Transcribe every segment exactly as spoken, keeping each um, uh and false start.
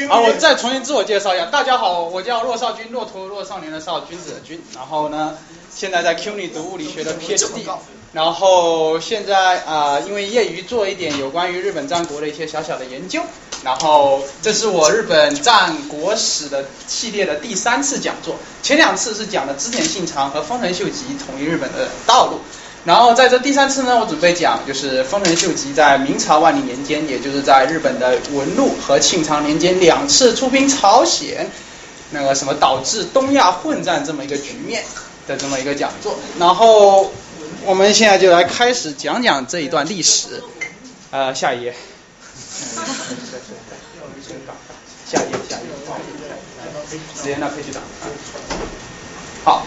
好，我再重新自我介绍一下，大家好，我叫骆少军，骆驼骆少年的少，君子的君，然后呢，现在在 C U N Y 读物理学的 P H D， 然后现在啊、呃，因为业余做一点有关于日本战国的一些小小的研究，然后这是我日本战国史的系列的第三次讲座，前两次是讲的织田信长和丰臣秀吉统一日本的道路。然后在这第三次呢，我准备讲就是丰臣秀吉在明朝万历年间，也就是在日本的文禄和庆长年间两次出兵朝鲜，那个什么导致东亚混战这么一个局面的这么一个讲座。然后我们现在就来开始讲讲这一段历史。呃，下一页。下一页，下一页。时间呢，可以去打。好。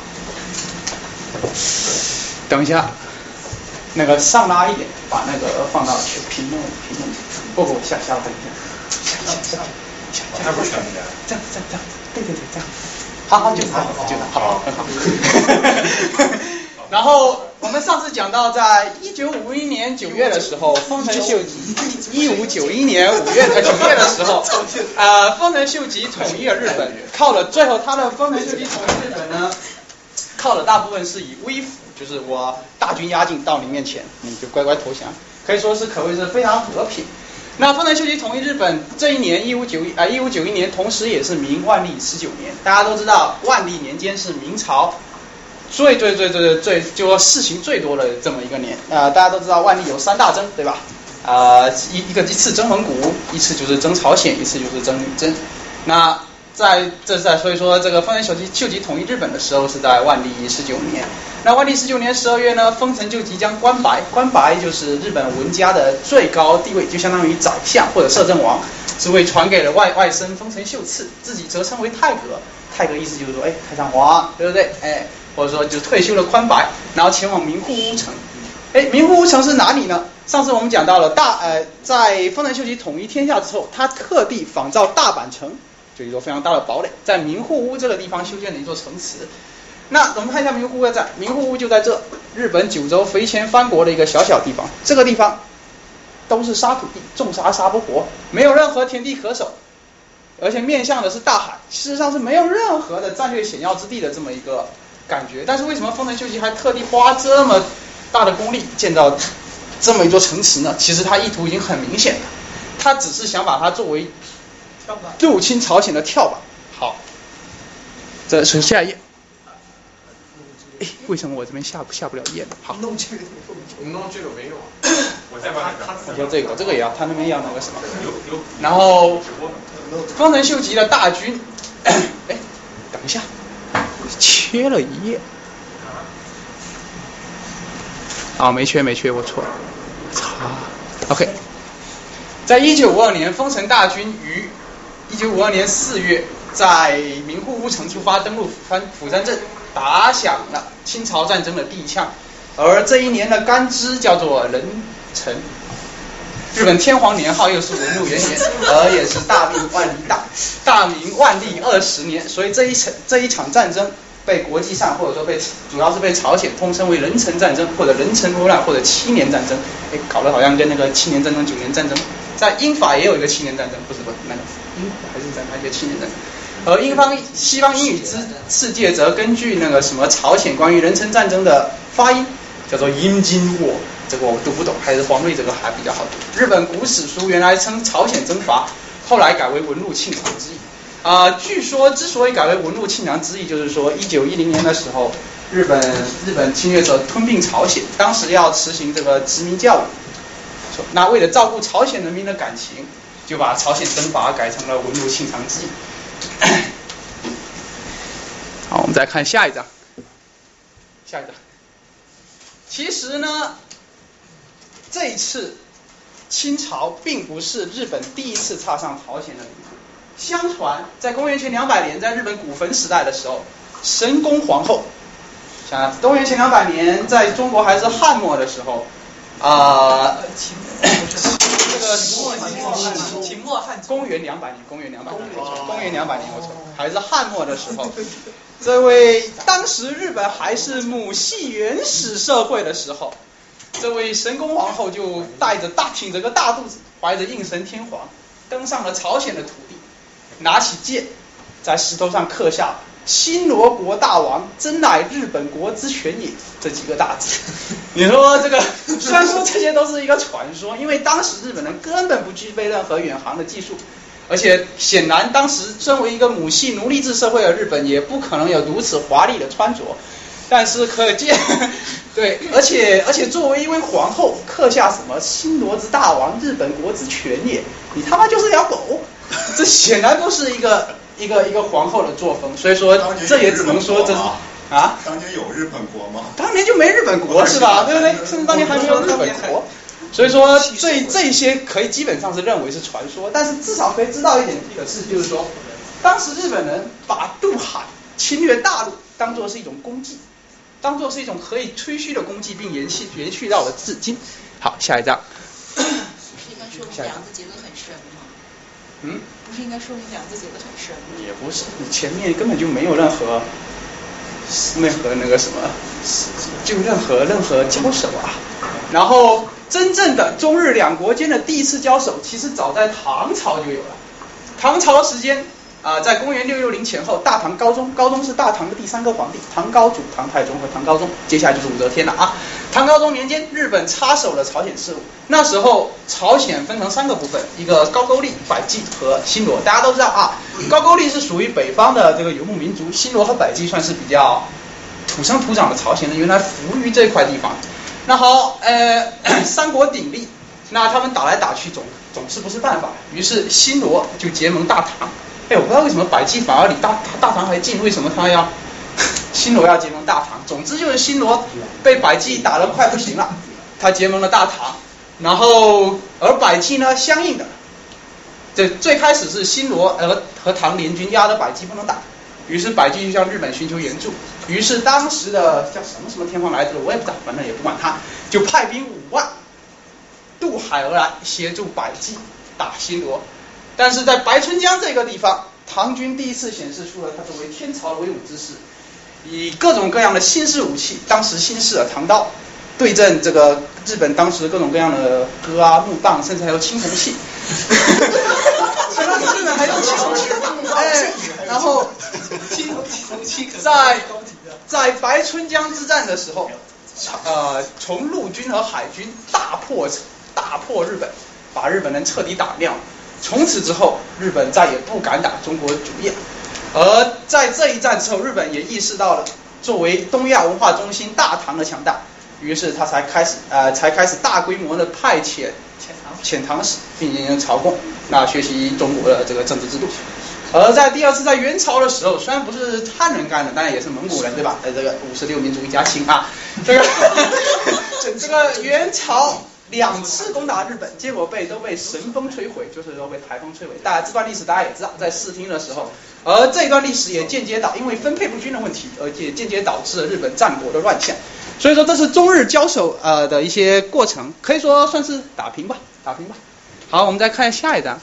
等一下，那个上拉一点，把那个放到屏幕屏幕。不不，下下拉一点。下下下下下。不是全的。这样这样这样，对对对，这样。好好就好就好，很好。然后我们上次讲到，在一九五一年九月的时候，丰臣秀吉一五九一年五月呃九月的时候，呃，丰臣秀吉统一了日本，靠了最后他的丰臣秀吉统一日本呢，靠的大部分是以威服。就是我大军压境到你面前，你就乖乖投降，可以说是可谓是非常和平。那丰臣秀吉统一日本这一年一五九一啊一五九一年，同时也是明万历十九年。大家都知道，万历年间是明朝最最最最最就说事情最多的这么一个年。呃，大家都知道万历有三大征，对吧？呃，一一个一次征蒙古，一次就是征朝鲜，一次就是征女真。那在这在所以说这个丰臣秀吉秀吉统一日本的时候是在万历十九年。那万历十九年十二月呢，丰臣秀吉将关白，关白就是日本文家的最高地位，就相当于宰相或者摄政王，职位传给了外外甥丰臣秀次，自己则称为太阁。太阁意思就是说，哎，太上皇，对不对？哎，或者说就退休了关白，然后前往名护屋城。哎，名护屋城是哪里呢？上次我们讲到了大呃，在丰臣秀吉统一天下之后，他特地仿造大阪城。就一座非常大的堡垒，在名护屋这个地方修建了一座城池。那我们看一下名护屋在，名护屋就在这日本九州肥前藩国的一个小小地方。这个地方都是沙土地，种啥杀不活，没有任何田地可守，而且面向的是大海，事实上是没有任何的战略险要之地的这么一个感觉。但是为什么丰臣秀吉还特地花这么大的功力建造这么一座城池呢？其实他意图已经很明显了，他只是想把它作为入侵朝鲜的跳板。好，这是下一页。哎，为什么我这边下下不了页呢？好， 弄这个，你弄这个没用。我再把它。 我说这个，这个也要，他那边要那个什么。然后，丰臣秀吉的大军，哎，等一下，切了一页。啊，没缺没缺，我错了。操 ，OK。在一九五二年，丰臣大军于一九五二年四月，在名护屋城出发，登陆釜山釜山镇，打响了清朝战争的第一枪。而这一年的干支叫做壬辰，日本天皇年号又是文禄元年，而也是大明万历大大明万历二十年。所以这一场这一场战争被国际上或者说被主要是被朝鲜通称为壬辰战争，或者壬辰倭乱，或者七年战争。哎，搞得好像跟那个七年战争、九年战争。在英法也有一个七年战争，不是不是那个英还是在哪一个七年战争？而英方西方英语之世界则根据那个什么朝鲜关于壬辰战争的发音叫做阴金沃，这个我读不懂，还是黄瑞这个还比较好读。日本古史书原来称朝鲜征伐，后来改为文禄庆长之役。啊、呃，据说之所以改为文禄庆长之役，就是说一九一零年的时候，日本日本侵略者吞并朝鲜，当时要实行这个殖民教育。那为了照顾朝鲜人民的感情，就把朝鲜征伐改成了文禄庆长之役。好，我们再看下一章。下一章。其实呢，这一次清朝并不是日本第一次踏上朝鲜的领土。相传，在公元前两百年，在日本古坟时代的时候，神宫皇后，想公元前两百年，在中国还是汉末的时候。啊、呃，这个秦末汉，公元两百年，公元两百年，公元两百年，我错，还是汉末的时候，这位当时日本还是母系原始社会的时候，这位神宫皇后就带着大挺着个大肚子，怀着应神天皇，登上了朝鲜的土地。 拿起剑，在石头上刻下“新罗国大王，真乃日本国之权也”这几个大字。你说这个，虽然说这些都是一个传说，因为当时日本人根本不具备任何远航的技术，而且显然当时身为一个母系奴隶制社会的日本，也不可能有如此华丽的穿着。但是可见，对，而且而且作为一位皇后，刻下什么新罗之大王，日本国之权也，你他妈就是条狗，这显然不是一个一个一个皇后的作风。所以说，这也只能说这是啊。 当年有日本国吗？ 当年就没日本国是吧？对不对？甚至当年还没有日本国。所以说，这这些可以基本上是认为是传说，但是至少可以知道一点的是，就是说，当时日本人把渡海侵略大陆当作是一种功绩。当做是一种可以吹嘘的功绩，并延续延续到了至今。好，下一章。 不是应该说明梁子结得很深吗？ 嗯， 不是应该说明梁子结得很深吗？ 也不是，你前面根本就没有任何任何那个什么，就任何任何交手啊。然后真正的中日两国间的第一次交手，其实早在唐朝就有了。唐朝时间。啊、呃，在公元六六零前后，大唐高宗，高宗是大唐的第三个皇帝，唐高祖、唐太宗和唐高宗，接下来就是武则天了啊。唐高宗年间，日本插手了朝鲜事务。那时候，朝鲜分成三个部分，一个高句丽、百济和新罗。大家都知道啊，高句丽是属于北方的这个游牧民族，新罗和百济算是比较土生土长的朝鲜人，原来服于这块地方。那好，呃，三国鼎立，那他们打来打去总总是不是办法，于是新罗就结盟大唐。哎，我不知道为什么百济反而离大大唐还近，为什么他要新罗要结盟大唐？总之就是新罗被百济打得快不行了，他结盟了大唐，然后而百济呢，相应的，这最开始是新罗和和唐联军压着百济不能打，于是百济就向日本寻求援助，于是当时的叫什么什么天皇来着，我也不知道，反正也不管他，就派兵五万渡海而来协助百济打新罗。但是在白春江这个地方，唐军第一次显示出了他作为天朝威武之势，以各种各样的新式武器，当时新式的唐刀，对阵这个日本当时各种各样的戈啊、木棒，甚至还有青铜器。前段时间还用青铜器，哎，然后在在白春江之战的时候，呃，从陆军和海军大破大破日本，把日本人彻底打掉。从此之后，日本再也不敢打中国主意了。而在这一战之后，日本也意识到了作为东亚文化中心大唐的强大，于是他才开始呃才开始大规模的派遣遣唐使，并进行朝贡，那学习中国的这个政治制度。而在第二次在元朝的时候，虽然不是汉人干的，当然也是蒙古人，对吧？呃，这个五十六民族一家亲啊，这个这个元朝。两次攻打日本，结果被都被神风摧毁，就是说被台风摧毁。大家这段历史大家也知道，在视听的时候，而这段历史也间接导因为分配不均的问题，而且间接导致了日本战国的乱象。所以说这是中日交手呃的一些过程，可以说算是打平吧，打平吧。好，我们再看下一张。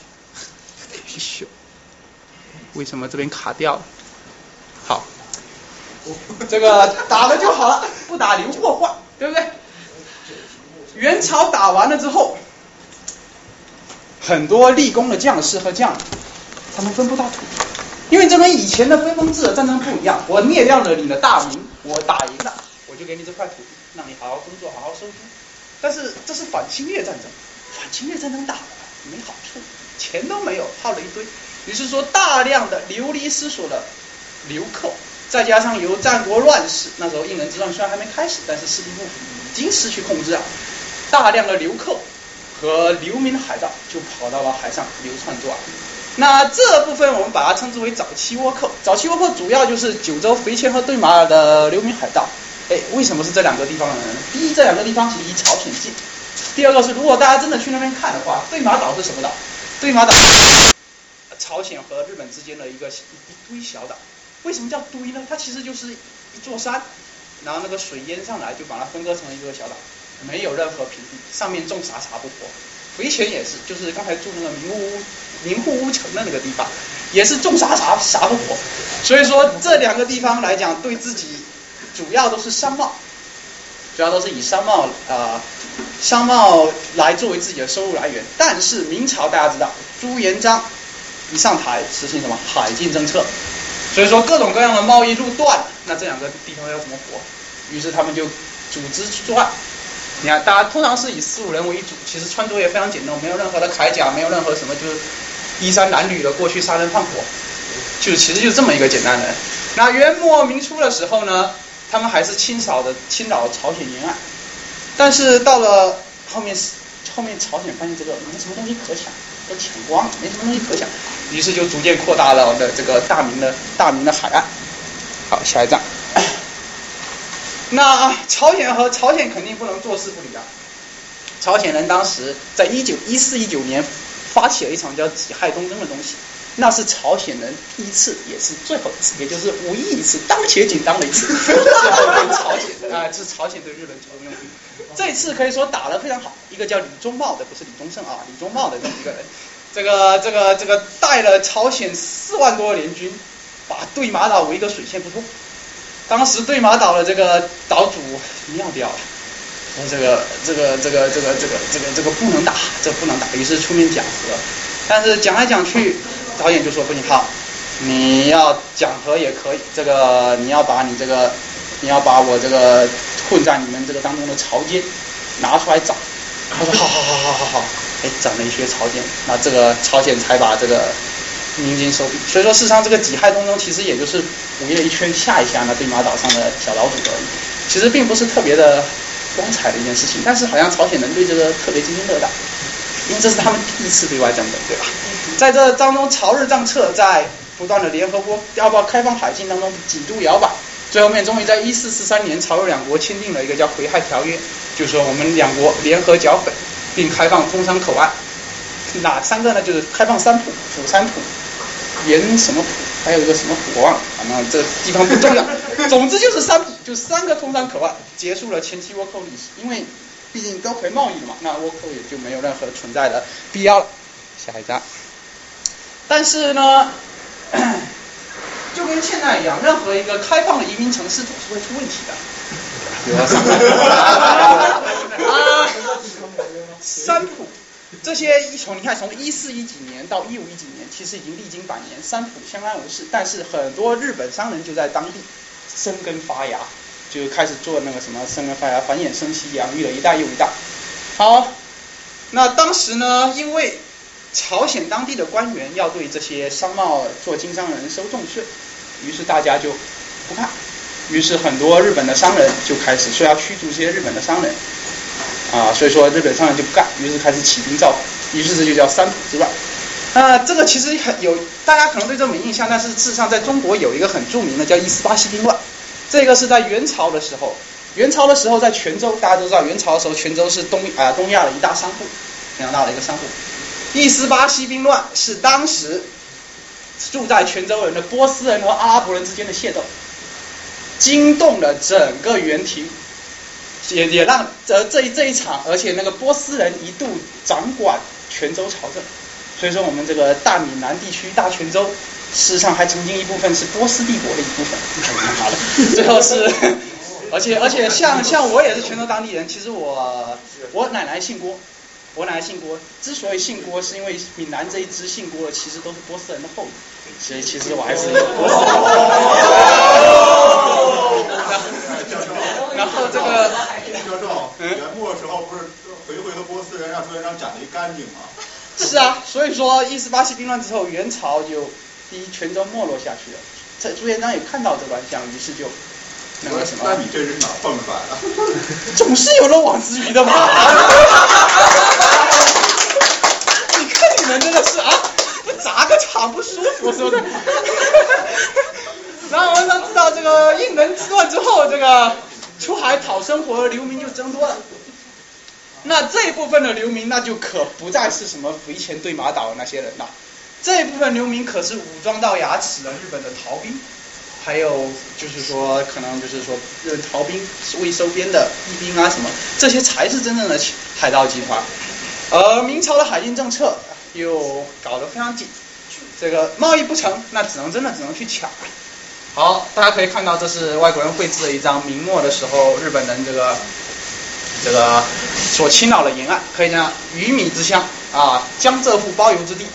为什么这边卡掉了？好，这个打了就好了，不打留祸患，对不对？元朝打完了之后，很多立功的将士和将领，他们分不到土地，因为这跟以前的分封制的战争不一样。我灭掉了你的大名，我打赢了，我就给你这块土地，让你好好工作，好好收租。但是这是反侵略战争，反侵略战争打了没好处，钱都没有，耗了一堆。于是说大量的流离失所的流寇，再加上由战国乱世，那时候应仁之乱虽然还没开始，但是势力幕府已经失去控制了。大量的流寇和流民海盗就跑到了海上流窜作案。那这部分我们把它称之为早期倭寇。早期倭寇主要就是九州、肥前和对马的流民海盗。哎，为什么是这两个地方的人呢？第一，这两个地方是离朝鲜近；第二个是，如果大家真的去那边看的话，对马岛是什么岛？对马岛朝鲜和日本之间的一个一堆小岛。为什么叫堆呢？它其实就是一座山，然后那个水淹上来，就把它分割成一个小岛。没有任何平地，上面种啥啥不活。肥前也是，就是刚才住那个明屋明户屋城的那个地方，也是种啥啥啥不活。所以说这两个地方来讲，对自己主要都是商贸，主要都是以商贸呃商贸来作为自己的收入来源。但是明朝大家知道，朱元璋一上台实行什么海禁政策，所以说各种各样的贸易路断，那这两个地方要怎么活？于是他们就组织作案。你看，大家通常是以四五人为主，其实穿着也非常简陋，没有任何的铠甲，没有任何什么，就是衣衫褴褛的过去杀人放火，就其实就这么一个简单的。那元末明初的时候呢，他们还是清扫的侵扰朝鲜沿岸，但是到了后面，后面朝鲜发现这个没什么东西可抢，都抢光了，没什么东西可抢，于是就逐渐扩大了的这个大明的大明的海岸。好，下一章。那朝鲜和朝鲜肯定不能坐视不理啊！朝鲜人当时在一九一四一九年发起了一场叫己亥东征的东西，那是朝鲜人第一次也是最后一次，也就是唯一一次当且仅当的一次对朝鲜啊，这、呃、是朝鲜对日本主动用兵。这次可以说打得非常好，一个叫李宗茂的，不是李宗盛啊，李宗茂的这么一个人，这个这个这个带了朝鲜四万多联军，把对马岛围个水泄不通。当时对马岛的这个岛主尿掉了，说这个这个这个这个这个这个这个不能打，这不能打，于是出面讲和。但是讲来讲去，导演就说不行，好，你要讲和也可以，这个你要把你这个你要把我这个混在你们这个当中的朝鲜拿出来找。他说好好好好好好，哎，整了一些朝鲜，那这个朝鲜才把这个民间收并。所以说，事实上这个己亥东征其实也就是围了一圈吓一吓那对马岛上的小岛主而已，其实并不是特别的光彩的一件事情。但是好像朝鲜人对这个特别津津乐道，因为这是他们第一次对外征的，对吧？在这当中，朝日政策在不断的联合国要不要开放海禁当中几度摇摆，最后面终于在一四四三年，朝日两国签订了一个叫回海条约，就是说我们两国联合剿匪，并开放通商口岸。哪三个呢？就是开放三浦、釜山浦、盐什么浦，还有一个什么浦我忘了，反正这地方不重要。总之就是三浦，就三个通商口岸，结束了前期倭寇历史。因为毕竟都可以贸易的嘛，那倭寇也就没有任何存在的必要了。下一章。但是呢，就跟现在一样，任何一个开放的移民城市总是会出问题的。比如说啊，三浦。这些从你看，从一四一几年到一五一几年，其实已经历经百年，三浦相安无事。但是很多日本商人就在当地生根发芽，就开始做那个什么生根发芽、繁衍生息，养育了一代又一代。好，那当时呢，因为朝鲜当地的官员要对这些商贸做经商人收重税，于是大家就不干，于是很多日本的商人就开始说要驱逐这些日本的商人。啊，所以说日本商人就不干，于是开始起兵造反，于是这就叫三浦之乱。那、呃、这个其实很有，大家可能对这没印象，但是事实上在中国有一个很著名的叫一四八西兵乱，这个是在元朝的时候，元朝的时候在泉州，大家都知道元朝的时候泉州是东啊、呃、东亚的一大商埠，非常大的一个商埠。一四八西兵乱是当时住在泉州人的波斯人和阿拉伯人之间的械斗，惊动了整个元廷。也也让这这一这一场，而且那个波斯人一度掌管泉州朝政，所以说我们这个大闽南地区大泉州，事实上还曾经一部分是波斯帝国的一部分，好的，最后是，而且而且像像我也是泉州当地人，其实我我奶奶姓郭，我奶奶姓郭，之所以姓郭，是因为闽南这一支姓郭的其实都是波斯人的后裔，所以其实我还是波斯人。然后这个。 教授，元末的时候不是回回的波斯人让朱元璋斩得一干净吗？ 是啊，所以说一四八西兵乱之后，元朝就第一泉州没落下去了。这朱元璋也看到这乱象，于是就那个什么。 那你这是哪蹦出来的？ 总是有漏网之鱼的嘛。你看你们真的是啊，不砸个场不舒服是不是？然后我们知道这个应仁之乱之后，这个。出海讨生活的流民就增多了，那这一部分的流民那就可不再是什么肥前对马岛的那些人了，这一部分流民可是武装到牙齿的日本的逃兵，还有就是说可能就是说日本逃兵未收编的义兵啊什么，这些才是真正的海盗集团。而明朝的海禁政策又搞得非常紧，这个贸易不成，那只能真的只能去抢。好，大家可以看到，这是外国人绘制的一张明末的时候日本人这个这个所侵扰的沿岸，可以讲鱼米之乡啊，江浙沪包邮之地。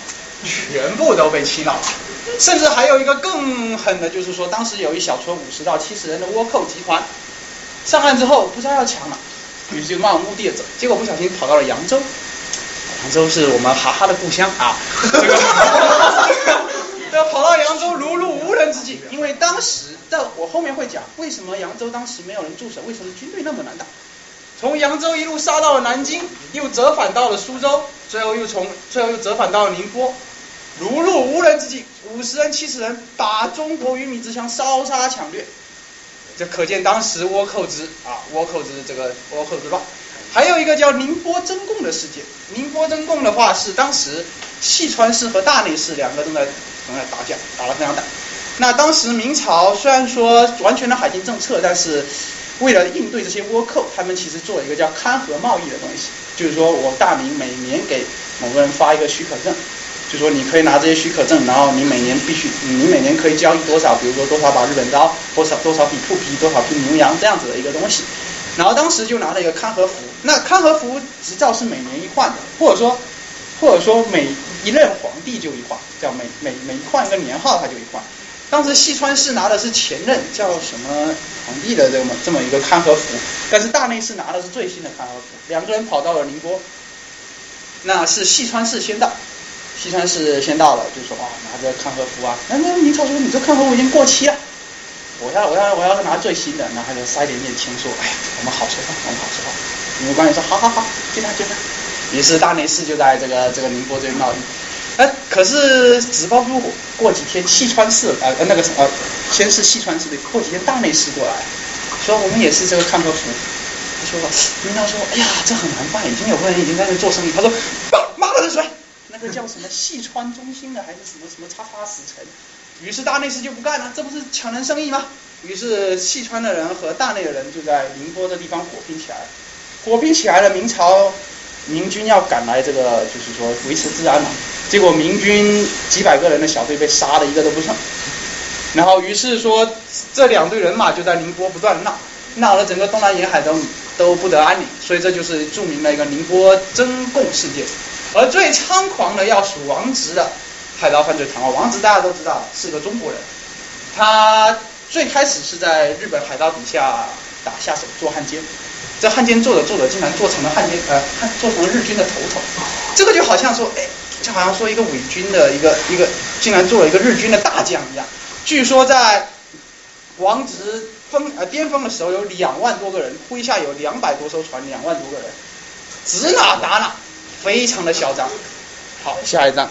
全部都被气恼了。甚至还有一个更狠的，就是说当时有一小撮五十到七十人的倭寇集团上岸之后不知道要抢了，于是就漫无目的的走，结果不小心跑到了扬州。扬州是我们哈哈的故乡啊，这个这个跑到扬州如入无人之境，因为当时在我后面会讲为什么扬州当时没有人驻守，为什么军队那么难打。从扬州一路杀到了南京，又折返到了苏州，最后又从最后又折返到了宁波，如入无人之境，五十人七十人把中国鱼米之乡烧杀抢掠，这可见当时倭寇之啊倭寇之这个倭寇之乱。还有一个叫宁波争贡的事件，宁波争贡的话是当时细川氏和大内氏两个正在正在打架，打得非常大。那当时明朝虽然说完全的海禁政策，但是为了应对这些倭寇，他们其实做了一个叫勘合贸易的东西，就是说我大明每年给某个人发一个许可证，就说你可以拿这些许可证，然后你每年必须你每年可以交易多少，比如说多少把日本刀，多少多少匹兔皮，多少匹牛羊这样子的一个东西。然后当时就拿了一个勘合符，那勘合符执照是每年一换的，或者说或者说每一任皇帝就一换，叫每每每换一个年号他就一换。当时细川氏拿的是前任叫什么皇帝的这么这么一个勘合符，但是大内氏拿的是最新的勘合符，两个人跑到了宁波，那是细川氏先到，细川氏先到了，就说哇拿着勘合符啊，那那明朝说你这勘合符已经过期了。我要我要我要拿最新的，然后他就塞点点钱说，哎呀，我们好说话，我们好说话。你们官员说，好好好，接他接他。于是大内氏就在这个这个宁波这边闹疫。哎，可是纸包不住火，过几天细川氏呃那个呃先是细川氏的，过几天大内氏过来，说我们也是这个勘合符。他说明朝说，哎呀，这很难办，已经有个人已经在那做生意。他说，妈的是谁？那个叫什么细川中心的还是什么什么叉叉使臣？于是大内氏就不干了，这不是抢人生意吗？于是细川的人和大内的人就在宁波这地方火拼起来了。火拼起来了，明朝明军要赶来这个就是说维持治安嘛，结果明军几百个人的小队被杀的一个都不剩。然后于是说这两队人马就在宁波不断闹，闹了整个东南沿海都都不得安宁，所以这就是著名的一个宁波争贡事件。而最猖狂的要数王直的海盗犯罪团伙，王直大家都知道是个中国人，他最开始是在日本海盗底下打下手做汉奸，这汉奸做着做着竟然做成了汉奸呃做成了日军的头头，这个就好像说哎，就好像说一个伪军的一个一个竟然做了一个日军的大将一样。据说在王直峰呃巅峰的时候有两万多个人，麾下有两百多艘船，两万多个人，指哪打哪，非常的嚣张。好，下一张。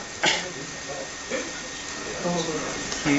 嗯，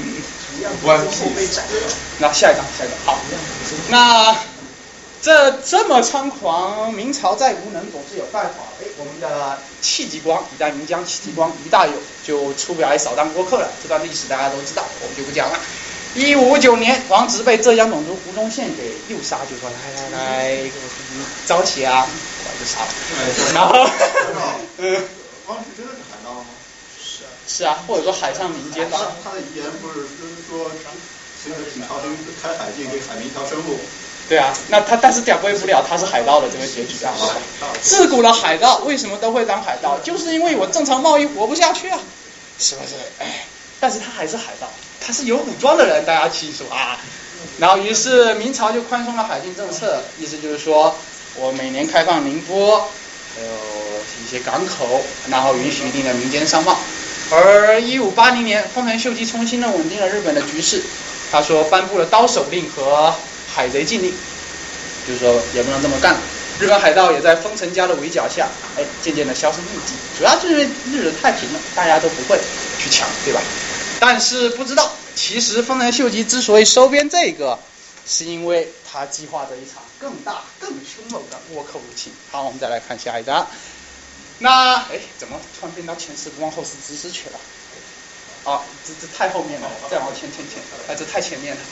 那下一张，下一张，好，那这这么猖狂，明朝再无能，总是有办法。哎，我们的戚继光，一代名将戚继光，于大有就出表来扫荡倭寇了。这段历史大家都知道，我们就不讲了。一五五九年，王直被浙江总督胡宗宪给诱杀，就说来来来，给我招血啊，我就杀了。然后，嗯， 王直真的是海盗吗？ 是啊，或者说海上民间吧。 他的遗言不是说这个请朝廷开海禁，给海民一条生路。 对啊，那他但是表归不了他是海盗的这个结局啊。自古的海盗为什么都会当海盗？就是因为我正常贸易活不下去啊，是不是？哎，但是他还是海盗，他是有武装的人，大家记住啊。然后于是明朝就宽松了海禁政策，意思就是说我每年开放宁波，还有一些港口，然后允许一定的民间商贸。而一五八零年，丰臣秀吉重新的稳定了日本的局势，他说颁布了刀手令和海贼禁令，就是说也不能这么干了。日本海盗也在丰臣家的围剿下，哎，渐渐的销声匿迹。主要就是因为日子太平了，大家都不会去抢，对吧？但是不知道，其实丰臣秀吉之所以收编这个，是因为他计划着一场更大、更凶猛的倭寇入侵。好，我们再来看下一张。那哎，怎么突然变到前十不往后十直直去了？啊，这这太后面了，再往前前前，啊，这太前面了。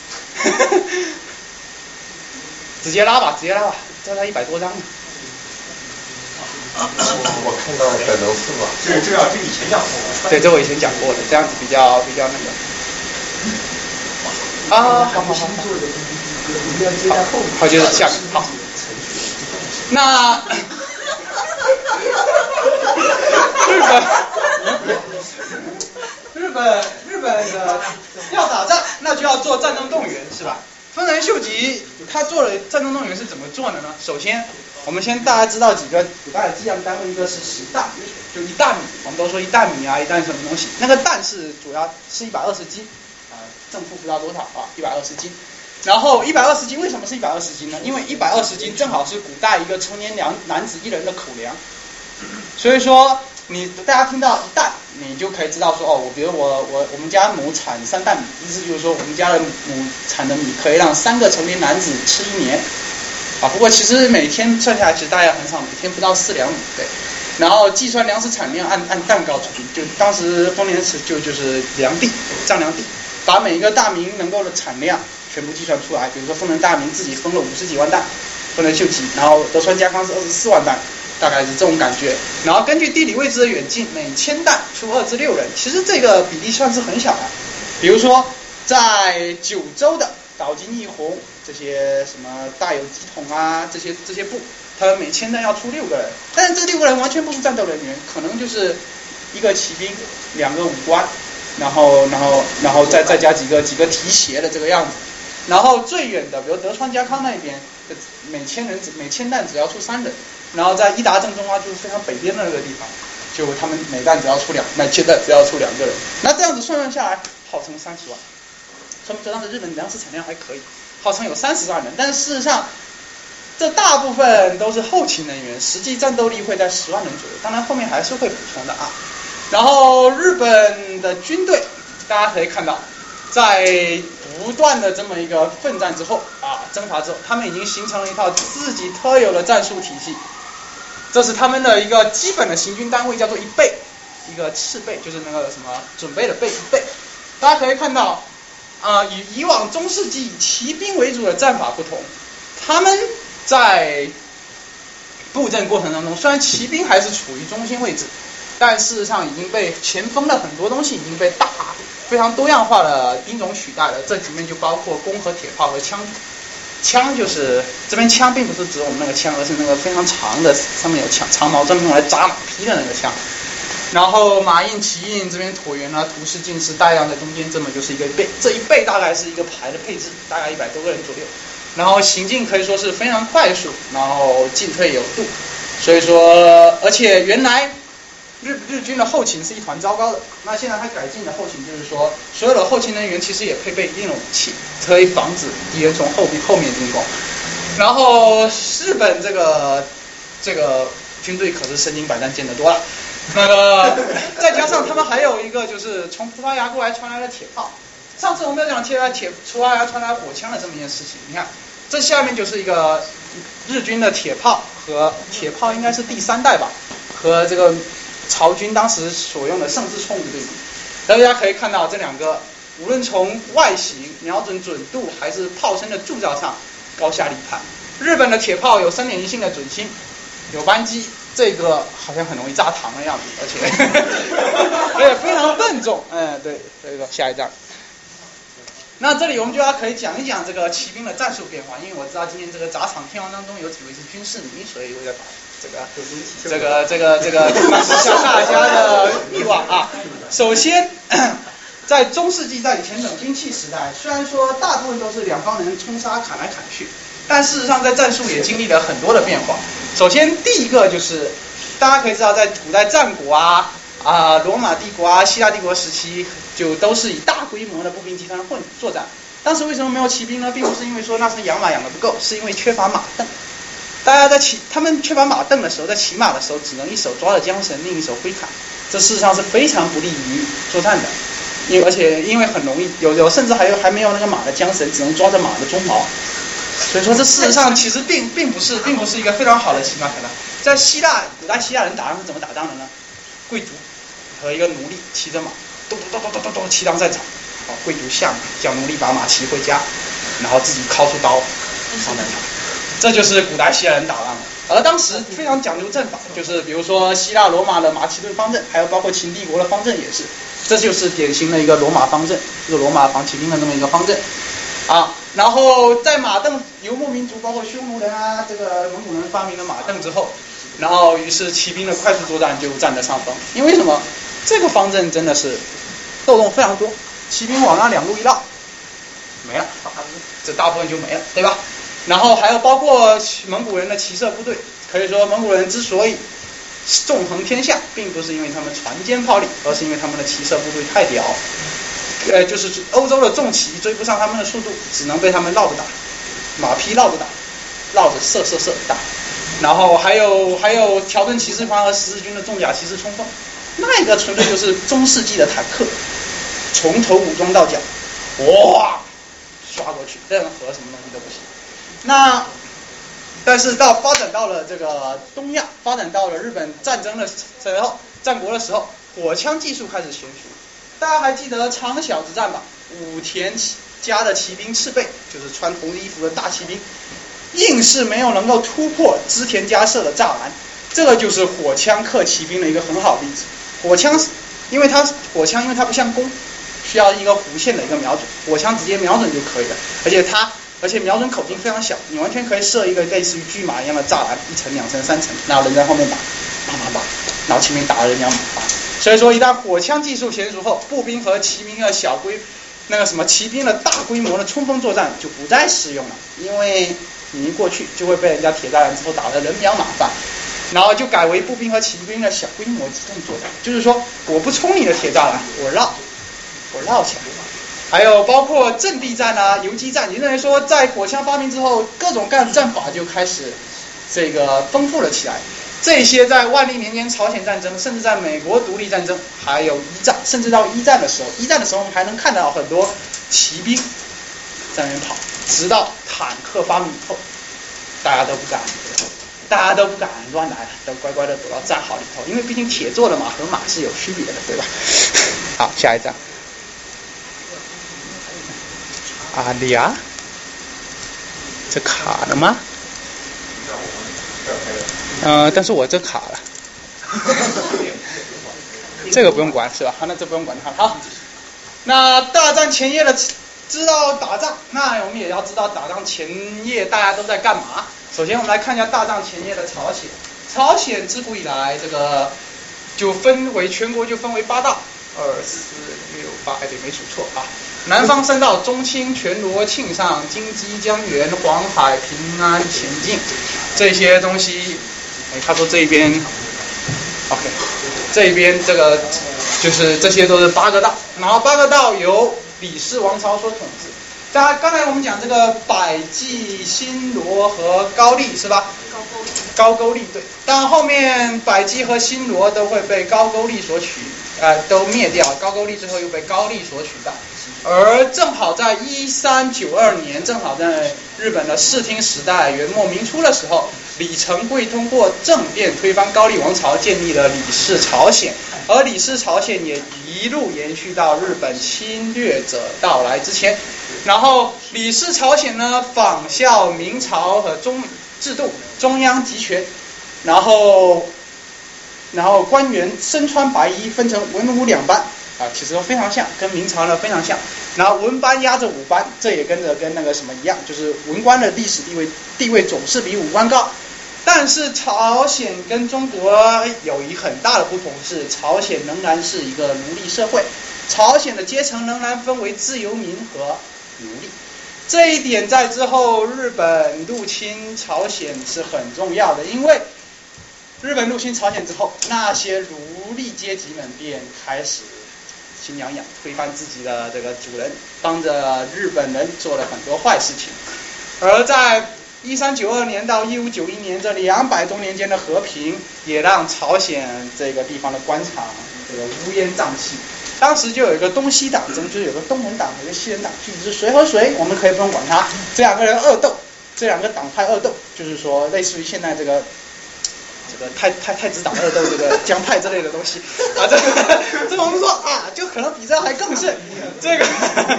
直接拉吧，直接拉吧，这才一百多张呢。 我看到本能寺了。 这这样，这以前讲过了。 对，这我以前讲过的，这样子比较比较那个。啊，好好好。好，好，接着下面好。那日本，日本，日本的要打仗，那就要做战争动员，是吧？丰臣秀吉他做了战争动员是怎么做的呢？首先，我们先大家知道几个古代的计量单位，一个是十担，就一担米，我们都说一担米啊，一担什么东西，那个担是主要是一百二十斤，啊、呃，正负不知道多少啊，一百二十斤。然后一百二十斤为什么是一百二十斤呢？因为一百二十斤正好是古代一个成年男男子一人的口粮，所以说你大家听到一担，你就可以知道说哦，我比如我我我们家亩产三担米，意思就是说我们家的亩产的米可以让三个成年男子吃一年啊。不过其实每天算下来，其实大家很少，每天不到四两米，对。然后计算粮食产量按按担告出去，就当时丰年祠就就是量地丈量地，把每一个大名能够的产量全部计算出来。比如说丰臣大名自己分了五十几万担，丰臣秀吉，然后德川家康是二十四万担，大概是这种感觉。然后根据地理位置的远近，每千担出二至六人，其实这个比例算是很小的。比如说在九州的岛津义弘这些什么大有吉统啊，这些这些部，他们每千担要出六个人，但是这六个人完全不是战斗人员，可能就是一个骑兵，两个武官，然后然后然后再再加几个几个提携的这个样子。然后最远的，比如德川家康那边，每千人每千担只要出三人。然后在伊达政中啊，就是非常北边的那个地方，就他们每担只要出两，每千担只要出两个人。那这样子算算下来，号称三十万，说明说当时日本粮食产量还可以，号称有三十万人。但是事实上，这大部分都是后勤人员，实际战斗力会在十万人左右。当然后面还是会补充的啊。然后日本的军队，大家可以看到，在不断的这么一个奋战之后啊，征伐之后，他们已经形成了一套自己特有的战术体系。这是他们的一个基本的行军单位，叫做一备，一个赤备，就是那个什么准备的备，一备。大家可以看到，啊、呃，与以往中世纪以骑兵为主的战法不同，他们在布阵过程当中，虽然骑兵还是处于中心位置，但事实上已经被前锋的很多东西已经被大非常多样化的兵种取代了。这里面就包括弓和铁炮和枪具。枪就是这边枪并不是指我们那个枪，而是那个非常长的，上面有枪长矛，专门用来扎马匹的那个枪。然后马印、旗印这边椭圆啊、图示、进士大量在中间，这么就是一个备，这一备大概是一个排的配置，大概一百多个人左右。然后行进可以说是非常快速，然后进退有度。所以说，而且原来日日军的后勤是一团糟糕的，那现在他改进的后勤就是说，所有的后勤人员其实也配备一定的武器，可以防止敌人从后面后面进攻。然后日本这个这个军队可是身经百战，见得多了。那个再加上他们还有一个就是从葡萄牙过来传来的铁炮。上次我们有讲铁铁葡萄牙传来火枪的这么一件事情，你看这下面就是一个日军的铁炮和铁炮应该是第三代吧，和这个曹军当时所用的胜之冲的对比，大家可以看到这两个无论从外形、瞄准准度还是炮身的铸造上高下立判。日本的铁炮有三点一性的准星，有扳机，这个好像很容易炸膛的样子，而且而且非常笨重。嗯，对，这个下一站。那这里我们就要可以讲一讲这个骑兵的战术变化，因为我知道今天这个砸场天王当中有几位是军事迷，所以我要把这个这个这个这个满足一下大家的欲望啊。首先，在中世纪在以前冷兵器时代，虽然说大部分都是两方人冲杀砍来砍去，但事实上在战术也经历了很多的变化。首先第一个就是大家可以知道，在古代战国啊啊罗马帝国啊希腊帝国时期，就都是以大规模的步兵集团混作战。当时为什么没有骑兵呢？并不是因为说那时候养马养的不够，是因为缺乏马镫。大家在骑，他们缺乏马镫的时候，在骑马的时候，只能一手抓着缰绳，另一手挥砍，这事实上是非常不利于作战的。因为而且因为很容易有有甚至还有还没有那个马的缰绳，只能抓着马的鬃毛。所以说这事实上其实并并不是并不是一个非常好的骑马可能。在希腊古代希腊人打仗是怎么打仗的呢？贵族和一个奴隶骑着马，咚咚咚咚咚咚骑上战场。好，贵族下马，叫奴隶把马骑回家，然后自己掏出刀上战场。这就是古代希腊人打仗的。而当时非常讲究阵法，就是比如说希腊罗马的马其顿方阵，还有包括秦帝国的方阵也是，这就是典型的一个罗马方阵，一个罗马防骑兵的这么一个方阵啊。然后在马镫游牧民族包括匈奴人啊，这个蒙古人发明了马镫之后， 然后于是骑兵的快速作战就占得上风。因为什么？这个方阵真的是漏洞非常多，骑兵往那两路一绕，没了，这大部分就没了，对吧？然后还有包括蒙古人的骑射部队，可以说蒙古人之所以纵横天下，并不是因为他们船坚炮利，而是因为他们的骑射部队太屌。呃，就是欧洲的重骑追不上他们的速度，只能被他们绕着打，马匹绕着打，绕着射射射打。然后还有还有条顿骑士团和十字军的重甲骑士冲锋，那个纯粹就是中世纪的坦克，从头武装到脚，哇，刷过去，任何什么东西都不行。那但是到发展到了这个东亚，发展到了日本战争的时候，战国的时候，火枪技术开始娴熟。大家还记得长筱之战吧？武田家的骑兵赤背，就是穿红衣服的大骑兵，硬是没有能够突破织田家设的栅栏。这个就是火枪克骑兵的一个很好的例子。火枪，因为它火枪，因为它不像弓，需要一个弧线的一个瞄准，火枪直接瞄准就可以了，而且它。而且瞄准口径非常小，你完全可以设一个类似于巨马一样的栅栏，一层、两层、三层，然后人在后面打，打打打，然后骑兵打了人家马。所以说，一旦火枪技术娴熟后，步兵和骑兵的小规那个什么骑兵的大规模的冲锋作战就不再适用了，因为你一过去就会被人家铁栅栏之后打得人仰马翻，然后就改为步兵和骑兵的小规模机动作战，就是说我不冲你的铁栅栏，我绕，我绕起来。还有包括阵地战啊、游击战，也认为说，在火枪发明之后，各种各样的战法就开始这个丰富了起来。这些在万历年间朝鲜战争，甚至在美国独立战争，还有一战，甚至到一战的时候，一战的时候我们还能看到很多骑兵在那边跑，直到坦克发明以后，大家都不敢，大家都不敢乱来了，都乖乖的躲到战壕里头，因为毕竟铁做的马和马是有区别的，对吧？好，下一张。阿里亚，这卡了吗？呃，但是我这卡了，这个不用管是吧？好，那这不用管它。好，那大战前夜的知道打仗，那我们也要知道打仗前夜大家都在干嘛。首先我们来看一下大战前夜的朝鲜。朝鲜自古以来这个就分为全国就分为八道，二四六八，哎对，没数错啊。南方三道：中清、全罗、庆尚、京畿、江原、黄海、平安、前进。这些东西，哎，他说这一边 ，OK， 这一边这个就是这些都是八个道，然后八个道由李氏王朝所统治。在刚才我们讲这个百济、新罗和高丽是吧？ 高句丽。 高句丽对，但后面百济和新罗都会被高句丽所取，呃，都灭掉，高句丽最后又被高丽所取代。而正好在一三九二年，正好在日本的室町时代元末明初的时候，李成桂通过政变推翻高丽王朝，建立了李氏朝鲜，而李氏朝鲜也一路延续到日本侵略者到来之前。然后李氏朝鲜呢，仿效明朝和中制度，中央集权，然后然后官员身穿白衣，分成文武两班。啊，其实都非常像，跟明朝呢非常像。然后文班压着武班，这也跟着跟那个什么一样，就是文官的历史地位地位总是比武官高。但是朝鲜跟中国有一很大的不同是，朝鲜仍然是一个奴隶社会，朝鲜的阶层仍然分为自由民和奴隶。这一点在之后日本入侵朝鲜是很重要的，因为日本入侵朝鲜之后，那些奴隶阶级们便开始心痒痒，推翻自己的这个主人，帮着日本人做了很多坏事情。而在一三九二年到一五九一年这两百多年间的和平，也让朝鲜这个地方的官场这个乌烟瘴气。当时就有一个东西党争，就是有个东人党和一个西人党，具体是谁和谁，我们可以不用管他。这两个人恶斗，这两个党派恶斗，就是说类似于现在这个。这个太太太子党恶斗这个江派之类的东西啊，这个这我们说啊，就可能比这还更甚。这个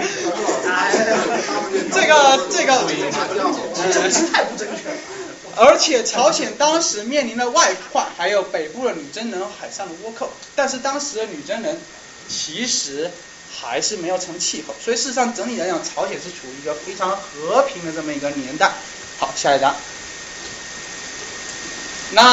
这个这个政治太不正确了。而且朝鲜当时面临的外患，还有北部的女真人、海上的倭寇，但是当时的女真人其实还是没有成气候，所以事实上整体来讲，朝鲜是处于一个非常和平的这么一个年代。好，下一章。那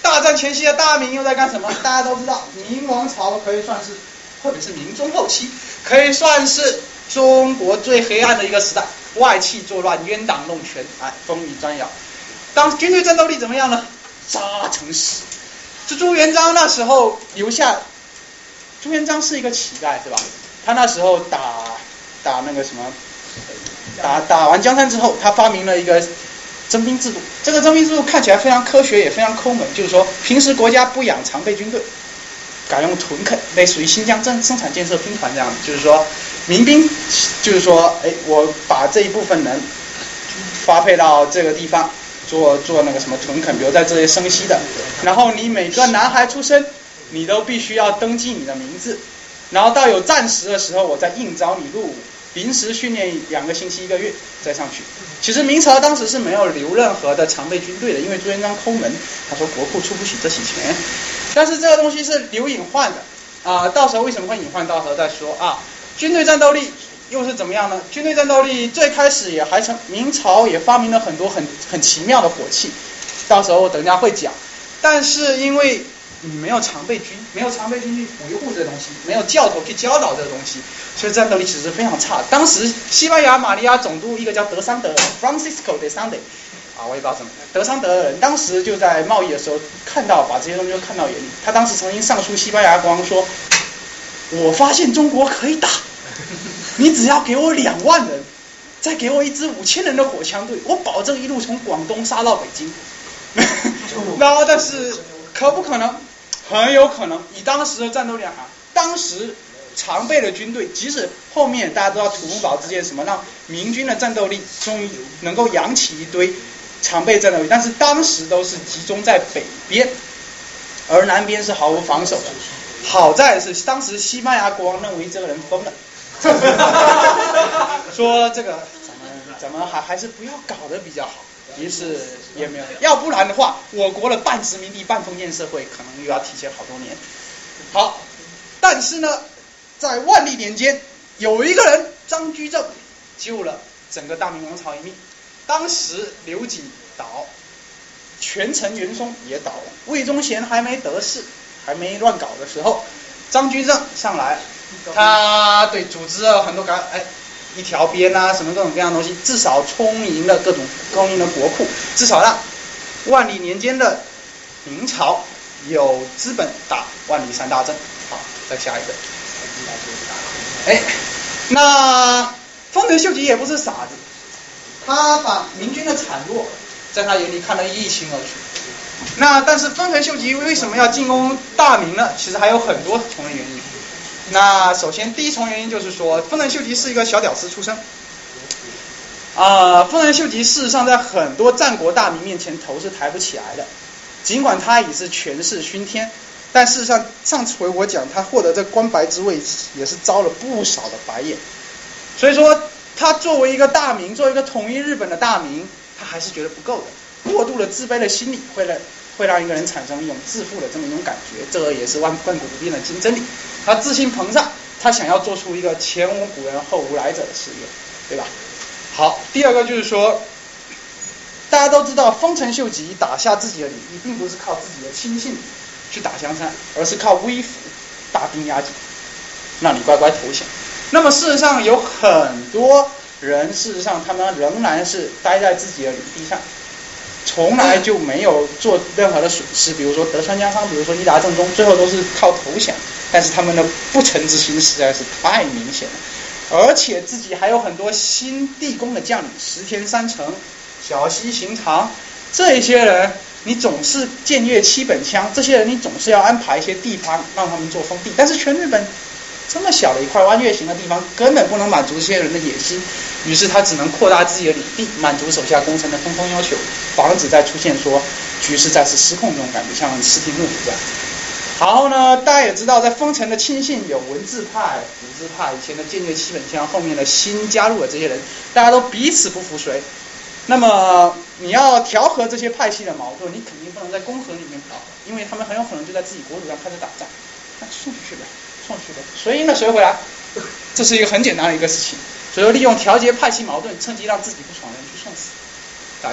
大战前夕的大明又在干什么？大家都知道，明王朝可以算是，特别是明中后期，可以算是中国最黑暗的一个时代，外戚作乱，冤党弄权，哎，风雨张摇。当军队战斗力怎么样呢？渣成屎。这朱元璋那时候留下，朱元璋是一个乞丐，是吧？他那时候打打那个什么，打打完江山之后，他发明了一个征兵制度。这个征兵制度看起来非常科学，也非常抠门，就是说平时国家不养常备军队，改用屯垦，类似于新疆生生产建设兵团这样的，就是说民兵，就是说，哎，我把这一部分人发配到这个地方。做做那个什么屯垦，比如在这些生息的，然后你每个男孩出生，你都必须要登记你的名字，然后到有战时的时候，我再应招你入伍，临时训练两个星期一个月再上去。其实明朝当时是没有留任何的常备军队的，因为朱元璋抠门，他说国库出不起这些钱。但是这个东西是留隐患的啊、呃，到时候为什么会隐患，到时候再说啊。军队战斗力又是怎么样呢？军队战斗力最开始也还成，明朝也发明了很多很很奇妙的火器，到时候等一下会讲。但是因为你没有常备军，没有常备军去维护这个东西，没有教头去教导这个东西，所以战斗力其实是非常差的。当时西班牙马利亚总督一个叫德桑德 Francisco de Sande 啊，我也不知道什么德桑德的人，当时就在贸易的时候看到，把这些东西都看到眼里。他当时曾经上书西班牙光说，我发现中国可以打。你只要给我两万人，再给我一支五千人的火枪队，我保证一路从广东杀到北京。然后，但是可不可能？很有可能。以当时的战斗力啊，当时常备的军队，即使后面大家都知道土木堡之间什么，让明军的战斗力终于能够扬起一堆常备战斗力，但是当时都是集中在北边，而南边是毫无防守的。好在是当时西班牙国王认为这个人疯了。说这个咱们咱们还还是不要搞得比较好，于是也没有，要不然的话，我国的半殖民地半封建社会可能又要提前好多年。好，但是呢，在万历年间，有一个人张居正救了整个大明王朝一命。当时刘瑾倒，权臣袁松也倒了，魏忠贤还没得势，还没乱搞的时候，张居正上来。他对组织了很多改，哎，一条鞭啊，什么各种各样的东西，至少充盈了各种供应的国库，至少让万历年间的明朝有资本打万历三大阵。好，再下一个。哎，那丰臣秀吉也不是傻子，他把明军的惨弱在他眼里看得一清二楚。那但是丰臣秀吉为什么要进攻大明呢？其实还有很多重要原因。那首先第一重原因就是说，丰臣秀吉是一个小屌丝出身。啊、呃，丰臣秀吉事实上在很多战国大名面前头是抬不起来的，尽管他已是权势熏天，但事实上上回我讲他获得这官白之位也是遭了不少的白眼，所以说他作为一个大名，作为一个统一日本的大名，他还是觉得不够的。过度的自卑的心理会让会让一个人产生一种自负的这么一种感觉，这个也是万万古不变的金真理。他自信膨胀，他想要做出一个前无古人后无来者的事业，对吧？好，第二个就是说，大家都知道丰臣秀吉打下自己的领地，并不是靠自己的亲信去打江山，而是靠威服大兵压境，让你乖乖投降。那么事实上有很多人，事实上他们仍然是待在自己的领地上，从来就没有做任何的损失，比如说德川家康，比如说伊达政宗，最后都是靠投降，但是他们的不臣之心实在是太明显了。而且自己还有很多新地宫的将领，石田三成、小西行长，这些人你总是僭越七本枪，这些人你总是要安排一些地方让他们做封地，但是全日本这么小的一块弯月形的地方，根本不能满足这些人的野心，于是他只能扩大自己的领地，满足手下功臣的分封要求，防止再出现说局势再次失控这种感觉，像石田幕府这样。然后呢，大家也知道，在丰臣的亲信有文字派、武字派，以前的僭越七本枪，后面的新加入的这些人，大家都彼此不服谁。那么你要调和这些派系的矛盾，你肯定不能在公河里面调和，因为他们很有可能就在自己国土上开始打仗，那送出去呗，送出去呗，谁赢了谁回来，这是一个很简单的一个事情。所以说利用调节派系矛盾，趁机让自己不爽的人去送死，大家讲。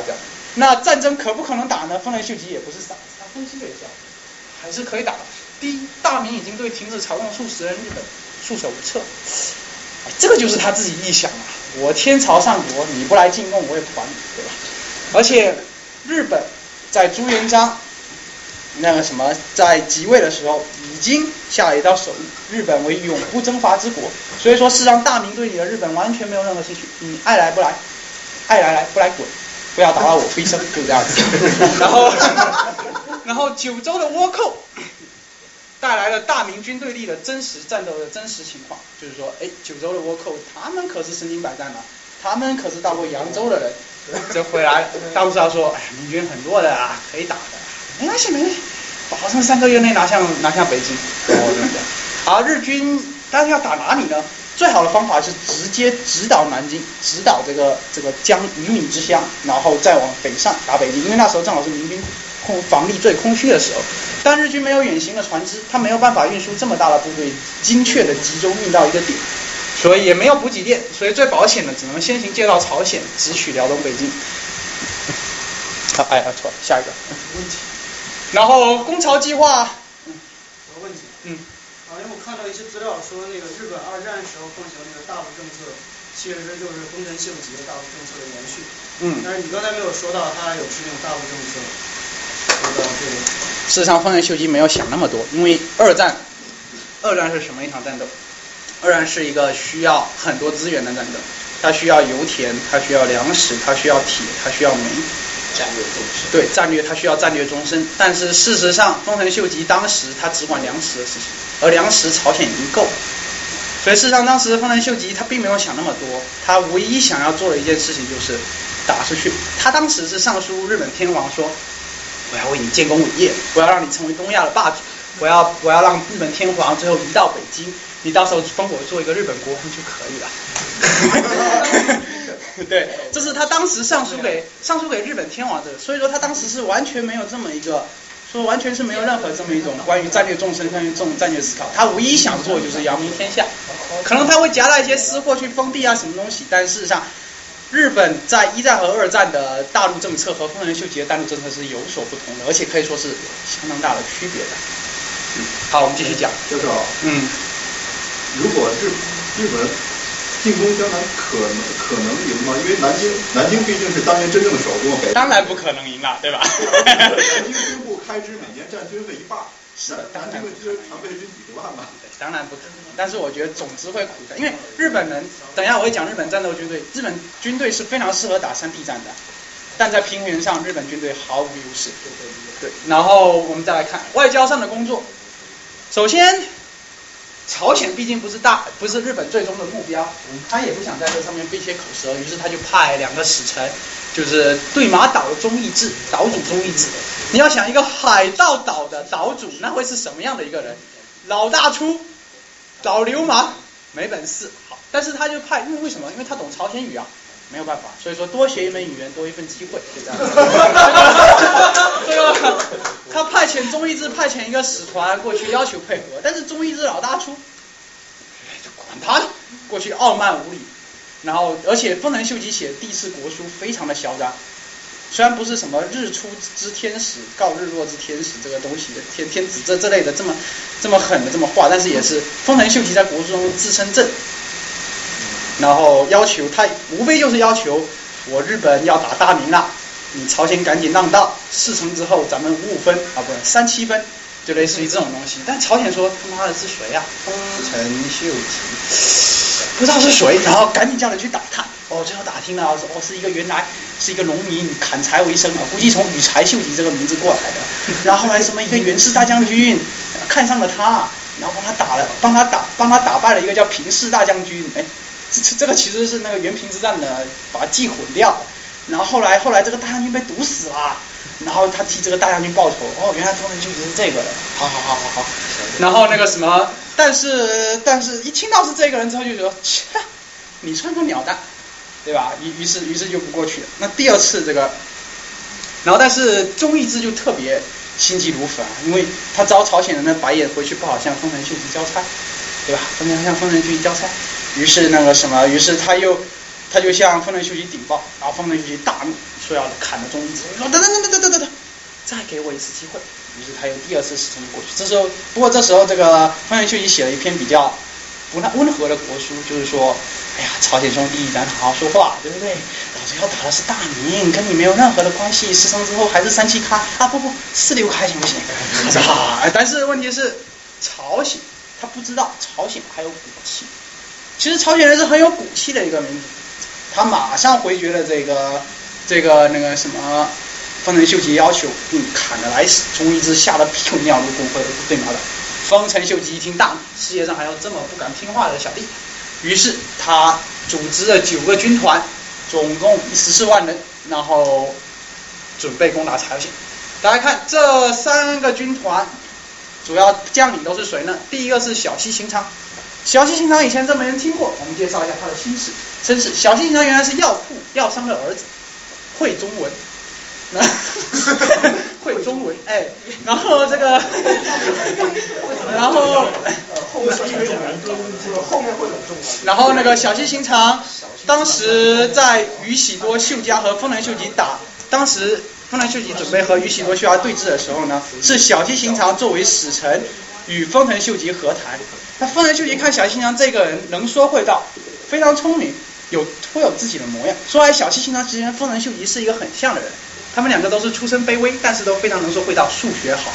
那战争可不可能打呢？丰臣秀吉也不是傻，他分析了一下，还是可以打的。第一，大明已经对停止朝贡数十人日本束手无策，这个就是他自己臆想啊。我天朝上国，你不来进贡，我也不管你，对吧？而且日本在朱元璋那个什么在即位的时候，已经下了一道手谕，日本为永不征伐之国。所以说，事实上大明对你的日本完全没有任何兴趣，你爱来不来，爱来来不来滚，不要打扰我飞升，就这样子。然后，然后九州的倭寇带来了大明军队力的真实战斗的真实情况，就是说，哎，九州的倭寇他们可是身经百战的，他们可是到过扬州的人，这回来大陆上说，哎，明军很弱的啊，可以打的，没关系没关系，保证三个月内拿下拿下北京。哦，这样。而日军，但是要打哪里呢？最好的方法是直接直捣南京，直捣这个这个江鱼米之乡，然后再往北上打北京，因为那时候正好是民兵空防力最空虚的时候。但日军没有远行的船只，他没有办法运输这么大的部队精确的集中运到一个点，所以也没有补给店，所以最保险的只能先行借道朝鲜，直取辽东北京。啊，哎，错了，下一个问题。 然后攻巢计划， 嗯，有个问题， 嗯， 啊，因为我看到一些资料说，那个日本二战时候奉行那个大陆政策，其实就是丰臣秀吉的大陆政策的延续。 嗯， 但是你刚才没有说到他有制定大陆政策，说到这个。 事实上，丰臣秀吉没有想那么多，因为二战，二战是什么一场战斗？二战是一个需要很多资源的战斗，它需要油田，它需要粮食，它需要铁，它需要煤。 战略终身。 对，战略它需要战略终身，但是事实上，丰臣秀吉当时他只管粮食的事情，而粮食朝鲜已经够，所以事实上当时丰臣秀吉他并没有想那么多，他唯一想要做的一件事情就是打出去。他当时是上书日本天皇说，我要为你建功伟业，我要让你成为东亚的霸主，我要我要让日本天皇最后移到北京，你到时候封我做一个日本国王就可以了。对，这是他当时上书给上书给日本天皇的，所以说他当时是完全没有这么一个，说完全是没有任何这么一种关于战略纵深、关于这种战略思考。他唯一想做的就是扬名天下，可能他会夹带一些私货去封地啊什么东西，但事实上，日本在一战和二战的大陆政策和丰臣秀吉的大陆政策是有所不同的，而且可以说是相当大的区别的。嗯，好，我们继续讲。 教授， 嗯， 如果日日本进攻江南可能可能赢吗？因为南京南京毕竟是当年真正的首都，北当然不可能赢了，对吧？ 南京军部开支每年占军费一半， 是的， 南京的军常备军几十万吧？ 当然不可能，但是我觉得总之会苦的，因为日本人，等一下我会讲日本战斗军队，日本军队是非常适合打山地战的，但在平原上日本军队毫无优势。对，然后我们再来看外交上的工作，首先。朝鲜毕竟不是大，不是日本最终的目标，他也不想在这上面费些口舌，于是他就派两个使臣，就是对马岛的忠义治，岛主忠义治。你要想一个海盗岛的岛主，那会是什么样的一个人？老大粗，老流氓，没本事。好，但是他就派，因为为什么？因为他懂朝鲜语啊。没有办法，所以说多学一门语言，多一份机会，就这样子。这个他派遣忠义治派遣一个使团过去要求配合，但是忠义治老大出，就管他的，过去傲慢无礼，然后而且丰臣秀吉写的第四国书非常的嚣张，虽然不是什么日出之天使告日落之天使这个东西的天天子这这类的这么这么狠的这么话，但是也是丰臣秀吉在国书中自称正。然后要求他无非就是要求我日本要打大明了，你朝鲜赶紧让道，事成之后咱们五五分啊，不是三七分，就类似于这种东西。但朝鲜说他妈的是谁啊？丰臣秀吉，不知道是谁，然后赶紧叫人去打探。哦，最后打听了，哦是一个原来是一个农民，砍柴为生啊，估计从羽柴秀吉这个名字过来的。然后后来什么一个源氏大将军看上了他，然后帮他打了，帮他打帮他打败了一个叫平氏大将军，哎。这这个其实是那个元平之战的，把计混掉，然后后来后来这个大将军被毒死了，然后他替这个大将军报仇，哦，原来丰臣秀吉是这个人，好好好好好，然后那个什么，但是但是一听到是这个人之后就觉得，切，你算个鸟蛋，对吧？于于是于是就不过去了。那第二次这个，然后但是忠义治就特别心急如焚，因为他招朝鲜人的白眼回去不好向丰臣秀吉交差，对吧？不能向丰臣秀吉交差。于是那个什么，于是他又他就向丰臣秀吉禀报，然后丰臣秀吉大怒， 说要砍了忠义之后，说等等等等等等等，再给我一次机会。于是他又第二次使臣过去。这时候，不过这时候这个丰臣秀吉写了一篇比较不那温和的国书，就是说，哎呀，朝鲜兄弟，咱好好说话，对不对？老子要打的是大明，跟你没有任何的关系。事成之后还是三七开啊，不不，四六开行不行？啊，但是问题是，朝鲜他不知道朝鲜还有骨气。其实朝鲜人是很有骨气的一个民族，他马上回绝了这个这个那个什么丰臣秀吉要求，并砍了来使。忠义之吓得屁滚尿流，公会都不对毛的。丰臣秀吉一听大怒，世界上还有这么不敢听话的小弟，于是他组织了九个军团，总共十四万人，然后准备攻打朝鲜。大家看这三个军团主要将领都是谁呢？第一个是小西行长。小西行长以前真没人听过，我们介绍一下他的身世。身世，小西行长原来是药铺药商的儿子，会中文。会中文，哎，然后这个，然后后面后面会很重要。然后那个小西行长，当时在宇喜多秀家和丰臣秀吉打，当时丰臣秀吉准备和宇喜多秀家对峙的时候呢，是小西行长作为使臣与丰臣秀吉和谈。那丰臣秀吉看小西行长这个人能说会道，非常聪明，有颇有自己的模样。说来小西行长其实跟丰臣秀吉是一个很像的人。他们两个都是出身卑微，但是都非常能说会道，数学好。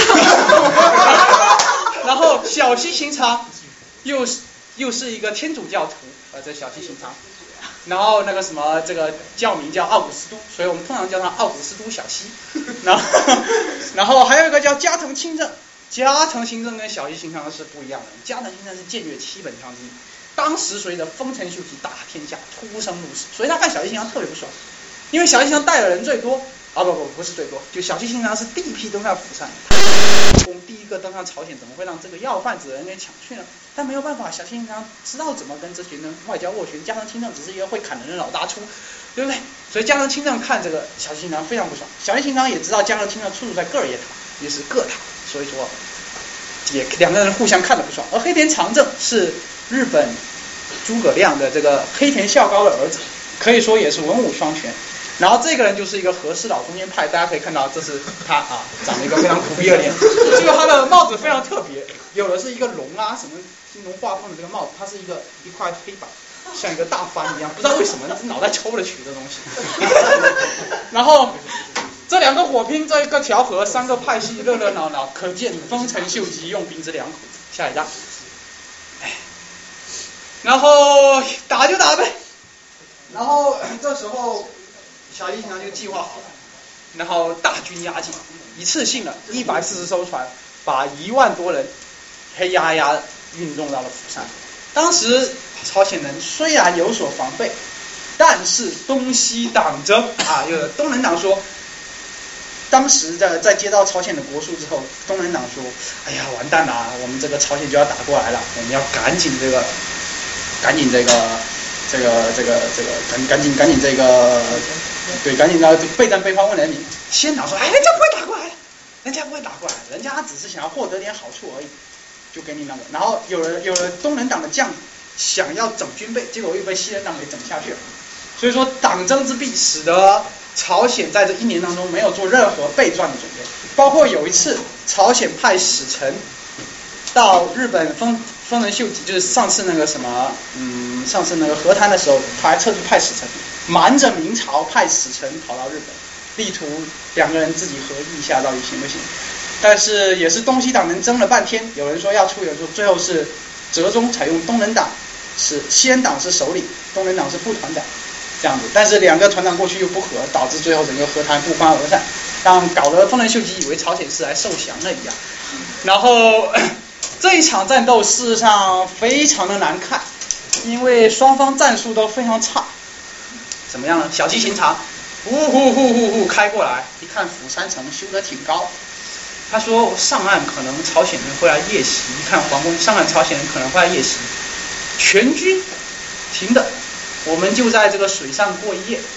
然后小西行长又是又是一个天主教徒，呃，这小西行长。然后那个什么，这个教名叫奥古斯都，所以我们通常叫他奥古斯都小西。然后然后还有一个叫加藤清正，加藤清正跟小西行长是不一样的，加藤清正是剑岳七本枪之一，当时随着丰臣秀吉打天下，出生入死，所以他看小西行长特别不爽。因为小西行长带的人最多，啊不不不是最多，就小西行长是第一批登上釜山，攻第一个登上朝鲜，怎么会让这个要饭子的人给抢去呢？但没有办法，小西行长知道怎么跟这群人外交斡旋，加藤清正只是一个会砍人的老大粗，对不对？所以加藤清正看这个小西行长非常不爽，小西行长也知道加藤清正出处在个儿野塔，也是个塔，所以说也两个人互相看得不爽。而黑田长政是日本诸葛亮的这个黑田孝高的儿子，可以说也是文武双全。然后这个人就是一个和事佬中间派，大家可以看到，这是他啊，长了一个非常苦逼的脸。这个他的帽子非常特别，有的是一个龙啊，什么金龙画凤的这个帽子，它是一个一块黑板，像一个大帆一样，不知道为什么脑袋抽了取的东西。然后这两个火拼，这一个调和，三个派系热热闹闹，可见丰臣秀吉用兵之良苦。下一章，哎，然后打就打呗。然后这时候。小西行长就计划好了，然后大军压境，一次性的一百四十艘船，把一万多人黑压压运送到了釜山。当时朝鲜人虽然有所防备，但是东西党争啊，有东能党说，当时的在接到朝鲜的国书之后，东能党说，哎呀完蛋了，我们这个朝鲜就要打过来了，我们要赶紧这个，赶紧这个。这个这个这个赶赶紧赶紧这个对赶紧要备战备荒问人民。先党说，哎，人家不会打过来的，人家不会打过来，人家只是想要获得点好处而已，就给你那个。然后有了有了东能党的将领想要整军备，结果又被西人党给整下去了。所以说党争之弊使得朝鲜在这一年当中没有做任何备战的准备，包括有一次朝鲜派使臣到日本丰丰臣秀吉，就是上次那个什么，嗯，上次那个和谈的时候，他还特地派使臣，瞒着明朝派使臣跑到日本，力图两个人自己合议一下到底行不行。但是也是东西党人争了半天，有人说要出，有人说最后是折中采用东能党，是西人党是首领，东能党是副团长这样子。但是两个团长过去又不和，导致最后整个和谈不欢而散，让搞得丰臣秀吉以为朝鲜是来受降了一样。然后这一场战斗事实上非常的难看，因为双方战术都非常差。怎么样呢？小西行长呼呼呼呼呼开过来，一看釜山城修得挺高，他说上岸可能朝鲜人会来夜袭，一看皇宫上岸朝鲜人可能会来夜袭，全军停等，我们就在这个水上过一夜。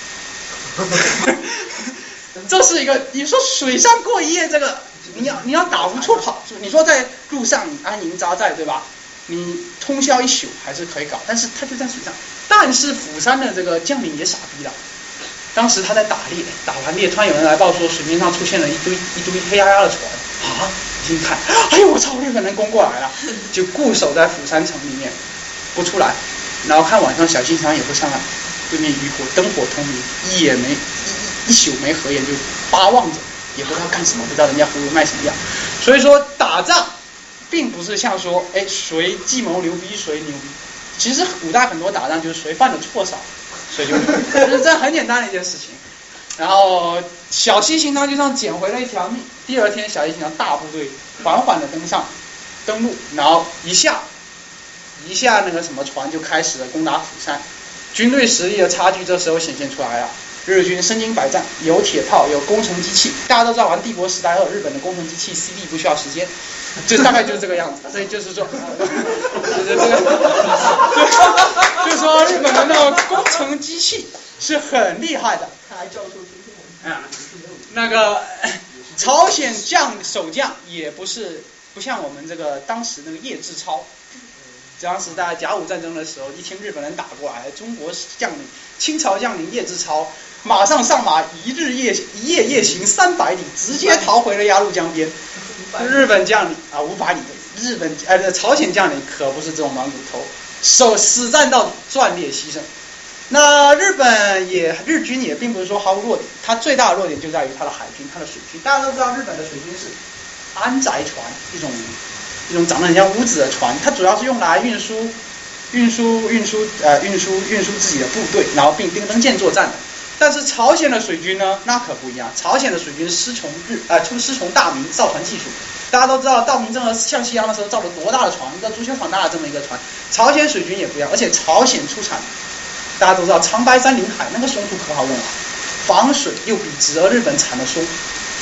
这是一个，你说水上过一夜这个。你要你要打无处跑，你说在路上你安营扎寨对吧？你通宵一宿还是可以搞，但是他就在水上。但是釜山的这个将领也傻逼了， 当时他在打猎，打完猎，突然有人来报说水面上出现了一堆一堆黑压压的船啊！一看，哎呦我操，日本人攻过来了，就固守在釜山城里面不出来，然后看晚上小信长也不上来，对面渔火灯火通明，一眼没一一宿没合眼，就巴望着，也不知道干什么，不知道人家葫芦卖什么药。所以说打仗并不是像说哎谁计谋牛逼谁牛逼，其实古代很多打仗就是谁犯的错少谁就牛逼，就是这很简单的一件事情。然后小西行长就这样捡回了一条命。第二天小西行长大部队缓缓的登上登陆，然后一下一下那个什么船就开始了攻打釜山，军队实力的差距这时候显现出来了。日军身经百战，有铁炮，有工程机器，大家都知道玩帝国时代二，日本的工程机器 C D 不需要时间，就大概就是这个样子。所以就是说，就是这个，就是说日本的那个工程机器是很厉害的。 他还教授出现啊，那个朝鲜将守将也不是不像我们这个当时那个叶志超。当时在甲午战争的时候，一听日本人打过来，中国将领清朝将领叶志超马上上马，一日夜一夜夜行三百里，直接逃回了鸭绿江边。日本将领啊，五百里，日本呃朝鲜将领可不是这种软骨头，守死战到底，壮烈牺牲。那日本也日军也并不是说毫无弱点，它最大的弱点就在于它的海军，它的水军。大家都知道日本的水军是安宅船，一种一种长得很像屋子的船，它主要是用来运输运输运输呃运输运输自己的部队，然后并兵登舰作战的。但是朝鲜的水军呢，那可不一样，朝鲜的水军师从日呃师从大明造船技术。大家都知道大明政和向西洋的时候造了多大的船，一个足球场大的这么一个船。朝鲜水军也不一样，而且朝鲜出产大家都知道长白山临海那个松土可好用了，防水又比直，而日本产的松。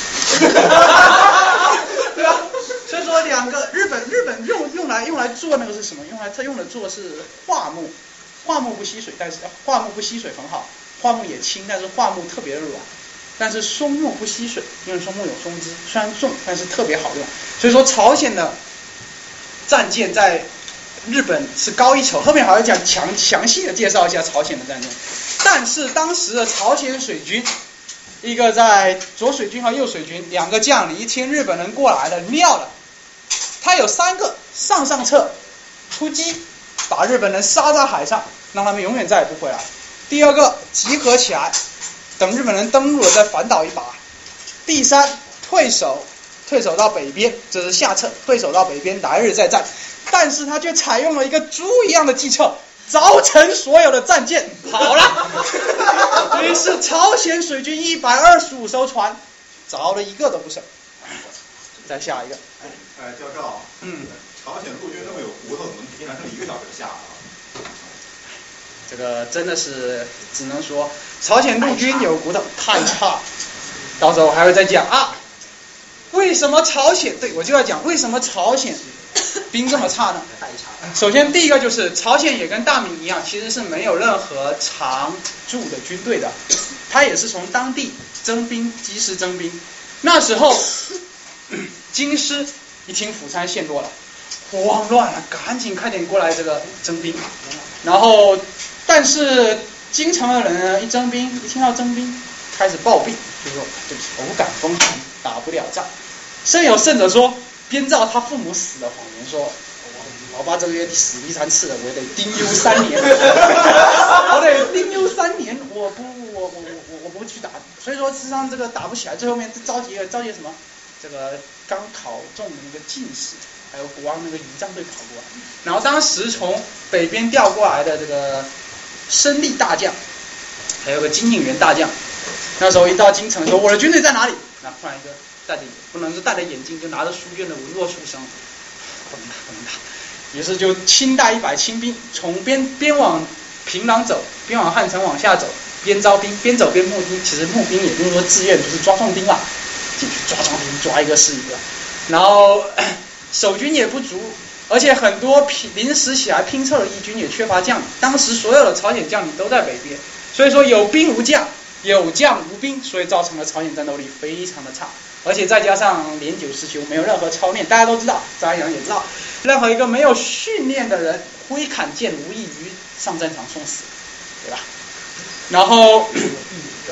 对吧？所以说两个日本日本用用来用来做那个是什么？用来它用的做是桦木，桦木不吸水，但是桦木不吸水很好，桦木也轻，但是桦木特别的软。但是松木不吸水，因为松木有松枝，虽然重，但是特别好用。所以说朝鲜的战舰在日本是高一筹，后面还要讲详详细的介绍一下朝鲜的战争。但是当时的朝鲜水军，一个在左水军和右水军两个将领，一听日本人过来了，尿了。他有三个上上策出击，把日本人杀在海上，让他们永远再也不回来。第二个集合起来，等日本人登陆了再反倒一把。第三退守，退守到北边，这是下策，退守到北边，来日再战。但是他却采用了一个猪一样的计策，凿沉所有的战舰跑了。于是朝鲜水军一百二十五艘船，凿了一个都不剩。再下一个。 哎，教授， 嗯， 朝鲜陆军这么有骨头，怎么平常是一个小时下啊？ 这个真的是只能说朝鲜陆军有骨头太差，到时候还会再讲啊。为什么朝鲜？对我就要讲为什么朝鲜兵这么差呢？首先第一个就是朝鲜也跟大明一样，其实是没有任何常驻的军队的，他也是从当地征兵，及时征兵。那时候京师一听釜山陷落了，慌乱了，赶紧快点过来这个征兵。然后但是京城的人呢，一征兵，一听到征兵开始暴毙，就说这口感风寒，打不了仗。甚有甚者说编造他父母死的谎言，说老爸这个月死第三次了，我得丁忧三年，我得丁忧三年，我不我我我我不去打。所以说实际上这个打不起来，最后面召集了召集什么？这个刚考中的那个进士，还有国王那个仪仗队跑过来，然后当时从北边调过来的这个申利大将，还有个金应元大将，那时候一到京城说我的军队在哪里？那突然一个戴着不能是戴着眼镜，就拿着书卷的文弱书生，不能打不能打，于是就亲带一百亲兵，从边边往平壤走，边往汉城往下走，边招兵，边走边募兵。其实募兵也不是说自愿，就是抓壮丁嘛。进去抓抓兵，抓一个是一个，然后守军也不足，而且很多拼临时起来拼凑的义军也缺乏将领。当时所有的朝鲜将领都在北边，所以说有兵无将，有将无兵，所以造成了朝鲜战斗力非常的差。而且再加上年久失修，没有任何操练，大家都知道，张安阳也知道，任何一个没有训练的人挥砍剑无异于上战场送死，对吧？然后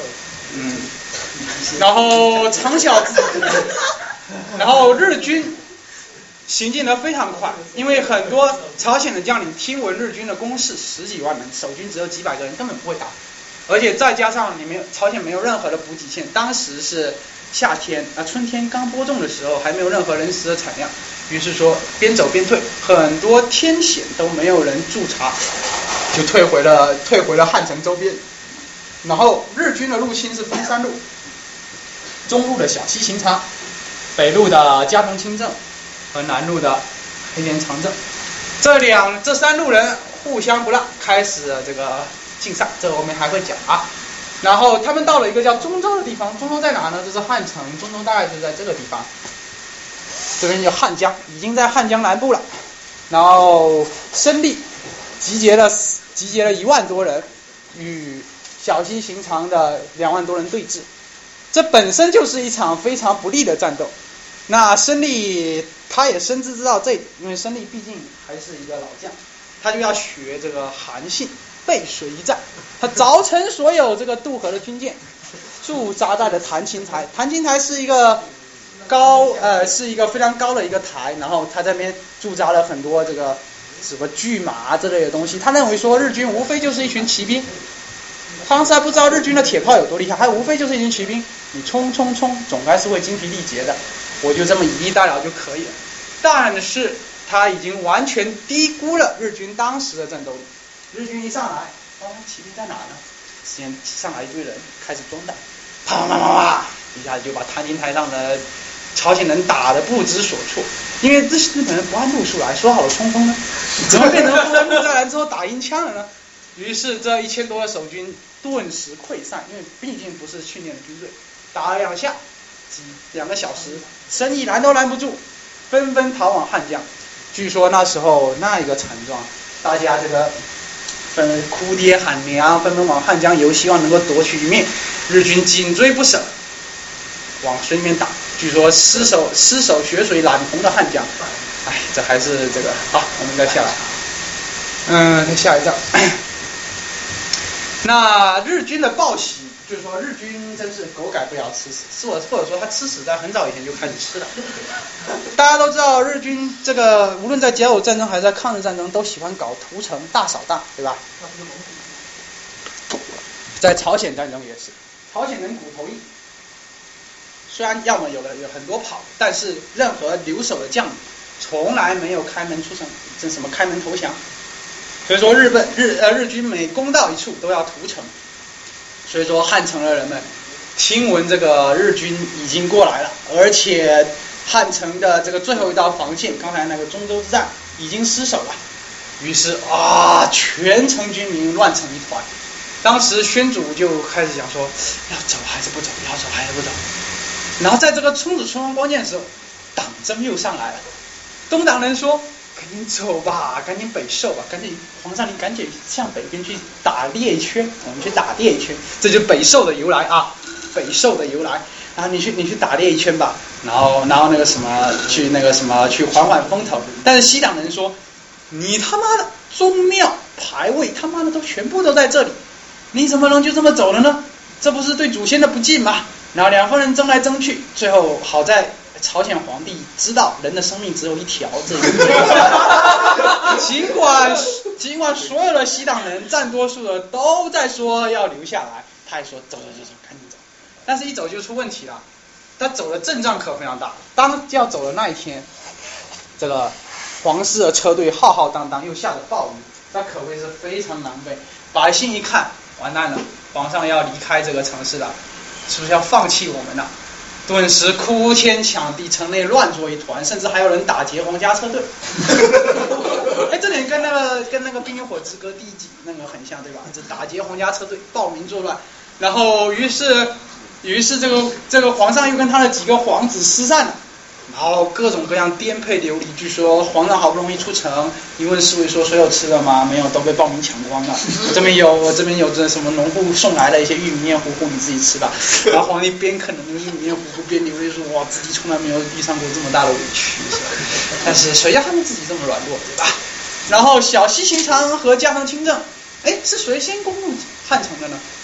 嗯，然后长小自己，然后日军行进得非常快，因为很多朝鲜的将领听闻日军的攻势十几万人，守军只有几百个人，根本不会打，而且再加上你没有朝鲜没有任何的补给线，当时是夏天啊，春天刚播种的时候，还没有任何人食的产量，于是说边走边退，很多天险都没有人驻扎，就退回了退回了汉城周边。然后日军的入侵是分三路，中路的小西行长，北路的加藤清正和南路的黑田长政，这两这三路人互相不让，开始了这个竞赛，这个我们还会讲啊。然后他们到了一个叫中州的地方，中州在哪呢？这是汉城，中州大概就在这个地方。这边叫汉江，已经在汉江南部了。然后申利集结了集结了一万多人，与小西行长的两万多人对峙。这本身就是一场非常不利的战斗。那申利他也深知知道这一点，因为申利毕竟还是一个老将，他就要学这个韩信背水一战。他凿沉所有这个渡河的军舰，驻扎在了谭琴台。谭琴台是一个高呃是一个非常高的一个台，然后他这边驻扎了很多这个什么巨马之类的东西。他认为说日军无非就是一群骑兵，当时还不知道日军的铁炮有多厉害，还无非就是一群骑兵，你冲冲冲，总该是会精疲力竭的，我就这么以逸待劳就可以了。但是他已经完全低估了日军当时的战斗力。日军一上来，哦，骑兵在哪呢？先上来一堆人开始装弹，啪啪啪啪啪，一下子就把谭琴台上的朝鲜人打得不知所措。因为日日本人不按路数来，说好了冲锋呢，怎么变成不按路再来之后打鹰枪了呢？于是这一千多个守军顿时溃散，因为毕竟不是训练的军队，打了两下，几两个小时，生意拦都拦不住，纷纷逃往汉江。据说那时候那一个惨状，大家这个纷哭爹喊娘，纷纷往汉江游，希望能够夺取一面。日军紧追不舍，往水里面打。据说尸首尸首血水染红的汉江，哎，这还是这个好，我们再下来，嗯，再下一张。那日军的报喜，就是说日军真是狗改不了吃屎，是我或者说他吃屎在很早以前就开始吃了。大家都知道日军这个无论在甲午战争还是在抗日战争都喜欢搞屠城大扫荡，对吧？在朝鲜战争也是，朝鲜人骨头硬，虽然要么有了有很多跑，但是任何留守的将领从来没有开门出城，这什么开门投降。所以说日本日呃日军每攻到一处都要屠城，所以说汉城的人们听闻这个日军已经过来了，而且汉城的这个最后一道防线，刚才那个中州之战已经失守了，于是啊，全城军民乱成一团。当时宣祖就开始想说，要走还是不走，要走还是不走。然后在这个冲子存亡关键的时候，党争又上来了，东党人说，赶紧走吧，赶紧北狩吧，赶紧皇上你赶紧向北边去打猎一圈，我们去打猎一圈，这就是北狩的由来啊，北狩的由来啊，你去你去打猎一圈吧，然后然后那个什么去那个什么去缓缓风头。但是西党人说，你他妈的宗庙牌位他妈的都全部都在这里，你怎么能就这么走了呢？这不是对祖先的不敬吗？然后两个人争来争去，最后好在朝鲜皇帝知道人的生命只有一条，这一个尽管尽管所有的西党人占多数的都在说要留下来，他也说走走走走，赶紧走。但是一走就出问题了，他走的阵仗可非常大。当要走的那一天，这个皇室的车队浩浩荡荡，又下着暴雨，那可谓是非常狼狈。百姓一看，完蛋了，皇上要离开这个城市了，是不是要放弃我们了？顿时哭天抢地，城内乱作一团，甚至还有人打劫皇家车队。哎，这点跟那个跟那个《冰与火之歌》第一集那个很像，对吧？这打劫皇家车队，暴民作乱，然后于是于是这个这个皇上又跟他的几个皇子失散了。然后各种各样颠沛流离，据说皇上好不容易出城，一问侍卫说所有吃的吗？没有，都被暴民抢光了。我这边有，我这边有这什么农户送来的一些玉米面糊糊，你自己吃吧。然后皇帝边啃着那个玉米面糊糊边流泪说，哇，自己从来没有遇上过这么大的委屈。但是谁叫他们自己这么软弱，对吧？然后小西行长和加藤清正，哎，是谁先攻入汉城的呢？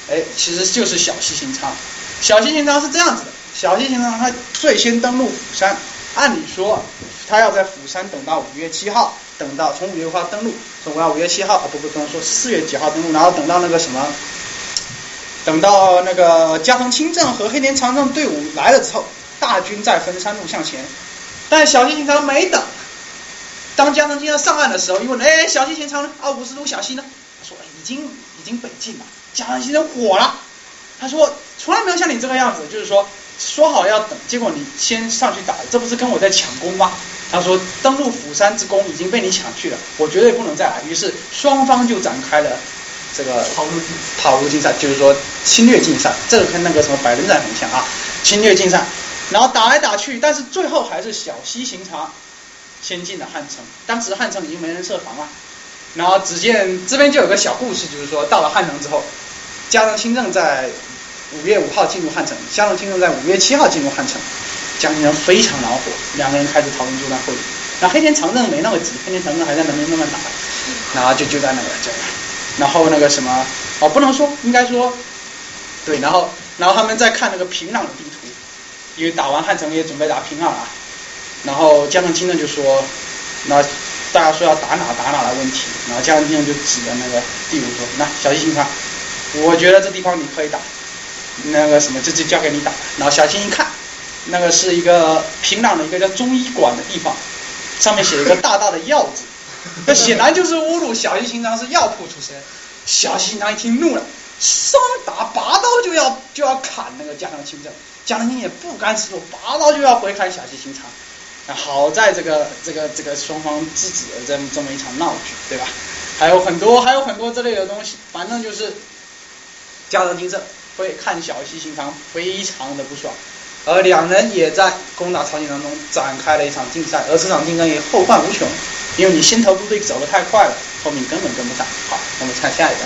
哎，其实就是小西行长。小西行长是这样子的，小西行长他最先登陆釜山，按理说他要在釜山等到五月七号，等到从五月五号登陆，从五月七号啊不不不能说四月几号登陆，然后等到那个什么，等到那个加藤清正和黑田长政队伍来了之后，大军再分山路向前。但小西行长没等，当加藤清正上岸的时候，一问，哎，小西行长呢？啊，五十鲁小西呢？他说已经已经北进了。加藤清正火了，他说从来没有像你这个样子，就是说说好要等，结果你先上去打，这不是跟我在抢功吗？他说登陆釜山之功已经被你抢去了，我绝对不能再来。于是双方就展开了这个跑路跑路竞赛，就是说侵略竞赛，这个跟那个什么百人战很像啊，侵略竞赛。然后打来打去，但是最后还是小西行长先进了汉城，当时汉城已经没人设防了。然后只见这边就有个小故事，就是说到了汉城之后，加藤清正在五月五号进入汉城，加藤清正在五月七号进入汉城，加藤清正非常恼火，两个人开始讨论作战会议。然后黑田长政没那么急，黑田长政还在那边慢慢打，然后就就在那个这样，然后那个什么哦不能说，应该说对，然后然后他们在看那个平壤的地图，因为打完汉城也准备打平壤了，然后加藤清正就说，那大家说要打哪打哪的问题，然后加藤清正就指着那个地图说，那小西行长，我觉得这地方你可以打，那个什么这就交给你打。然后小西一看，那个是一个平壤的一个叫中医馆的地方，上面写了一个大大的药字，那显然就是侮辱小西行长是药铺出身。小西行长一听怒了，上打拔刀就要就要砍那个加藤清正，加藤清正也不甘示弱，拔刀就要回砍小西行长。好在这个这个这个双方制止了这么这么一场闹剧，对吧？还有很多还有很多这类的东西，反正就是加藤清正会看小西行长非常的不爽，而两人也在攻打朝鲜当中展开了一场竞赛，而这场竞争也后患无穷，因为你先头部队走得太快了，后面根本跟不上。好，我们看下一个。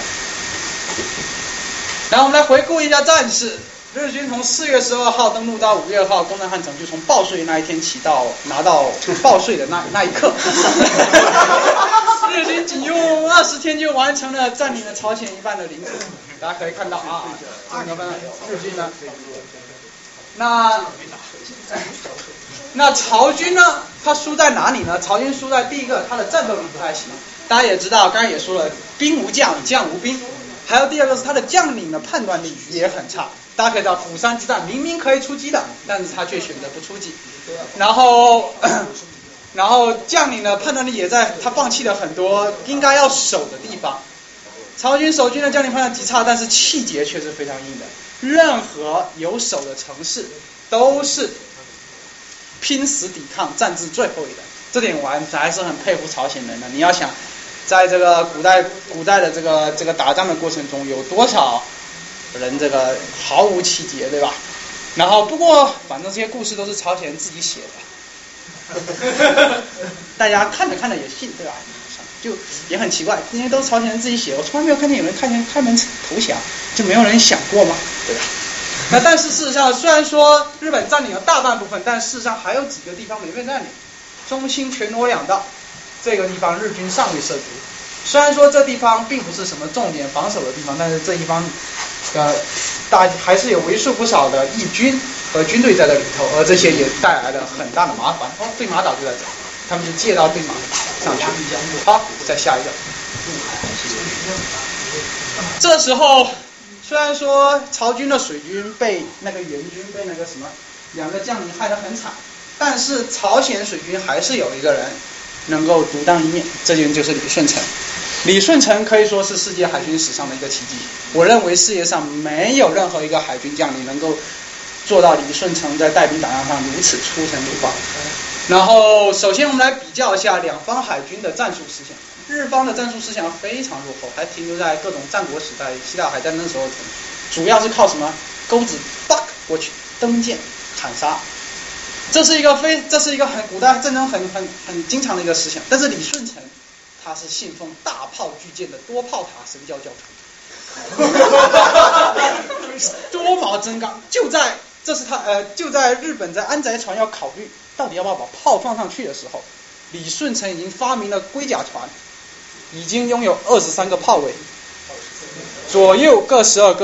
然后我们来回顾一下战事。日军从四月十二号登陆到五月二号攻占汉城，就从报税那一天起到拿到报税的那那一刻，日军仅用二十天就完成了占领了朝鲜一半的领土。大家可以看到啊，这个日军呢，那那曹军呢，他输在哪里呢？曹军输在第一个，他的战斗力不太行。大家也知道，刚才也说了，兵无将，将无兵。还有第二个是他的将领的判断力也很差。大家可以知道，釜山之战明明可以出击的，但是他却选择不出击。然后，然后将领的判断力也在他放弃了很多应该要守的地方。曹军守军的将领判断极差，但是气节却是非常硬的。任何有守的城市都是拼死抵抗，战至最后一人。这点我还是很佩服朝鲜人的。你要想，在这个古代古代的这个这个打仗的过程中，有多少人这个毫无气节，对吧？然后不过反正这些故事都是朝鲜人自己写的，大家看着看着也信，对吧？就也很奇怪，因为都是朝鲜人自己写，我从来没有看见有人看见开门投降，就没有人想过吗？对吧？那但是事实上，虽然说日本占领了大半部分，但事实上还有几个地方没被占领，中心全罗两道这个地方日军尚未涉足。虽然说这地方并不是什么重点防守的地方，但是这地方呃大还是有为数不少的义军和军队在这里头，而这些也带来了很大的麻烦。哦，对马岛就在这，他们就借道对马上去。好，再下一个。这时候虽然说曹军的水军被那个援军被那个什么两个将领害得很惨，但是朝鲜水军还是有一个人能够独当一面，这人就是李舜臣。李舜臣可以说是世界海军史上的一个奇迹，我认为世界上没有任何一个海军将领能够做到李舜臣在带兵打仗上如此出神入化。然后首先我们来比较一下两方海军的战术思想。日方的战术思想非常落后，还停留在各种战国时代希腊海战争时候，主要是靠什么钩子 buck 过去，登舰砍杀，这是一个非这是一个很古代战争很很很经常的一个思想。但是李舜臣他是信奉大炮巨舰的多炮塔神教教徒，多矛真钢。就在这是他呃就在日本在安载船要考虑到底要不要把炮放上去的时候，李舜臣已经发明了龟甲船，已经拥有二十三个炮位，左右各十二个，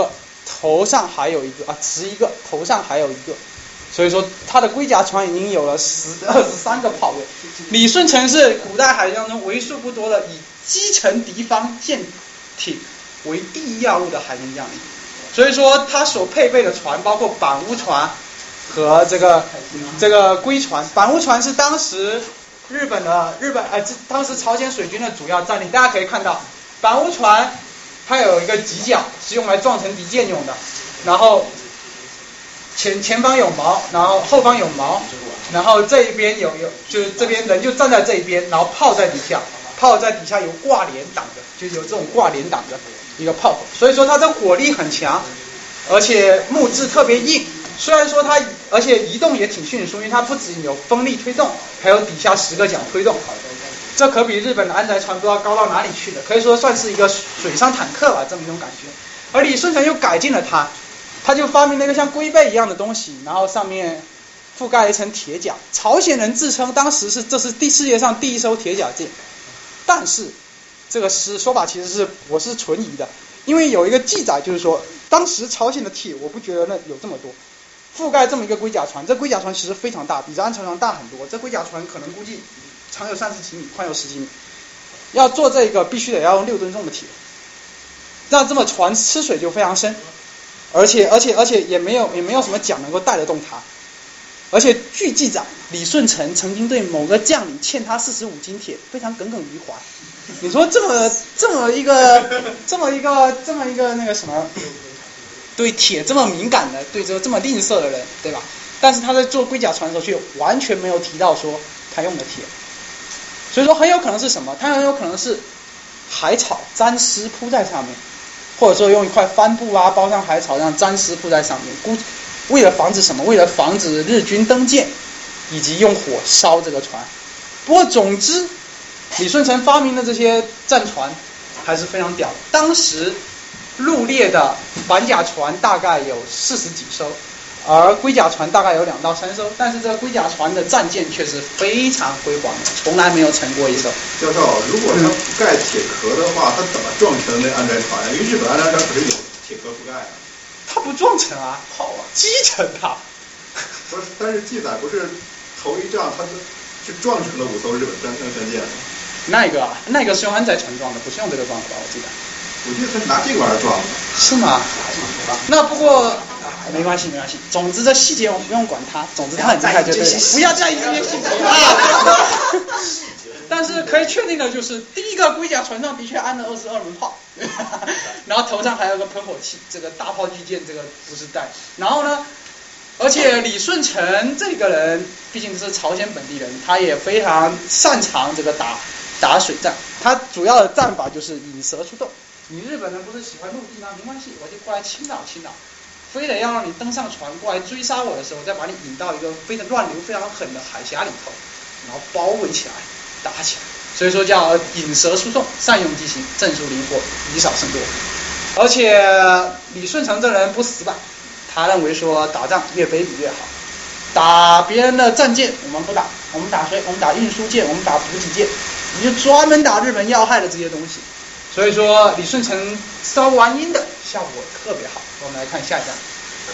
头上还有一个啊，十一个，头上还有一个，所以说他的龟甲船已经有了十二十三个炮位。李舜臣是古代海军中为数不多的以击沉敌方舰艇为第一要务的海军将领，所以说他所配备的船包括板屋船和这个这个龟船。板屋船是当时日本的日本呃，当时朝鲜水军的主要战力。大家可以看到，板屋船它有一个犄角，是用来撞沉敌舰用的，然后前前方有锚，然后后方有锚，然后这一边有有就是这边人就站在这一边，然后炮在底下，炮在底下有挂帘挡着，就有这种挂帘挡着一个炮口，所以说它的火力很强，而且木质特别硬。虽然说它而且移动也挺迅速，因为它不只有风力推动，还有底下十个桨推动，这可比日本的安载船不知道高到哪里去了，可以说算是一个水上坦克吧，这么一种感觉。而李舜臣又改进了它，他就发明了一个像龟背一样的东西，然后上面覆盖一层铁甲。朝鲜人自称当时是这是第世界上第一艘铁甲舰，但是这个是说法其实是我是存疑的，因为有一个记载就是说，当时朝鲜的铁我不觉得那有这么多，覆盖这么一个龟甲船，这龟甲船其实非常大，比这安全船大很多。这龟甲船可能估计长有三十几米，宽有十几米，要做这个必须得要用六吨重的铁，那这么船吃水就非常深，而且而且而且也没有也没有什么桨能够带得动它。而且据记载，李舜臣曾经对某个将领欠他四十五斤铁，非常耿耿于怀。你说这么这么一个这么一个这么一个那个什么，对铁这么敏感的，对这个这么吝啬的人，对吧？但是他在做龟甲船的时候，却完全没有提到说他用的铁。所以说很有可能是什么？它很有可能是海草沾湿铺在上面，或者说用一块帆布啊包上海草，让沾湿铺在上面。估为了防止什么？为了防止日军登舰，以及用火烧这个船。不过总之，李舜臣发明的这些战船还是非常屌的。当时陆列的板甲船大概有四十几艘，而龟甲船大概有两到三艘，但是这个龟甲船的战舰却是非常辉煌的，从来没有沉过一艘。 教授，如果它不盖铁壳的话，它怎么撞沉那安载船呀？因为日本安载船可是有铁壳覆盖啊。 它不撞沉啊，好啊，击沉它。 不是，但是记载不是头一仗它是撞沉了五艘日本战战舰。 那个啊，那个是用安载船撞的，不是用这个撞的吧？我记得。 我记得他是拿这个玩意儿撞的。 是吗？那不过。没关系，没关系。总之这细节我们不用管它，总之它很厉害就对了。不要在意这些细节啊。但是可以确定的就是，第一个龟甲船上的确安了二十二门炮，然后头上还有个喷火器，这个大炮巨舰这个不是带。然后呢，而且李舜臣这个人毕竟是朝鲜本地人，他也非常擅长这个打打水战。他主要的战法就是引蛇出洞。你日本人不是喜欢陆地吗？没关系，我就过来侵扰侵扰。非得要让你登上船过来追杀我的时候，再把你引到一个非常乱流非常狠的海峡里头，然后包围起来打起来。所以说叫引蛇出洞，善用机形，正术灵活，以少胜多。而且李舜臣这人不死板，他认为说打仗越卑鄙越好，打别人的战舰我们不打，我们打谁？我们打运输舰，我们打补给舰，你就专门打日本要害的这些东西。所以说李舜臣烧完鹰的效果特别好。我们来看下一章。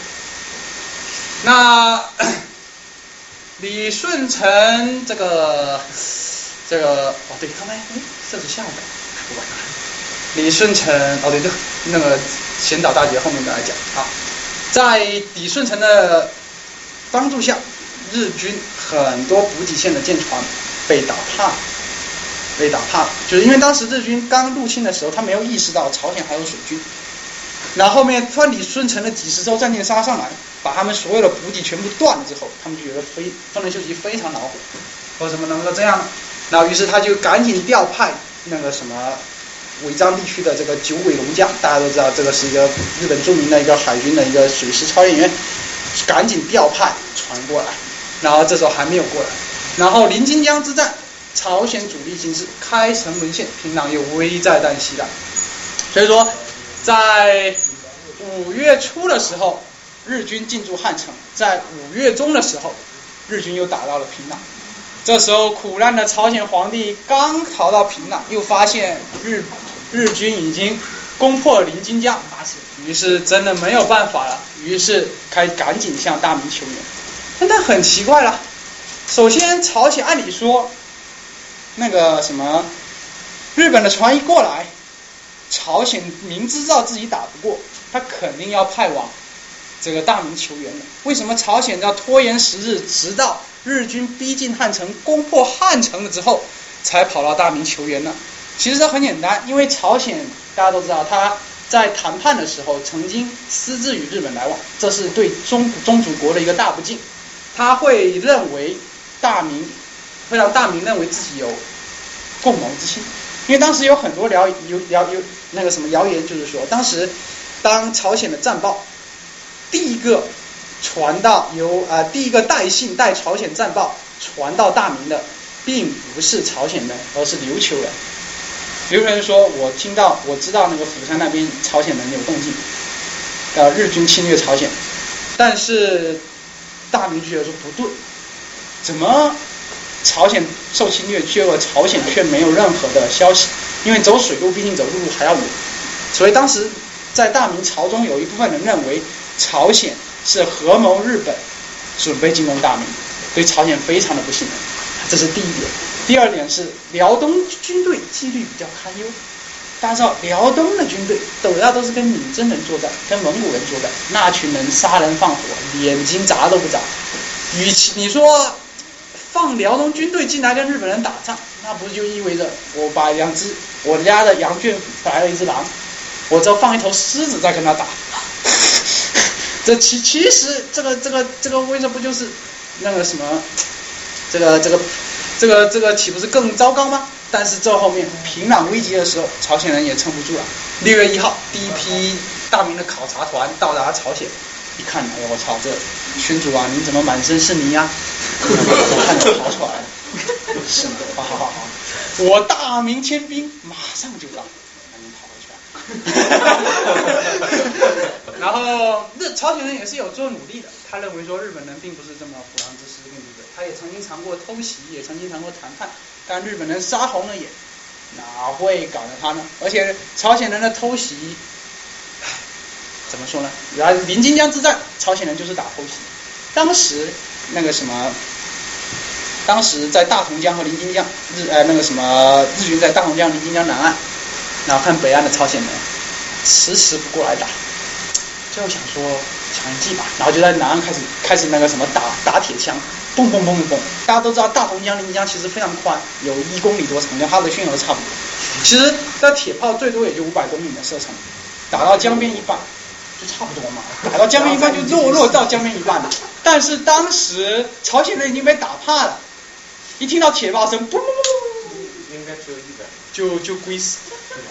那李舜臣这个这个哦对，刚才哎这是下一章，不管它。李舜臣哦对，这那个先导大节后面再来讲啊。在李舜臣的帮助下，日军很多补给线的舰船被打怕了。被打怕了，就是因为当时日军刚入侵的时候，他没有意识到朝鲜还有水军，然后后面突然李舜臣的几十艘战舰杀上来，把他们所有的补给全部断了之后，他们就觉得非丰臣秀吉非常恼火，为什么能够这样？然后于是他就赶紧调派那个什么尾张地区的这个九尾龙将，大家都知道这个是一个日本著名的一个海军的一个水师操练员，赶紧调派船过来，然后这时候还没有过来，然后临津江之战。朝鲜主力形势开城沦陷，平壤又危在旦夕了。所以说，在五月初的时候，日军进驻汉城；在五月中的时候，日军又打到了平壤。这时候，苦难的朝鲜皇帝刚逃到平壤，又发现日日军已经攻破临津江，于是真的没有办法了，于是开赶紧向大明求援。但很奇怪了，首先朝鲜按理说，那个什么日本的船一过来，朝鲜明知道自己打不过，他肯定要派往这个大明求援的。为什么朝鲜要拖延时日，直到日军逼近汉城，攻破汉城了之后，才跑到大明求援呢？其实这很简单，因为朝鲜大家都知道，他在谈判的时候曾经私自与日本来往，这是对中中祖国的一个大不敬。他会认为大明会让大明认为自己有共谋之心，因为当时有很多谣有谣有那个什么谣言，就是说当时当朝鲜的战报第一个传到由呃第一个带信带朝鲜战报传到大明的，并不是朝鲜人，而是琉球人。琉球人说，我听到我知道那个釜山那边朝鲜人有动静，呃日军侵略朝鲜，但是大明觉得说不对，怎么朝鲜受侵略，结果朝鲜却没有任何的消息？因为走水路毕竟走陆路还要远，所以当时在大明朝中有一部分人认为朝鲜是合谋日本，准备进攻大明，对朝鲜非常的不信任，这是第一点。第二点是辽东军队纪律比较堪忧，大家知道辽东的军队主要都是跟闽真人作战，跟蒙古人作战，那群人杀人放火，眼睛眨都不眨。与其你说放辽东军队进来跟日本人打仗，那不就意味着我把两只我家的羊圈来了一只狼，我只要放一头狮子再跟他打。这其其实这个这个这个为什么不就是那个什么这个这个这个这个岂不是更糟糕吗？但是这后面平壤危急的时候，朝鲜人也撑不住了。六月一号，第一批大明的考察团到达朝鲜，一看，哎呦我操，这群主啊，你怎么满身是泥啊？我看着跑出来了，是的，好好好好，我大明迁兵马上就到，赶紧跑回去了。然后日朝鲜人也是有做努力的，他认为说日本人并不是这么虎狼之师，并不是，他也曾经尝过偷袭，也曾经尝过谈判，但日本人杀红了眼，哪会赶着他呢？而且朝鲜人的偷袭，怎么说呢？然后临津江之战，朝鲜人就是打偷袭。当时那个什么，当时在大同江和临津江，日呃那个什么日军在大同江、临津江南岸，然后看北岸的朝鲜人迟迟不过来打。最后想说强一计吧，然后就在南岸开始开始那个什么打打铁枪，嘣嘣嘣嘣嘣。大家都知道大同江、临津江其实非常宽，有一公里多长，跟哈德逊河差不多。其实那铁炮最多也就五百公里的射程，打到江边一半就差不多嘛，打到江边一半就落落到江边一半了。但是当时朝鲜人已经被打怕了，一听到铁炮声，嘣嘣嘣嘣， 应该只有一百， 就就归死。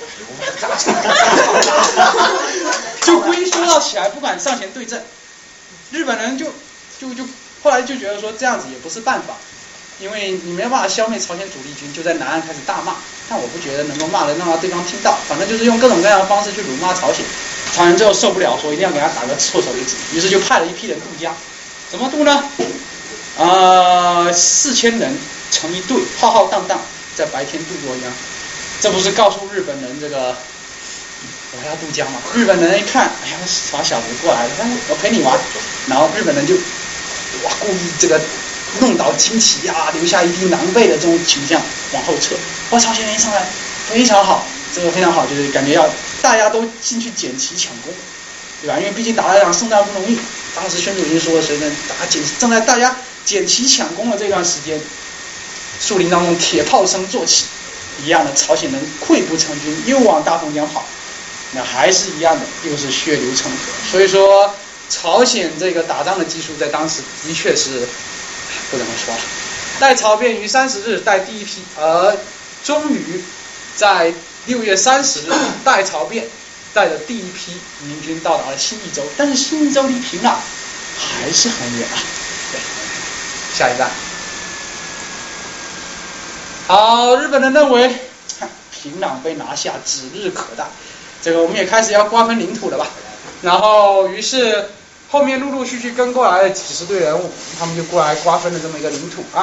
就龟缩到起来，不敢上前对阵。日本人就就就后来就觉得说这样子也不是办法，因为你没有办法消灭朝鲜主力军，就在南岸开始大骂。但我不觉得能够骂人让对方听到，反正就是用各种各样的方式去辱骂朝鲜。朝鲜最后受不了，说一定要给他打个措手不及，于是就派了一批人渡江。怎么渡呢？呃，四千人成一队，浩浩荡荡在白天渡过江。这不是告诉日本人这个我要渡江嘛？日本人一看，哎呀，傻小子过来了，我陪你玩。然后日本人就哇故意这个弄倒旌旗啊，留下一批狼狈的这种景象，往后撤。哇，朝鲜人一上来非常好，这个非常好，就是感觉要大家都进去捡旗抢功，对吧？因为毕竟打了一场胜仗不容易。当时宣祖已经说了，谁能打捡正在大家捡旗抢功的这段时间，树林当中铁炮声作起。一样的，朝鲜人溃不成军，又往大同江跑，那还是一样的，又是血流成河。所以说，朝鲜这个打仗的技术在当时的确是不怎么说了。待朝便于三十日带第一批，而终于在六月三十日，待朝便带着第一批明军到达了新义州，但是新义州离平壤还是很远啊。对，下一站。好，日本人认为平壤被拿下指日可待，这个我们也开始要瓜分领土了吧？然后于是后面陆陆续续跟过来的几十队人物，他们就过来瓜分了这么一个领土啊。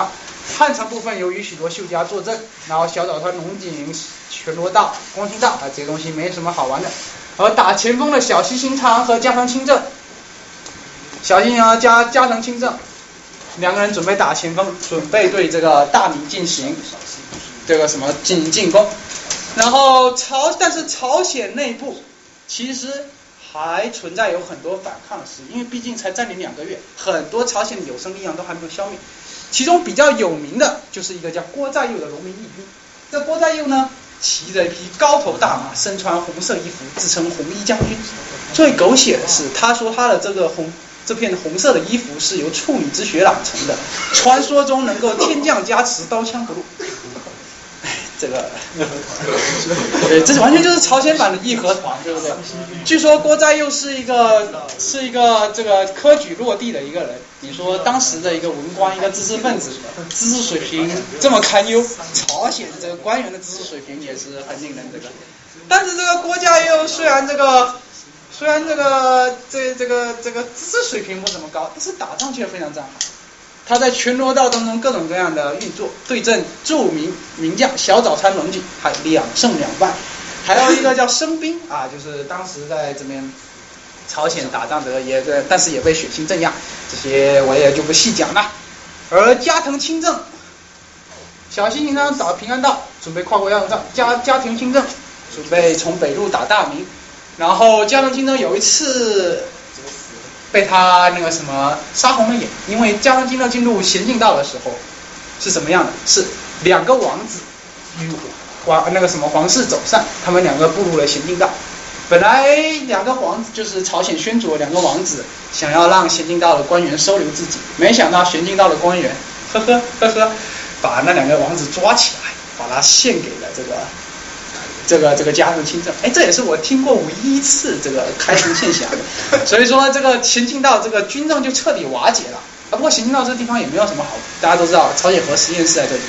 汉城部分由于许多秀家坐镇，然后小早川、龙井、全罗道、宫津道啊这些东西没什么好玩的。而打前锋的小西行长和加藤清正，小西行长加加藤清正两个人准备打前锋，准备对这个大明进行这个什么进行进攻。然后朝但是朝鲜内部其实还存在有很多反抗的势力，因为毕竟才占领两个月，很多朝鲜的有生力量都还没有消灭。其中比较有名的就是一个叫郭在佑的农民义军。这郭在佑呢，骑着一匹高头大马，身穿红色衣服，自称红衣将军。最狗血的是，他说他的这个红这片红色的衣服是由处女之血染成的，传说中能够天降加持，刀枪不入。这个，对，这完全就是朝鲜版的义和团，对不对？据说郭在佑是一个是一个这个科举落地的一个人。你说当时的一个文官，一个知识分子，知识水平这么堪忧，朝鲜这个官员的知识水平也是很令人这个。但是这个郭在佑虽然这个虽然这个这这个这个知识水平不怎么高，但是打仗却非常战好。他在全罗道当中各种各样的运作，对阵著名名将小早川龙井，还两胜两败。还有一个叫生兵啊，就是当时在这边朝鲜打仗的也，但是也被血腥镇压，这些我也就不细讲了。而加藤清正，小西行长打平安道，准备跨过要仗，加加藤清正准备从北路打大明，然后加藤清正有一次被他那个什么杀红了眼，因为加藤清正进入咸镜道的时候是什么样的？是两个王子与皇那个什么皇室走散，他们两个步入了咸镜道。本来两个王子就是朝鲜宣主两个王子想要让咸镜道的官员收留自己，没想到咸镜道的官员呵呵呵呵把那两个王子抓起来，把他献给了这个这个这个加藤清正。哎，这也是我听过唯一一次这个开城现象的。所以说这个咸镜道这个军政就彻底瓦解了。啊，不过咸镜道这个地方也没有什么好，大家都知道朝鲜核实验室在这里，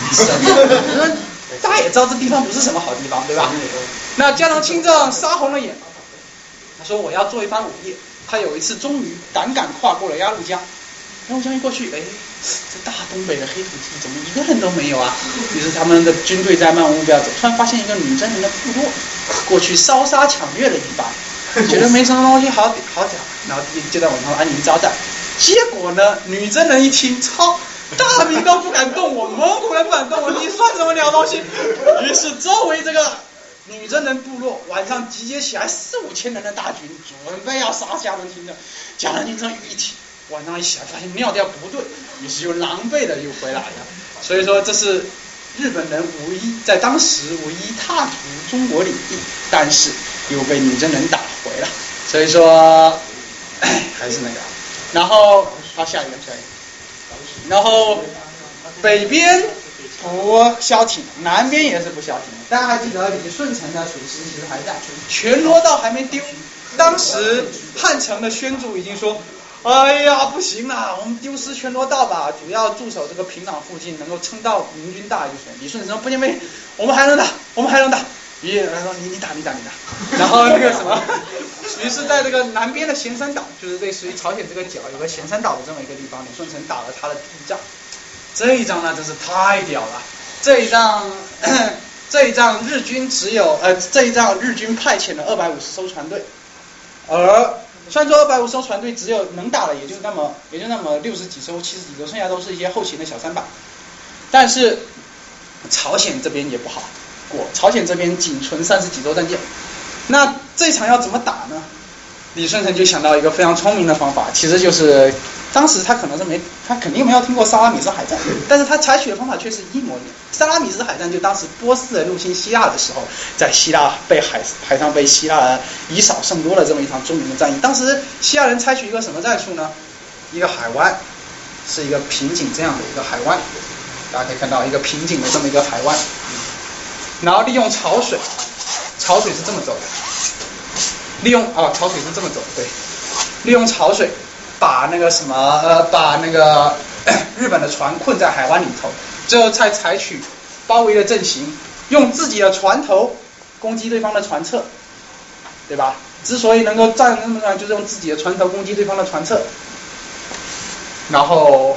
大家也知道这地方不是什么好地方，对吧？那加藤清正杀红了眼，他说我要做一番伟业。他有一次终于胆敢跨过了鸭绿江，鸭绿江一过去，哎，这大东北的黑土地怎么一个人都没有啊？于是他们的军队在漫无目标走，突然发现一个女真人的部落，过去烧杀抢掠了一番，觉得没什么东西好好讲，然后就在晚上安宁招待。结果呢，女真人一听，操！大明都不敢动我，蒙古人反动我，你算什么鸟东西？于是周围这个女真人部落晚上集结起来四五千人的大军，准备要杀加藤清正。加藤清正一起晚上一起来发现尿调不对，于是又狼狈的又回来了。所以说这是日本人唯一在当时唯一踏足中国领地，但是又被女真人打回了。所以说还是那个，然后好下一个下一个。然后北边不消停，南边也是不消停。大家还记得李舜臣的水师其实还在，全罗道还没丢。当时汉城的宣主已经说，哎呀不行了，我们丢失全罗道吧，主要驻守这个平壤附近，能够撑到明军大就行。李舜臣说不行不行，我们还能打，我们还能打。于是他说你你打你打你打，然后那个什么，于是在这个南边的咸山岛，就是类似于朝鲜这个角有个咸山岛的这么一个地方，李舜臣打了他的第一仗。这一仗呢真是太屌了，这一仗这一仗日军只有呃这一仗日军派遣了二百五十艘船队，而虽然说二百五十艘船队只有能打的也就那么也就那么六十几艘七十几艘，剩下都是一些后勤的小三百，但是朝鲜这边也不好过，朝鲜这边仅存三十几艘战舰。那这场要怎么打呢？李舜臣就想到一个非常聪明的方法，其实就是当时他可能是没他肯定没有听过萨拉米斯海战，但是他采取的方法却是一模一样。萨拉米斯海战就当时波斯人入侵希腊的时候，在希腊被海海上被希腊人以少胜多的这么一场著名的战役。当时希腊人采取一个什么战术呢？一个海湾，是一个平井这样的一个海湾，大家可以看到一个平井的这么一个海湾，然后利用潮水，潮水是这么走的，利用哦潮水是这么走的，对，利用潮水把那个什么呃把那个日本的船困在海湾里头，最后再采取包围的阵型，用自己的船头攻击对方的船侧，对吧？之所以能够站那么长，就是用自己的船头攻击对方的船侧，然后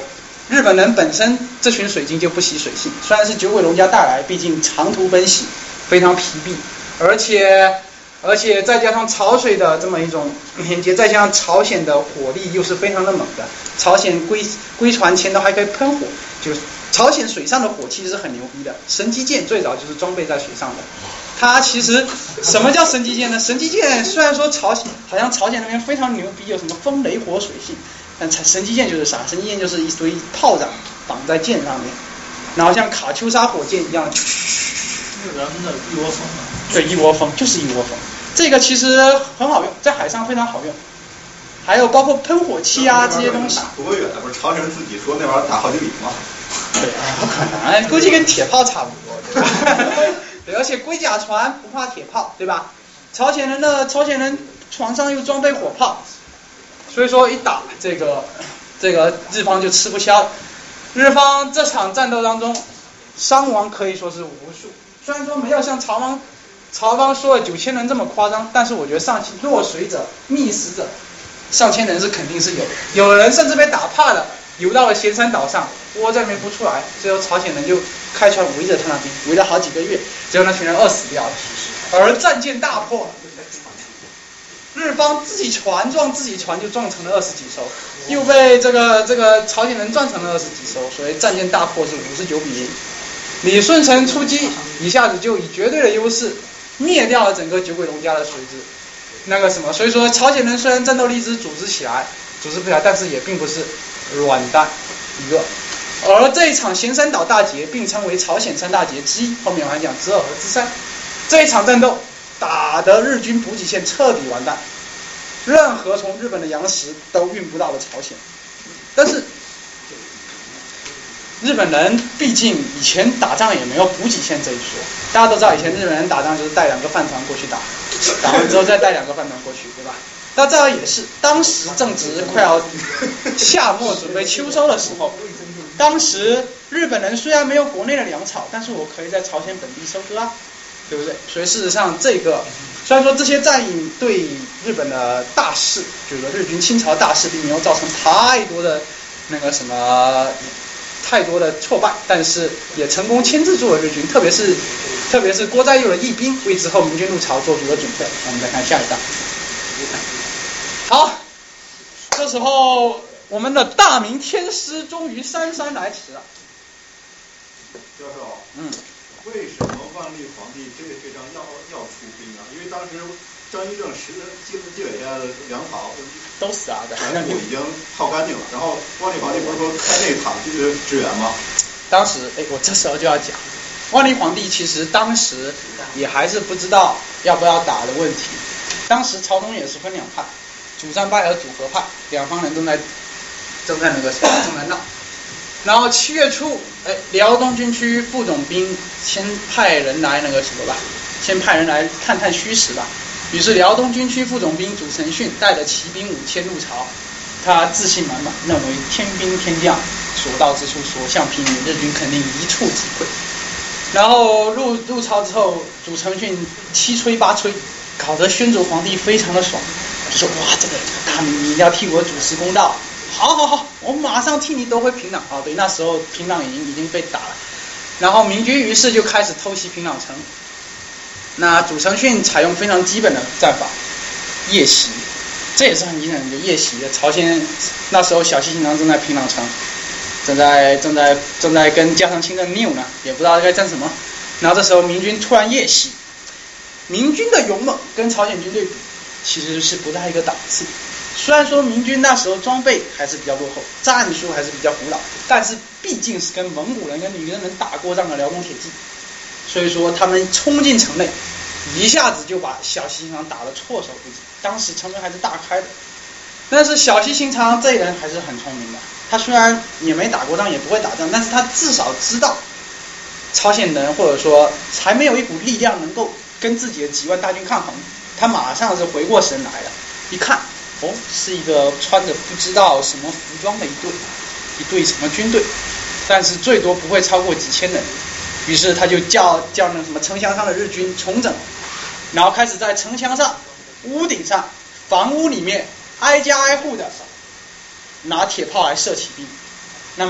日本人本身这群水军就不习水性，虽然是酒鬼龙家带来，毕竟长途奔袭，非常疲惫，而且而且再加上潮水的这么一种连接，再加上朝鲜的火力又是非常的猛的，朝鲜归归船前头还可以喷火，就是朝鲜水上的火器是很牛逼的，神机舰最早就是装备在水上的。它其实什么叫神机舰呢？神机舰虽然说朝鲜好像朝鲜那边非常牛逼，有什么风雷火水性，但神机舰就是啥？神机舰就是一堆炮仗绑在舰上面，然后像卡秋莎火箭一样， 日本的一窝蜂啊。 对，一窝蜂就是一窝蜂。这个其实很好用，在海上非常好用。还有包括喷火器啊这些东西。 不会远的，不是朝鲜人自己说那玩意儿打好几里吗？ 对，不可能，估计跟铁炮差不多，对吧？对，而且龟甲船不怕铁炮，对吧？朝鲜人的朝鲜人船上又装备火炮，所以说一打这个这个日方就吃不消了。日方这场战斗当中伤亡可以说是无数，虽然说没有像曹方曹方说的九千人这么夸张，但是我觉得上去落水者、溺死者上千人是肯定是有，有人甚至被打怕了，游到了咸山岛上，窝在那边不出来，最后朝鲜人就开船围着他那边，围了好几个月，最后那群人饿死掉了。而战舰大破，日方自己船撞自己船就撞成了二十几艘，又被这个这个朝鲜人撞成了二十几艘，所以战舰大破是五十九比零。李舜臣出击，一下子就以绝对的优势灭掉了整个酒鬼龙家的水质。那个什么，所以说朝鲜人虽然战斗力只组织起来，组织不起来，但是也并不是软蛋一个。而这一场咸山岛大捷并称为朝鲜三大捷之一，后面我还讲之二和之三。这一场战斗打得日军补给线彻底完蛋，任何从日本的粮食都运不到了朝鲜。但是日本人毕竟以前打仗也没有补给线这一说，大家都知道以前日本人打仗就是带两个饭团过去打，打完之后再带两个饭团过去，对吧？那这样也是，当时正值快要夏末准备秋收的时候，当时日本人虽然没有国内的粮草，但是我可以在朝鲜本地收割啊，对不对？所以事实上这个虽然说这些战役对日本的大势，就是日军清朝大势并没有造成太多的那个什么太多的挫败，但是也成功牵制住了日军，特别是特别是郭在佑的义兵为之后明军入朝做足了准备。我们再看下一张。好，这时候我们的大明天师终于姗姗来迟了。 教授， 嗯， 为什么万历皇帝非得非常要要出兵啊？因为当时张居正时积积累下的粮草都死啊， 财富已经耗干净了。然后万历皇帝不是说开内厂去支援吗？ 当时，哎，我这时候就要讲，万历皇帝其实当时也还是不知道要不要打的问题。当时朝中也是分两派，主战派和主和派，两方人都在正在那个正在闹。然后七月初，哎，辽东军区副总兵先派人来那个什么吧，先派人来探探虚实吧。于是辽东军区副总兵祖承训带着骑兵五千入朝，他自信满满，认为天兵天将，所到之处所向披靡，日军肯定一触即溃。然后入入朝之后，祖承训七吹八吹，搞得宣祖皇帝非常的爽，就说哇，这个大明你一定要替我主持公道，好好好，我马上替你夺回平壤。哦，对，那时候平壤已经已经被打了，然后明军于是就开始偷袭平壤城。那祖承训采用非常基本的战法，夜袭，这也是很经典的夜袭的。朝鲜那时候小西行长正在平壤城，正在正在正在跟加上清正拗呢，也不知道该战什么。然后这时候明军突然夜袭，明军的勇猛跟朝鲜军队比其实是不在一个档次。虽然说明军那时候装备还是比较落后，战术还是比较古老，但是毕竟是跟蒙古人跟女真人打过仗的辽东铁骑，所以说他们冲进城内，一下子就把小西行长打得措手不及。当时城门还是大开的，但是小西行长这人还是很聪明的，他虽然也没打过仗，也不会打仗，但是他至少知道朝鲜人或者说还没有一股力量能够跟自己的几万大军抗衡，他马上是回过神来了，一看，哦，是一个穿着不知道什么服装的一队，一队什么军队，但是最多不会超过几千人。于是他就叫叫那什么城墙上的日军重整，然后开始在城墙上、屋顶上、房屋里面挨家挨户的拿铁炮来射骑兵。那么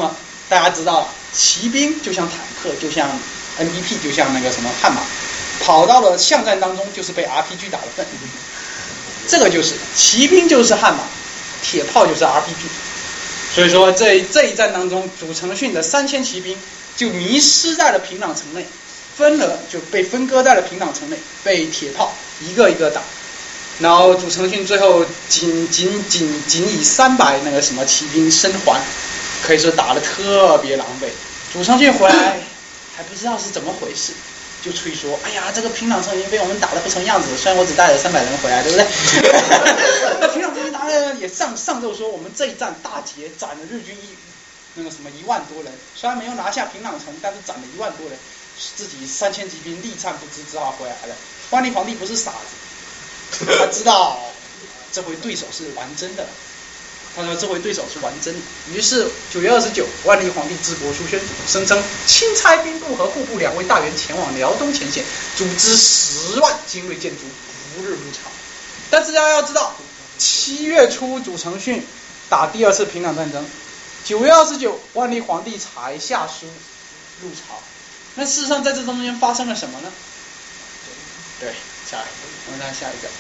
大家知道了，骑兵就像坦克，就像 N D P， 就像那个什么悍马，跑到了巷战当中就是被 R P G 打的份。这个就是骑兵就是悍马，铁炮就是 R P G。所以说这这一战当中，主成训的三千骑兵就迷失在了平壤城内，分了就被分割在了平壤城内，被铁炮一个一个打。然后主成训最后仅仅仅仅以三百那个什么骑兵生还，可以说打得特别狼狈。主成训回来还不知道是怎么回事，就吹说，哎呀，这个平壤城已经被我们打得不成样子了，虽然我只带了三百人回来，对不对？那平壤城打的也上上奏说，我们这一战大捷，斩了日军一那个什么一万多人，虽然没有拿下平壤城，但是斩了一万多人，自己三千骑兵力战不支，只好回来了。万历皇帝不是傻子，他知道这回对手是玩真的，他说这回对手是玩真的。于是九月二十九，万历皇帝治国书宣旨，声称钦差兵部和户部两位大员前往辽东前线，组织十万精锐建筑，不日入朝。但是大家要知道，七月初主成训打第二次平壤战争，九月二十九，万历皇帝才下书入朝。那事实上在这中间发生了什么呢？对，下来我们看下一个。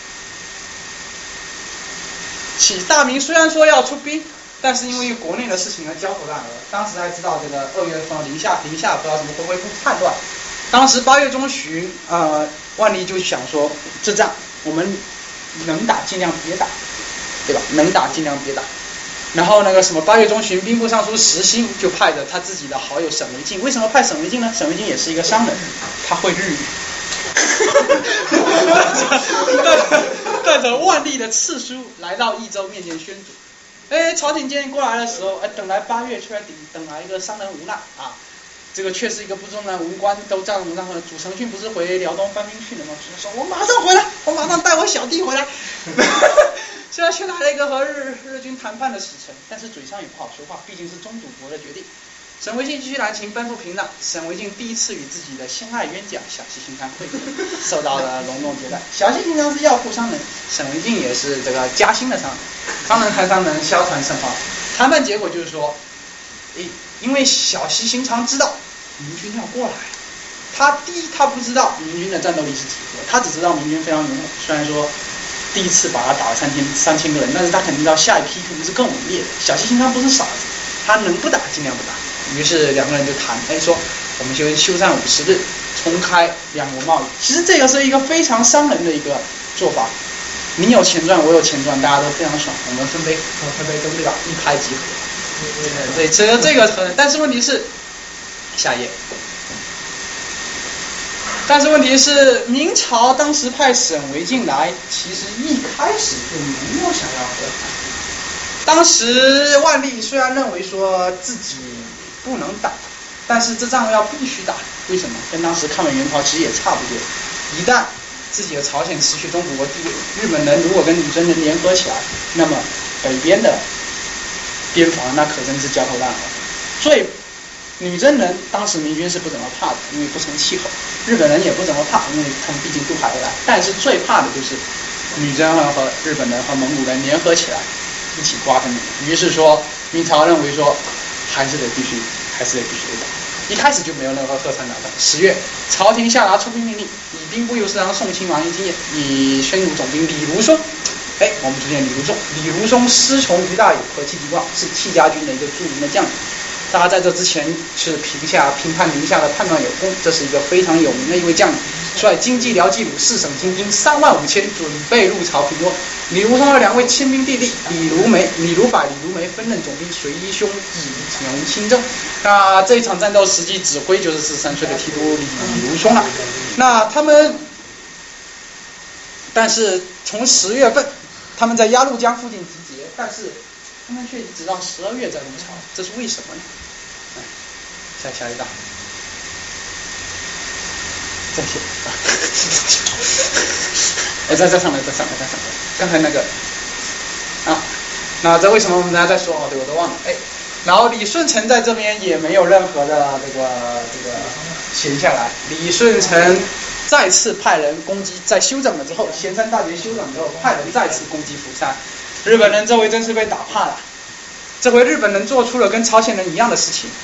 起大明虽然说要出兵，但是因为国内的事情而焦头烂额。当时还知道这个二月份零下零下不知道什么会不会叛乱。当时八月中旬，呃，万历就想说，这仗我们能打尽量别打，对吧？能打尽量别打。然后那个什么八月中旬，兵部尚书石兴就派着他自己的好友沈惟敬。为什么派沈惟敬呢？沈惟敬也是一个商人，他会日语。带着万历的敕书来到益州面见宣主。哎，朝廷建议过来的时候，哎，等来八月，却等等来一个商人无难啊！这个却是一个不中的文官，都这样让主成训不是回辽东翻兵去了吗？说我马上回来，我马上带我小弟回来。现在却来了一个和日日军谈判的使臣，但是嘴上也不好说话，毕竟是宗主国的决定。沈惟敬继续南行奔赴平壤，沈惟敬第一次与自己的心爱冤家小西行长会面，受到了隆重接待。小西行长是药铺商人，沈惟敬也是这个嘉兴的商人，商人谈商人，相传甚欢。谈判结果就是说，诶，因为小西行长知道明军要过来，他第一他不知道明军的战斗力是几何，他只知道明军非常勇猛，虽然说第一次把他打了三千三千个人，但是他肯定知道下一批肯定是更猛烈的。小西行长不是傻子，他能不打尽量不打。于是两个人就谈，哎，说我们就休战五十日，重开两国贸易。其实这个是一个非常伤人的一个做法。你有钱赚，我有钱赚，大家都非常爽，我们分杯喝分杯羹，对吧？一拍即合。对，这个这个，但是问题是，下一页。但是问题是，明朝当时派沈惟敬来，其实一开始就没有想要和谈。当时万历虽然认为说自己不能打，但是这仗要必须打。为什么？跟当时抗美援朝其实也差不多。一旦自己的朝鲜失去中国地位，日本人如果跟女真人联合起来，那么北边的边防那可真是焦头烂额。所以女真人当时明军是不怎么怕的，因为不成气候；日本人也不怎么怕，因为他们毕竟渡海而来。但是最怕的就是女真人和日本人和蒙古人联合起来一起瓜分你。于是说明朝认为说还是得必须还是得必须得打。一开始就没有任何和谈打算。十月，朝廷下达出兵命令，以兵部右侍郎宋亲王一经验，以宣武总兵李如松。哎，我们出现李如松，李如松师从于大有，和气极旺，是戚家军的一个著名的将领。他在这之前是平下平叛宁夏的叛乱有功，这是一个非常有名的一位将领，率经济辽冀鲁四省精兵三万五千，准备入朝平乱。李如松的两位亲兵弟弟李如梅、李如柏、李如梅分任总兵，随兄以牛亲征。那这一场战斗实际指挥就是十三岁的提督李如松了。那他们，但是从十月份他们在鸭绿江附近集结，但是他们却一直到十二月再入朝，这是为什么呢？哎，下下一道，再写，哎，再再上来，再上来，再上来，刚才那个啊，那这为什么我们大家在说哦？对，我都忘了，哎，然后李舜臣在这边也没有任何的这个这个闲下来，李舜臣再次派人攻击，在休整了之后，咸山大捷休整之后，派人再次攻击釜山。日本人这回真是被打怕了，这回日本人做出了跟朝鲜人一样的事情，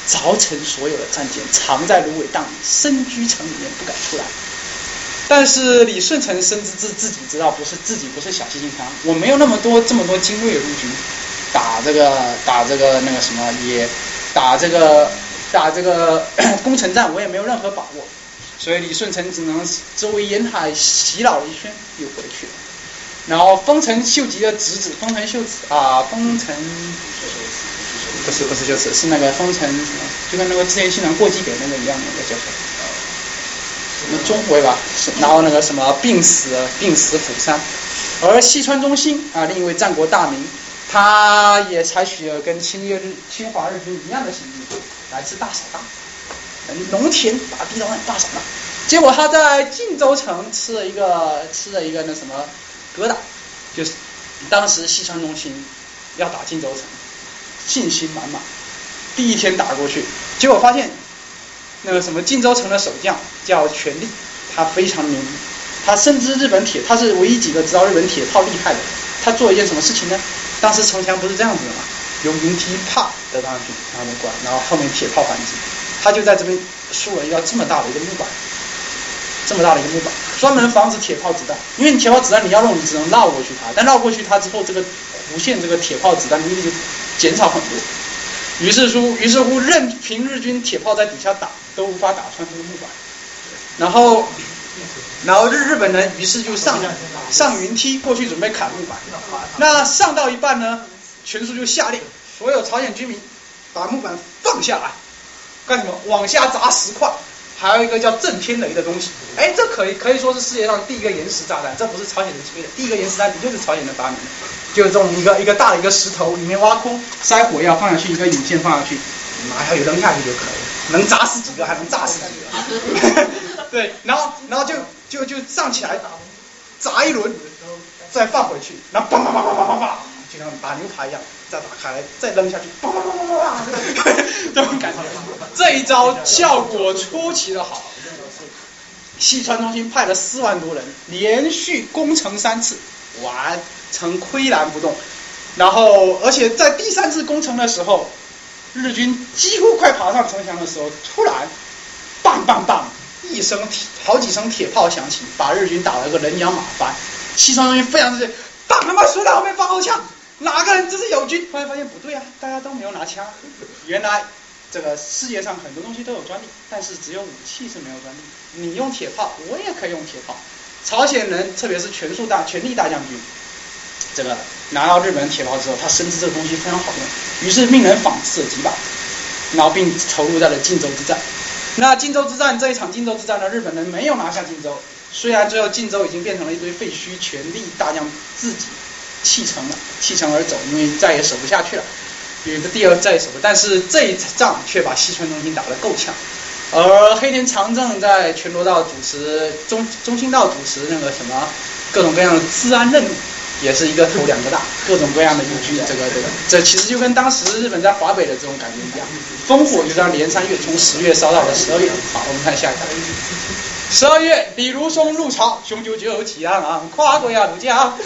凿沉所有的战舰，藏在芦苇荡里，深居城里面不敢出来。但是李舜臣深知自自己知道不是自己不是小西行长，我没有那么多这么多精锐陆军，打这个打这个那个什么也打这个打这个攻城战，我也没有任何把握，所以李舜臣只能周围沿海洗脑了一圈又回去了。然后丰臣秀吉的侄子丰臣秀吉啊，丰臣不是不是就是是那个丰臣什么，就跟那个织田信长过继给那个一样，那个叫什么？什么中卫吧，然后那个什么病死病死釜山，而西川忠兴啊，另一位战国大名，他也采取了跟侵略日侵华日军一样的行径，来自大扫荡，农田打地道大扫荡。结果他在晋州城吃了一个吃了一个那什么疙瘩，就是当时西川忠兴要打晋州城，信心满满，第一天打过去，结果发现。那个什么晋州城的守将叫全力，他非常牛逼，他深知日本铁，他是唯一几个知道日本铁炮厉害的。他做一件什么事情呢？当时城墙不是这样子的嘛，用云梯啪得上去，然后过来，然后后面铁炮反击，他就在这边竖了一个这么大的一个木板，这么大的一个木板，专门防止铁炮子弹。因为铁炮子弹你要弄，你只能绕过去它，但绕过去它之后，这个弧线这个铁炮子弹威力就减少很多。于是乎，于是乎，任凭日军铁炮在底下打，都无法打穿这个木板。然后，然后日日本人于是就上上云梯过去准备砍木板。那上到一半呢，全叔就下令，所有朝鲜居民把木板放下来，干什么？往下砸石块。还有一个叫震天雷的东西，哎，这可以可以说是世界上第一个岩石炸弹，这不是朝鲜人吹的，第一个岩石弹的确是朝鲜人发明的，就是这种一个一个大的一个石头，里面挖空，塞火药放下去，一个引线放下去，马上有扔下去就可以了，能砸死几个还能炸死几个，对，然后然后就就就上起来砸一轮，再放回去，然后砰砰砰砰砰砰砰，就像打牛排一样。再打开来，再扔下去，叭叭叭叭叭，这种感觉。这一招效果出奇的好。西川忠兴派了四万多人，连续攻城三次，完成岿然不动。然后，而且在第三次攻城的时候，日军几乎快爬上城墙的时候，突然，棒棒棒，一声好几声铁炮响起，把日军打了个人仰马翻。西川忠兴非常之，打他妈谁在后面放后枪？哪个人这是友军？后来发现不对啊，大家都没有拿枪。原来这个世界上很多东西都有专利，但是只有武器是没有专利。你用铁炮，我也可以用铁炮。朝鲜人，特别是全速大全力大将军，这个拿到日本铁炮之后，他深知这个东西非常好用，于是命人仿制了几把，然后并投入在了晋州之战。那晋州之战这一场晋州之战呢，日本人没有拿下晋州，虽然最后晋州已经变成了一堆废墟，全力大将自己弃城了，弃城而走，因为再也守不下去了。有个第二再也守不，但是这一仗却把西川忠兴打得够呛。而黑田长政在全罗道主持中中兴道主持那个什么各种各样的治安任务，也是一个头两个大，各种各样的日军，这个这个，这其实就跟当时日本在华北的这种感觉一样，烽火就这样连三月，从十月烧到了十二月。好，我们看下一个。十二月，李如松入朝，雄赳赳气昂昂，跨过鸭绿江。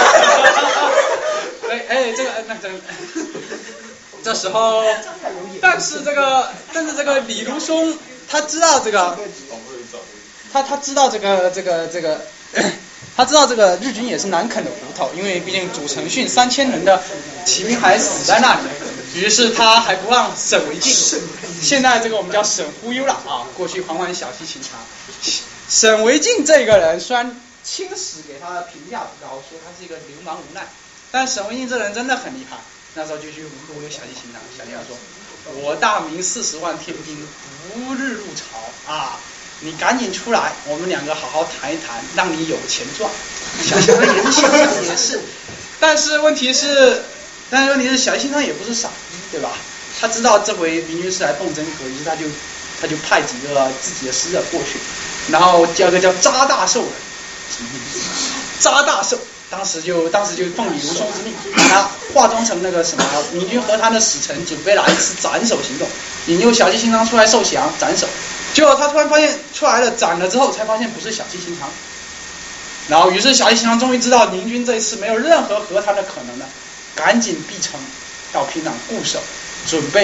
哎哎，这个那这这时候，但是这个但是这个李如松他知道这个，他他知道这个这个这个。他知道这个日军也是难啃的骨头，因为毕竟主城训三千人的骑兵还死在那里，于是他还不让沈惟敬，现在这个我们叫沈忽悠了啊，过去缓缓小西巡查。沈惟敬这个人虽然清史给他的评价不高，说他是一个流氓无赖，但沈惟敬这人真的很厉害。那时候就去忽悠小西巡查，小西说：“我大明四十万天兵不日入朝啊。”你赶紧出来，我们两个好好谈一谈，让你有钱赚。想想也是，想想也是，但是问题是，但是问题是，小西行长也不是傻逼，对吧？他知道这回明军是来动真格，于是他就他就派几个自己的使者过去，然后叫个叫扎大寿人，扎大寿，当时就当时就奉李如松之命，把他化妆成那个什么明军和他的使臣，准备来一次斩首行动，引诱小西行长出来受降斩首。结果他突然发现出来了，斩了之后才发现不是小西行长，然后于是小西行长终于知道明军这一次没有任何和谈的可能了，赶紧闭城到平壤固守，准备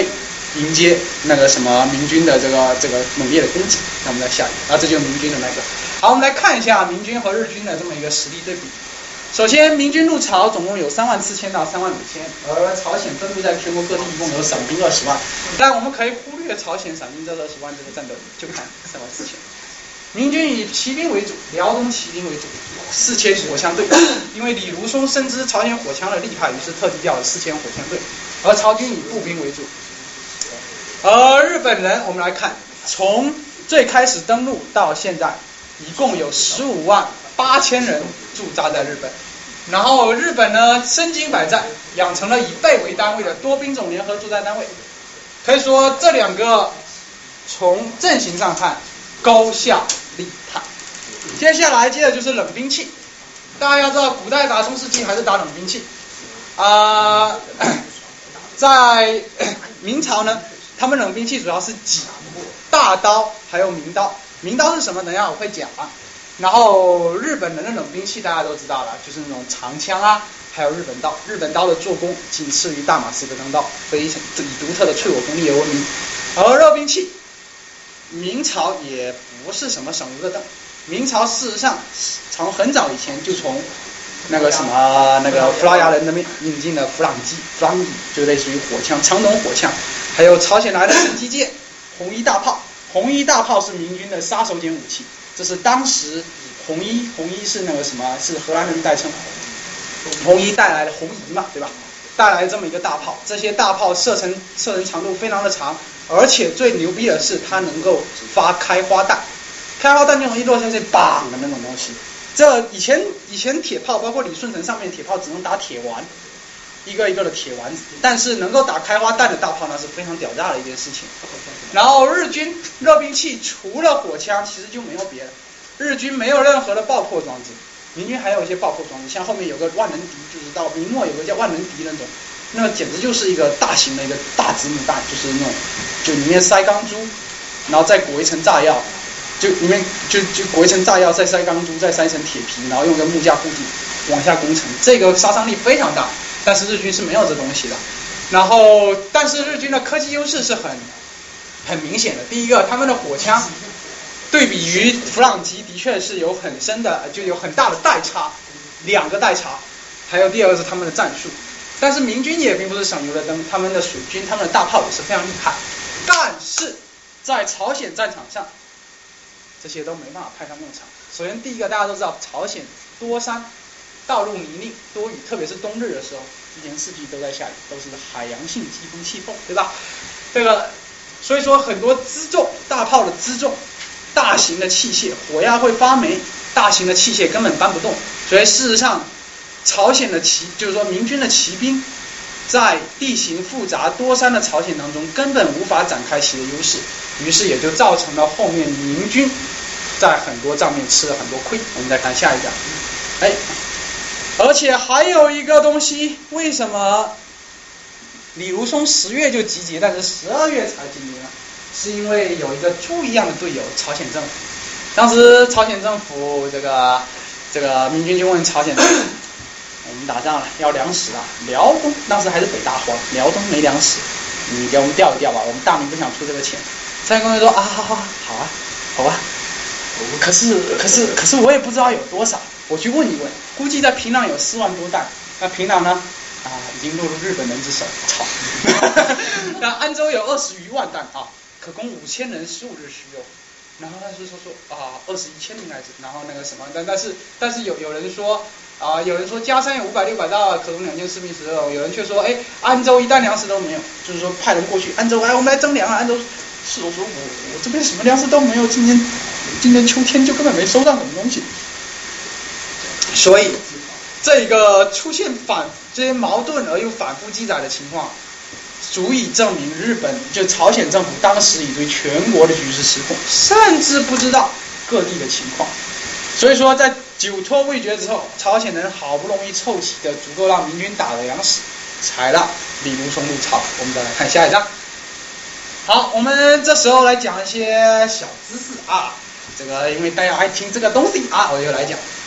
迎接那个什么明军的这个这个猛烈的攻击。那我们来下一个，啊，这就是明军的那个。好，我们来看一下明军和日军的这么一个实力对比。首先，明军入朝总共有三万四千到三万五千，而朝鲜分布在全国各地，一共有散兵二十万。但我们可以忽略朝鲜散兵这二十万这个战斗力，就看三万四千。明军以骑兵为主，辽东骑兵为主，四千火枪队。因为李如松深知朝鲜火枪的厉害，于是特地调了四千火枪队。而朝军以步兵为主。而日本人，我们来看，从最开始登陆到现在，一共有十五万八千人驻扎在日本。然后日本呢，身经百战，养成了以倍为单位的多兵种联合作战单位。可以说这两个从阵型上看，高下立判。接下来接着就是冷兵器，大家要知道，古代打中世纪还是打冷兵器啊、呃。在明朝呢，他们冷兵器主要是戟、大刀还有名刀。名刀是什么？等一下我会讲啊。然后日本人的冷兵器大家都知道了，就是那种长枪啊，还有日本刀。日本刀的做工仅次于大马士革钢刀，非常以独特的淬火功力而闻名。而热兵器，明朝也不是什么省油的灯。明朝事实上从很早以前就从那个什么那个弗拉雅人那边引进了弗朗机，弗朗机就类似于火枪，长筒火枪，还有朝鲜来的神机剑、红衣大炮。红衣大炮是明军的杀手锏武器，这是当时红衣红衣是那个什么，是荷兰人代称，红衣带来的红夷嘛，对吧？带来这么一个大炮，这些大炮射程射程长度非常的长，而且最牛逼的是它能够发开花弹，开花弹就容易落下去棒的那种东西。这以前以前铁炮，包括李舜臣上面铁炮只能打铁丸，一个一个的铁丸子，但是能够打开花弹的大炮呢是非常屌炸的一件事情。然后日军热兵器除了火枪其实就没有别的，日军没有任何的爆破装置，明军还有一些爆破装置，像后面有个万能敌，就是到明末有个叫万能敌那种，那个简直就是一个大型的一个大子母弹，就是那种就里面塞钢珠，然后再裹一层炸药，就里面就就裹一层炸药，再塞钢珠，再塞一层铁皮，然后用个木架固定往下攻城，这个杀伤力非常大。但是日军是没有这东西的。然后但是日军的科技优势是很很明显的。第一个，他们的火枪对比于弗朗机的确是有很深的，就有很大的代差，两个代差。还有第二个是他们的战术。但是明军也并不是省油的灯，他们的水军、他们的大炮也是非常厉害。但是在朝鲜战场上，这些都没办法派上用场。首先第一个，大家都知道朝鲜多山，道路泥泞多雨，特别是冬日的时候，一年四季都在下雨，都是海洋性季风气候，对吧？这个所以说很多辎重大炮的辎重，大型的器械火药会发霉，大型的器械根本搬不动。所以事实上，朝鲜的骑就是说明军的骑兵在地形复杂多山的朝鲜当中根本无法展开其的优势，于是也就造成了后面明军在很多仗面吃了很多亏。我们再看下一张，哎。而且还有一个东西，为什么李如松十月就集结，但是十二月才集结呢？是因为有一个猪一样的队友，朝鲜政府。当时朝鲜政府这个这个明军就问朝鲜政府，我们打仗了，要粮食了，辽东当时还是北大荒，辽东没粮食，你给我们调一调吧，我们大明不想出这个钱。朝鲜公司说啊，好好好啊，好啊，可是可是可是我也不知道有多少。我去问一问，估计在平壤有四万多担，那平壤呢？啊，已经落入日本人之手。操！那安州有二十余万担啊，可供五千人数日食用。然后他是说说啊，二十一千名来着。然后那个什么，但但是但是有有人说啊，有人说嘉山有五百六百担，可供两千士兵食用。有人却说，哎，安州一担粮食都没有，就是说派人过去，安州哎，我们来征粮啊。安州是我说我我这边什么粮食都没有，今年今年秋天就根本没收到什么东西。所以，这个出现反这些矛盾而又反复记载的情况，足以证明日本就朝鲜政府当时已对全国的局势失控，甚至不知道各地的情况。所以说，在久拖未决之后，朝鲜人好不容易凑齐的足够让明军打的粮食，才让李如松入朝。我们再来看下一章。好，我们这时候来讲一些小知识啊，这个因为大家爱听这个东西啊，我就来讲。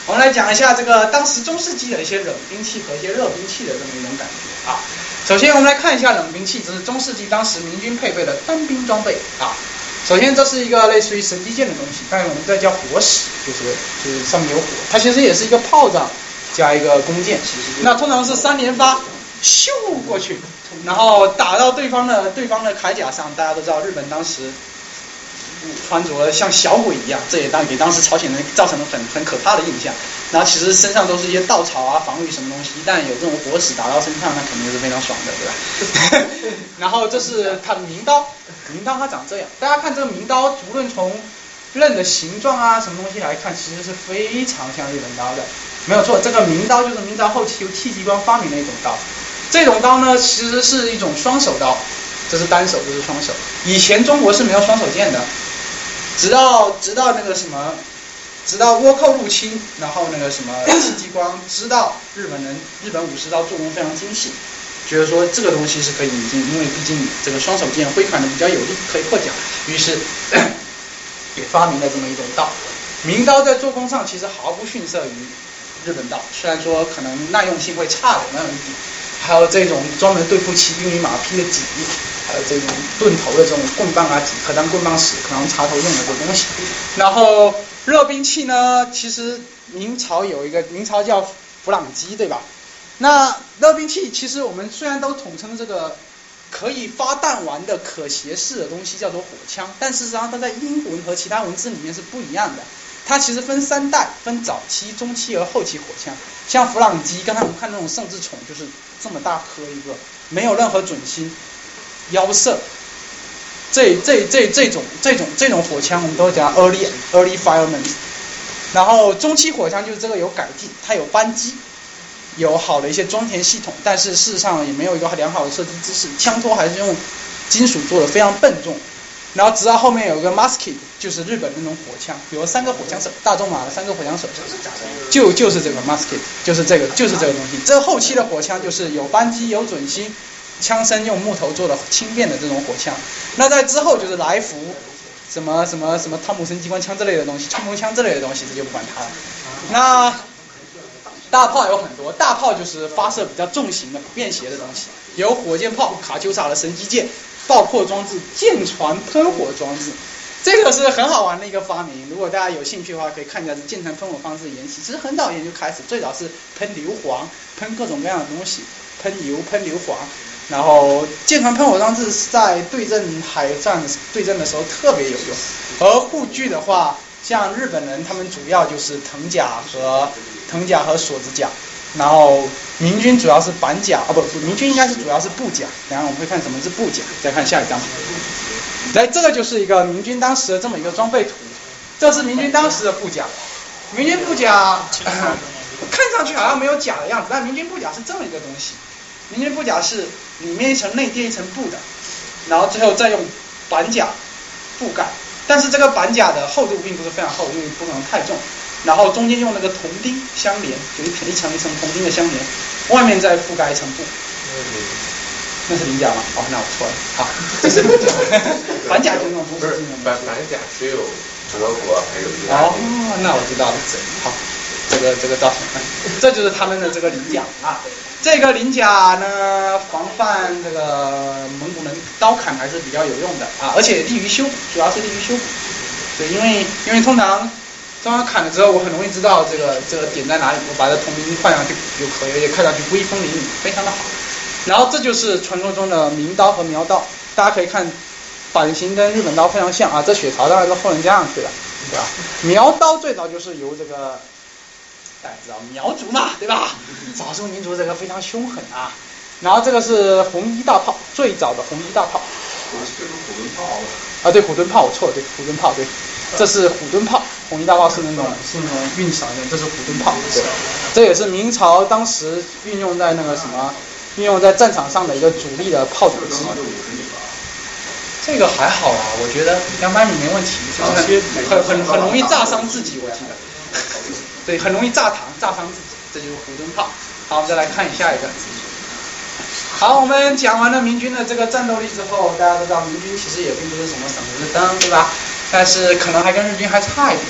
我们来讲一下这个当时中世纪的一些冷兵器和一些热兵器的这么一种感觉啊。首先我们来看一下冷兵器，这是中世纪当时明军配备的单兵装备啊。首先这是一个类似于神机剑的东西，但是我们这叫火矢，就是就是上面有火，它其实也是一个炮仗加一个弓箭，那通常是三连发，咻过去，然后打到对方的对方的铠甲上。大家都知道日本当时穿着了像小鬼一样，这也当给当时朝鲜人造成了很很可怕的印象。然后其实身上都是一些稻草啊、防御什么东西，一旦有这种火矢打到身上，那肯定是非常爽的，对吧？然后这是它的名刀，名刀它长这样。大家看这个名刀，无论从刃的形状啊什么东西来看，其实是非常像日本刀的，没有错。这个名刀就是明朝后期由戚继光发明的一种刀。这种刀呢，其实是一种双手刀，这是单手，这是双手。以前中国是没有双手剑的，直到直到那个什么。直到倭寇入侵，然后那个什么戚继光知道日本人日本武士刀做工非常精细，觉得说这个东西是可以引进，因为毕竟这个双手剑挥砍的比较有力，可以破甲，于是也发明了这么一种刀。名刀在做工上其实毫不逊色于日本刀，虽然说可能耐用性会差的那么一点，还有这种专门对付骑兵与马匹的戟，还有这种钝头的这种棍棒啊，戟可当棍棒使，可当插头用的这东西。然后热兵器呢，其实明朝有一个明朝叫弗朗机，对吧？那热兵器其实我们虽然都统称这个可以发弹丸的可携式的东西叫做火枪，但事实上它在英文和其他文字里面是不一样的。它其实分三代，分早期、中期和后期火枪。像弗朗机，刚才我们看那种圣智宠，就是这么大颗一个，没有任何准心，腰射。这这这这种这种这种火枪我们都讲 early early fireman， 然后中期火枪就是这个有改进，它有扳机，有好的一些装填系统，但是事实上也没有一个良好的设计姿势，枪托还是用金属做的，非常笨重。然后直到后面有一个 musket， 就是日本那种火枪，有三个火枪手，大仲马的三个火枪手，就就是这个 musket， 就是这个就是这个东西。这后期的火枪就是有扳机有准心。枪身用木头做的轻便的这种火枪，那在之后就是来福，什么什么什么汤姆森机关枪之类的东西，冲锋枪之类的东西，这就不管它了。那大炮有很多，大炮就是发射比较重型的、不便携的东西，有火箭炮、卡秋莎的神机剑、爆破装置、舰船喷火装置。这个是很好玩的一个发明，如果大家有兴趣的话，可以看一下这舰船喷火方式研习。其实很早以前就开始，最早是喷硫磺，喷各种各样的东西，喷油、喷硫磺。然后舰船喷火装置在对阵海战对阵的时候特别有用，而护具的话，像日本人他们主要就是藤甲和藤甲和锁子甲，然后明军主要是板甲啊不不，明军应该是主要是布甲。等一下我们会看什么是布甲，再看下一张。来，这个就是一个明军当时的这么一个装备图，这是明军当时的布甲。明军布甲、呃、看上去好像没有甲的样子，但明军布甲是这么一个东西。明军布甲是里面一层内垫一层布的，然后最后再用板甲覆盖，但是这个板甲的厚度并不是非常厚，因为不可能太重，然后中间用那个铜钉相连，就一层一层一层铜钉的相连，外面再覆盖一层布。那是鳞甲吗？哦，那我错了。好，这是鳞甲。板甲就是那种不是板板甲只有德国还有意大利。 哦，那我知道了。好，这个这个造型，这就是他们的这个鳞甲啊。这个鳞甲呢，防范这个蒙古人刀砍还是比较有用的啊，而且利于修补，主要是利于修补。对，因为因为通常当它砍了之后，我很容易知道这个这个点在哪里，我把这铜钉换上去就可以了，也看上去威风凛凛，非常的好。然后这就是传说中的名刀和苗刀，大家可以看版型跟日本刀非常像啊，这血槽当然是后人加上去的，对吧？苗刀最早就是由这个大家知道苗族嘛，对吧？少数民族这个非常凶狠啊。然后这个是红衣大炮，最早的红衣大炮。 这是虎蹲炮啊，对，虎蹲炮，我错了，对，虎蹲炮，对，这是虎蹲炮，红衣大炮是那种是那种运伞的，这是虎蹲炮，对，这也是明朝当时运用在那个什么，运用在战场上的一个主力的炮种之一。这个还好啊，我觉得两百米没问题，就是很很很容易炸伤自己，我记得，对，很容易炸膛炸伤自己，这就是虎蹲炮。好，我们再来看下一个。好，我们讲完了明军的这个战斗力之后，大家都知道明军其实也并不是什么省油的灯，对吧？但是可能还跟日军还差一点。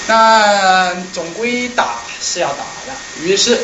那总归打是要打的，于是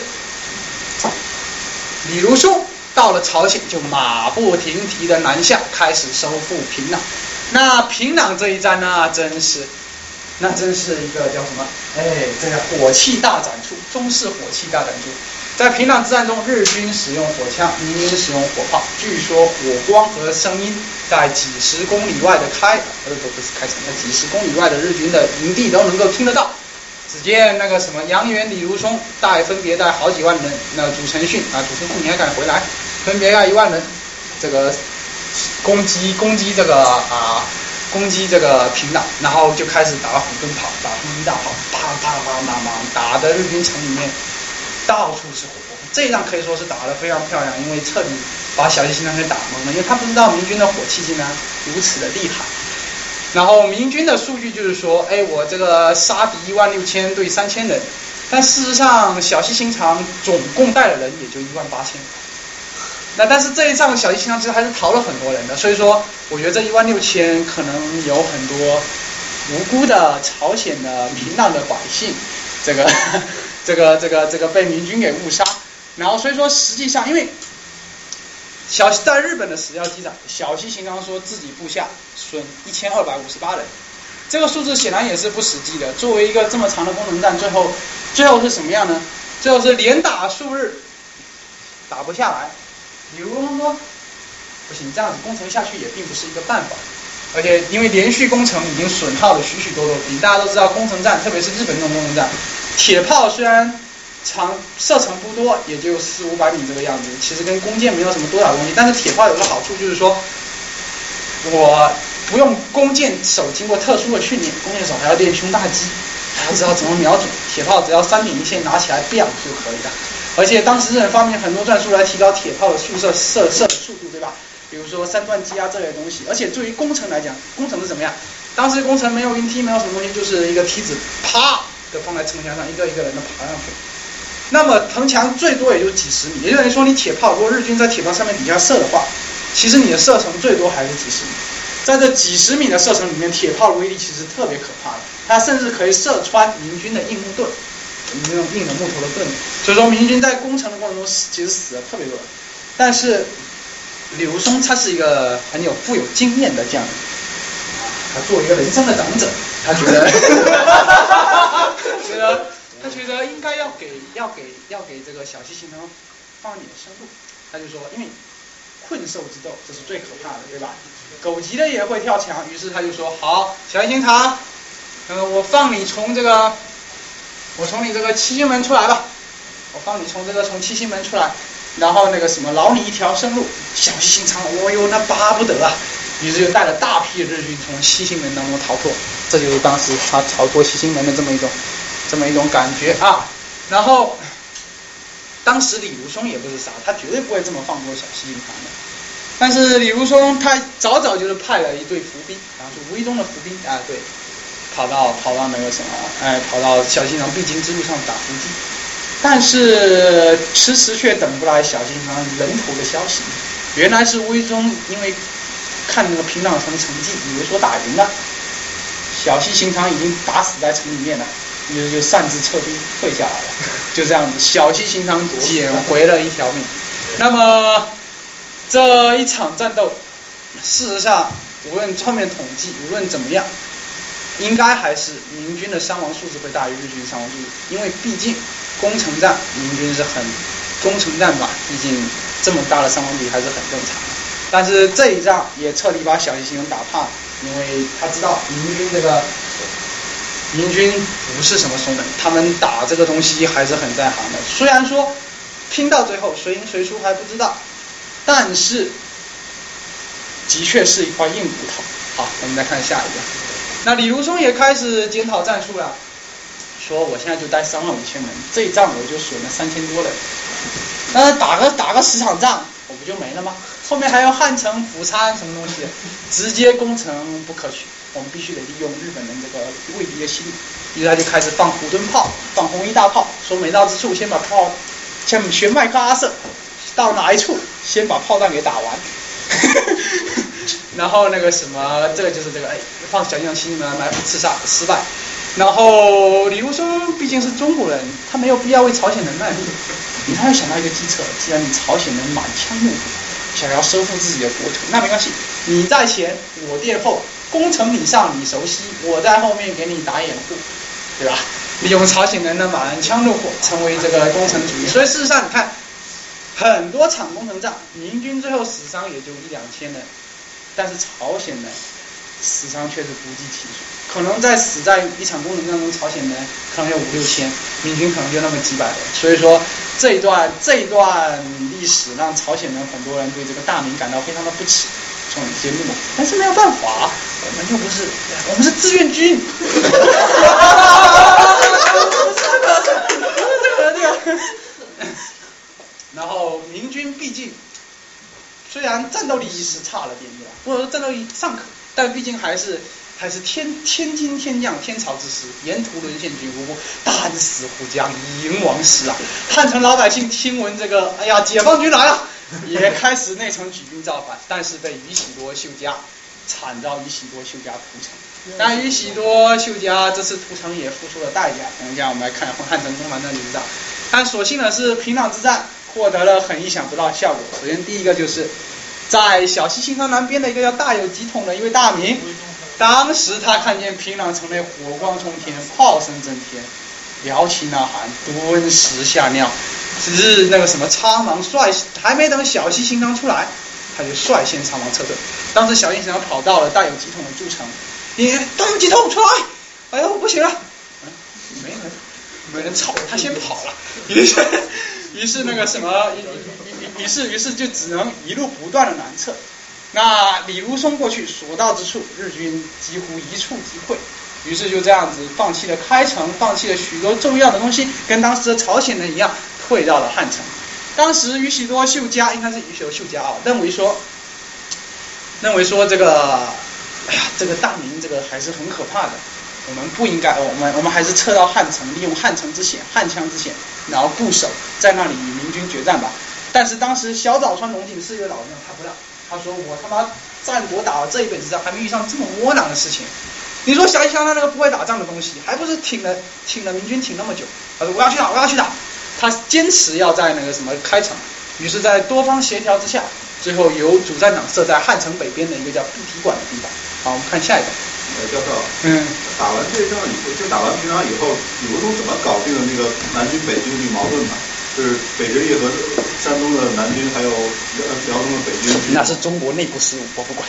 李如松到了朝鲜就马不停蹄的南下，开始收复平壤。那平壤这一战呢，真是那真是一个叫什么？哎，这个火器大展出，中式火器大展出。在平壤之战中，日军使用火枪，民军使用火炮。据说火光和声音在几十公里外的开，呃不不是开城，在几十公里外的日军的营地都能够听得到。只见那个什么杨元、李如松带分别带好几万人，那祖承训啊，祖承训你还敢回来？分别要一万人，这个攻击攻击这个啊攻击这个平壤，然后就开始打虎蹲炮，打第一大炮，啪啪啪啪啪，打的日军城里面到处是火光。这一仗可以说是打得非常漂亮，因为彻底把小西行长给打懵了，因为他不知道明军的火器竟然如此的厉害。然后明军的数据就是说，哎，我这个杀敌一万六千对三千人，但事实上小西行长总共带的人也就一万八千。那但是这一仗小西行长其实还是逃了很多人的，所以说我觉得这一万六千可能有很多无辜的朝鲜的平壤的百姓，这个这个这个这个被明军给误杀。然后所以说实际上因为小在日本的史料记载，小西行长说自己部下损一千二百五十八人，这个数字显然也是不实际的。作为一个这么长的攻城战，最后最后是什么样呢？最后是连打数日打不下来。李如松说不行，这样子攻城下去也并不是一个办法，而且因为连续攻城已经损耗了许许多多兵。大家都知道攻城战，特别是日本这种攻城战，铁炮虽然长射程不多，也就四五百米这个样子，其实跟弓箭没有什么多大东西。但是铁炮有个好处就是说，我不用弓箭手经过特殊的训练，弓箭手还要练胸大肌，还要知道怎么瞄准。铁炮只要三点一线拿起来 biang 就可以了。而且当时日本发明很多战术来提高铁炮的速射射射的速度，对吧？比如说三段机啊这类东西。而且对于攻城来讲，攻城是怎么样？当时攻城没有云梯，没有什么东西，就是一个梯子啪的放在城墙上，一个一个人的爬上去。那么城墙最多也就几十米，也就是说你铁炮，如果日军在铁炮上面底下射的话，其实你的射程最多还是几十米。在这几十米的射程里面，铁炮的威力其实特别可怕的，它甚至可以射穿明军的硬木盾。那种硬的木头的盾，所以说明军在攻城的过程中其实死了特别多人。但是李如松他是一个很有富有经验的将领，他作为一个人生的长者，他觉得觉得他觉得应该要给要给要给这个小西行长放一点生路。他就说，因为困兽之斗这是最可怕的，对吧？狗急的也会跳墙，于是他就说，好，小西行长，呃，我放你从这个。我从你这个七星门出来吧，我放你从这个从七星门出来，然后那个什么饶你一条生路。小西行长，哦哟，那巴不得啊！于是就带了大批日军从七星门当中逃脱，这就是当时他逃脱七星门的这么一种这么一种感觉啊。然后当时李如松也不是傻，他绝对不会这么放过小西行长的。但是李如松他早早就是派了一队伏兵，然后是无意中的伏兵啊，对。跑到跑到那个什么，哎，跑到小西行长必经之路上打伏击，但是迟迟却等不来小西行长人头的消息。原来是无意中因为看那个平壤城成绩，以为说打赢了，小西行长已经打死在城里面了，于是就擅自撤兵退下来了。就这样子，小西行长捡回了一条命。那么这一场战斗，事实上无论后面统计，无论怎么样。应该还是明军的伤亡数字会大于日军伤亡数字，因为毕竟攻城战明军是很攻城战吧，毕竟这么大的伤亡比还是很正常的。但是这一仗也彻底把小西行长打怕了，因为他知道明军这个明军不是什么怂人，他们打这个东西还是很在行的。虽然说拼到最后谁赢谁输还不知道，但是的确是一块硬骨头。好，我们再看下一个。那李如松也开始检讨战术了，说我现在就带伤了五千人，这一仗我就损了三千多人，那打个打个十场仗我不就没了吗？后面还有汉城、釜山什么东西，直接攻城不可取，我们必须得利用日本人这个畏敌的心理。于是他就开始放虎蹲炮，放红衣大炮，说每到之处先把炮，像学麦克阿瑟，到哪一处先把炮弹给打完。然后那个什么，这个就是这个哎，放小西行长七星门埋伏刺杀失败， 然后李如松毕竟是中国人，他没有必要为朝鲜人卖力。你还要想到一个计策，既然你朝鲜人满腔怒火，想要收复自己的国土，那没关系，你在前，我殿后，攻城你上，你熟悉，我在后面给你打掩护，对吧？利用朝鲜人的满腔怒火，成为这个攻城主义。所以事实上，你看很多场攻城战，明军最后死伤也就一两千人，但是朝鲜人死伤却是不计其数。可能在死在一场攻城战中，朝鲜人可能有五六千，明军可能就那么几百人。所以说这一段这一段历史让朝鲜人很多人对这个大明感到非常的不耻，充满一些怒火。但是没有办法，我们又不是我们是志愿军。然后明军毕竟虽然战斗力是差了点，对吧？或者说战斗力尚可，但毕竟还是还是天天津天降天朝之师，沿途沦陷军无不弹死虎将，迎王师啊！汉城老百姓听闻这个，哎呀，解放军来了，也开始内城举兵造反，但是被宇喜多秀家惨遭宇喜多秀家屠城。但宇喜多秀家这次屠城也付出了代价。等一下我们来看汉城攻防战之战，但所幸的是平壤之战获得了很意想不到的效果。首先第一个就是在小西新庄南边的一个叫大有吉统的一位大名，当时他看见平壤城内火光冲天，炮声震天，撩起呐喊，顿时吓尿。只是那个什么苍芒率还没等小西新庄出来，他就率先苍芒撤退。当时小西新庄跑到了大有吉统的驻城，你大有吉统出来！哎呦不行了，嗯，没人没人吵，他先跑了。于是于是那个什么于于是于是就只能一路不断的南撤。那李如松过去所到之处，日军几乎一触即溃，于是就这样子放弃了开城，放弃了许多重要的东西，跟当时的朝鲜人一样，退到了汉城。当时宇喜多秀家，应该是宇喜多秀家啊，认为说，认为说这个，哎呀，这个大明这个还是很可怕的，我们不应该，我们我们还是撤到汉城，利用汉城之险、汉江之险，然后固守在那里与明军决战吧。但是当时小早川龙井是一个老将，他不让。他说我他妈战国打了这一辈子仗，还没遇上这么窝囊的事情。你说小西乡他那个不会打仗的东西，还不是挺了挺了明军挺那么久？他说我要去打，我要去打。他坚持要在那个什么开城，于是，在多方协调之下，最后由主战场设在汉城北边的一个叫碧提馆的地方。好，我们看下一个。 呃，教授， 嗯， 打完这仗以后，就打完平壤以后，李如松怎么搞定了那个南军北军的矛盾呢？就是北直隶和山东的南军，还有辽东的北军。 那是中国内部事务，我不管。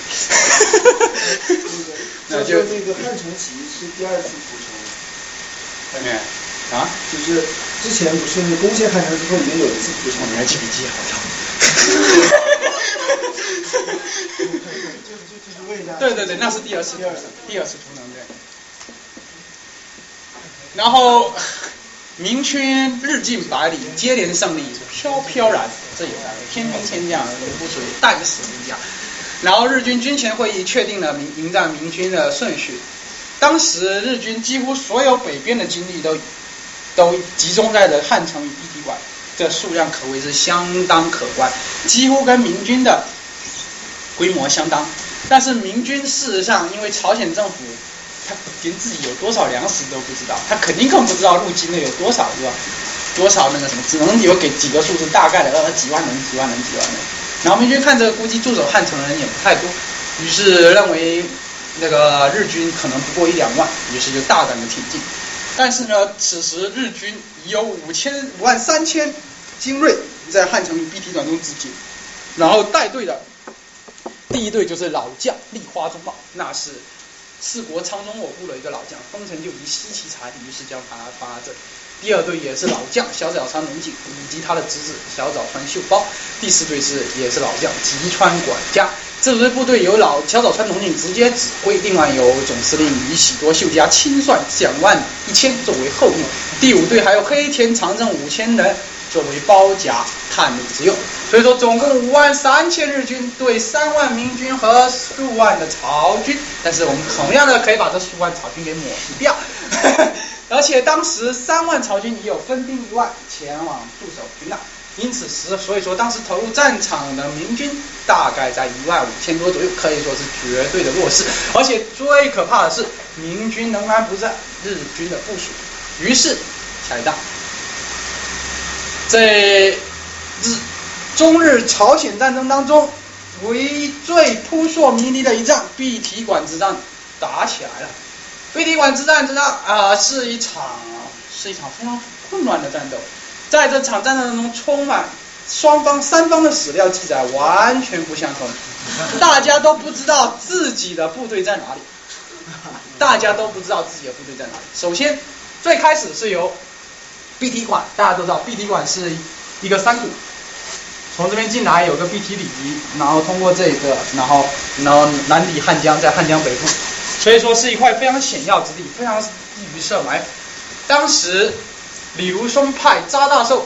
那就那个汉城起义是第二次屠城。 对面啊？ 就是之前不是攻陷汉城之后已经有一次屠城。 你还记笔记好跳。 就就就是问一下。 对对对，那是第二次屠城，第二次屠城对。然后。明军日进百里，接连胜利，飘飘然，这也来天兵天将，无不属于战死无疆。然后日军军前会议确定了明迎战明军的顺序。当时日军几乎所有北边的精力都都集中在了汉城与碧提馆，这数量可谓是相当可观，几乎跟明军的规模相当。但是明军事实上因为朝鲜政府他连自己有多少粮食都不知道，他肯定更不知道陆军内有多少是吧？多少那个什么，只能有给几个数字，大概的呃几万人、几万人、几万人。然后明军看这个估计驻守汉城的人也不太多，于是认为那个日军可能不过一两万，于是就大胆的挺进。但是呢，此时日军已有五千五万三千精锐在汉城与碧提馆中集结，然后带队的第一队就是老将立花忠茂，那是四国昌中我部的一个老将，丰臣就以西岐才，于是将他发这。第二队也是老将小早川龙井以及他的侄子小早川秀包。第四队是也是老将吉川管家。这支部队由老小早川龙井直接指挥，另外由总司令宇喜多秀家亲率两万一千作为后用。第五队还有黑田长政五千人作为包夹探路之用。所以说总共五万三千日军对三万明军和数万的曹军，但是我们同样的可以把这数万曹军给抹去掉。而且当时三万曹军已有分兵一万前往驻守平壤， 因此时所以说当时投入战场的明军大概在一万五千多左右，可以说是绝对的弱势。而且最可怕的是，明军仍然不在日军的部署。于是下一章，在日中日朝鲜战争当中，为最扑朔迷离的一仗碧提馆之战打起来了。碧提馆之战之战啊、呃，是一场是一场非常混乱的战斗。在这场战斗当中，充满双方三方的史料记载完全不相同，大家都不知道自己的部队在哪里，大家都不知道自己的部队在哪里。首先，最开始是由碧提馆，大家都知道碧提馆是一个山谷，从这边进来有个碧提里，然后通过这个，然后然后南抵汉江，在汉江北部，所以说是一块非常险要之地，非常易于设埋伏。当时李如松派查大寿，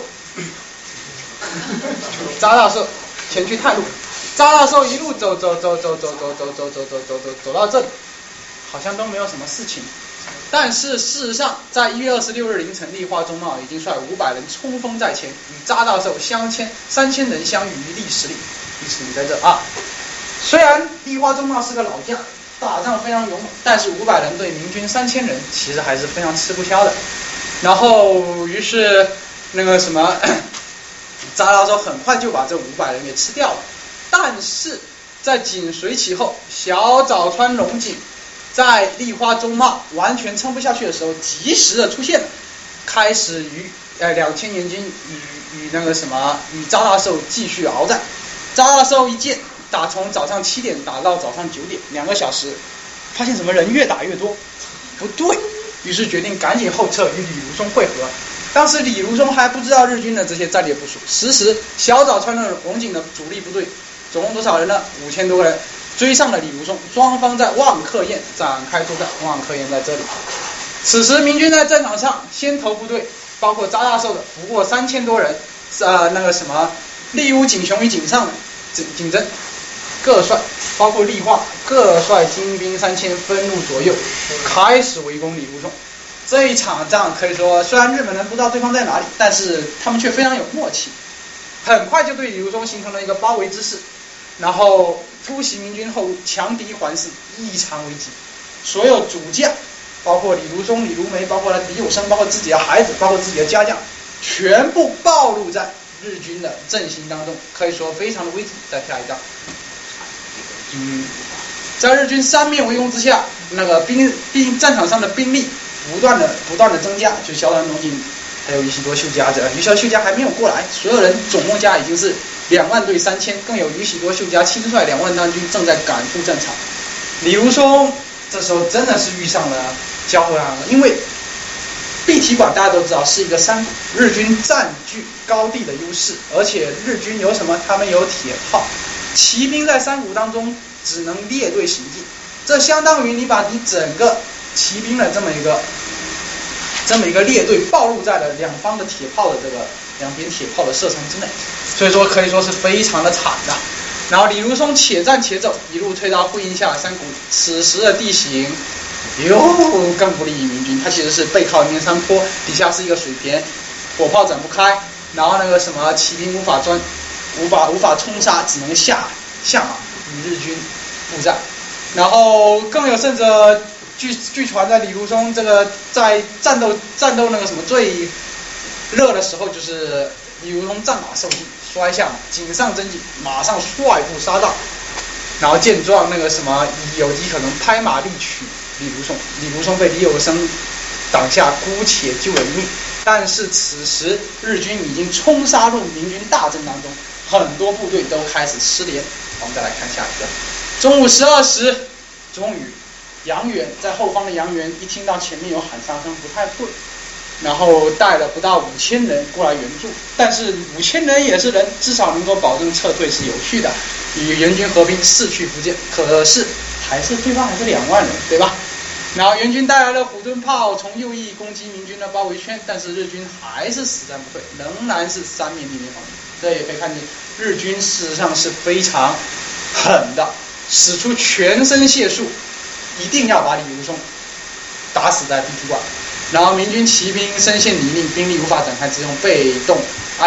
查大寿前去探路，查大寿一路走走走走走走走走走走走走走到这里，好像都没有什么事情。但是事实上，在一月二十六日凌晨，立花忠茂已经率五百人冲锋在前，与查大寿相牵三千人相遇于历十里。历十里在这啊。虽然立花忠茂是个老将，打仗非常勇猛，但是五百人对明军三千人，其实还是非常吃不消的。然后，于是那个什么，查大寿很快就把这五百人给吃掉了。但是在紧随其后，小早川隆景在立花忠茂完全撑不下去的时候，及时的出现了，开始与呃两千援军与与那个什么与查大寿继续鏖战。查大寿一箭打从早上七点打到早上九点，两个小时，发现什么人越打越多，不对。于是决定赶紧后撤，与李如松会合。当时李如松还不知道日军的这些战略部署。此时小早川的隆景的主力部队总共多少人呢？五千多个人，追上了李如松。双方在望克堰展开作战，望克堰在这里。此时明军在战场上先头部队包括查大寿的不过三千多人，呃那个什么立屋景雄与景上的景景真各率，包括立花各率精兵三千，分入左右，开始围攻李如松。这一场仗可以说，虽然日本人不知道对方在哪里，但是他们却非常有默契，很快就对李如松形成了一个包围之势，然后突袭明军后路，强敌环视，异常危急。所有主将，包括李如松、李如梅，包括李有生，包括自己的孩子，包括自己的家将，全部暴露在日军的阵型当中，可以说非常的危急。再下一张。嗯，在日军三面围攻之下，那个兵兵战场上的兵力不断的不断的增加，就小团隆景还有宇喜多秀家这宇喜多秀家还没有过来，所有人总共加已经是两万对三千，更有宇喜多秀家亲率两万大军正在赶赴战场。李如松这时候真的是遇上了焦头烂额，因为碧提馆大家都知道是一个山谷，日军占据高地的优势，而且日军有什么？他们有铁炮。骑兵在山谷当中只能列队行进，这相当于你把你整个骑兵的这么一个这么一个列队暴露在了两方的铁炮的这个两边铁炮的射程之内，所以说可以说是非常的惨的。然后李如松且战且走，一路推到呼应下山谷，此时的地形又更不利于明军，它其实是背靠一面山坡，底下是一个水田，火炮展不开，然后那个什么骑兵无法钻。无法无法冲杀，只能下下马与日军布战。然后更有甚者，据据传在李如松这个在战斗战斗那个什么最热的时候，就是李如松战马受尽，摔下马，井上真景马上率部杀到，然后见状那个什么有机可能拍马力取李如松，李如松被李有生挡下，姑且救了一命。但是此时日军已经冲杀入明军大阵当中，很多部队都开始失联。我们再来看下一个。中午十二时，终于杨元在后方的杨元一听到前面有喊杀声不太对，然后带了不到五千人过来援助，但是五千人也是人，至少能够保证撤退是有序的，与援军合兵，士去福建。可是还是对方还是两万人，对吧？然后援军带来了虎盾炮，从右翼攻击明军的包围圈，但是日军还是死战不退，仍然是三面地面防御。这也可以看见，日军事实上是非常狠的，使出全身解数，一定要把李如松打死在碧提馆。然后明军骑兵深陷泥泞，兵力无法展开之用，被动挨打。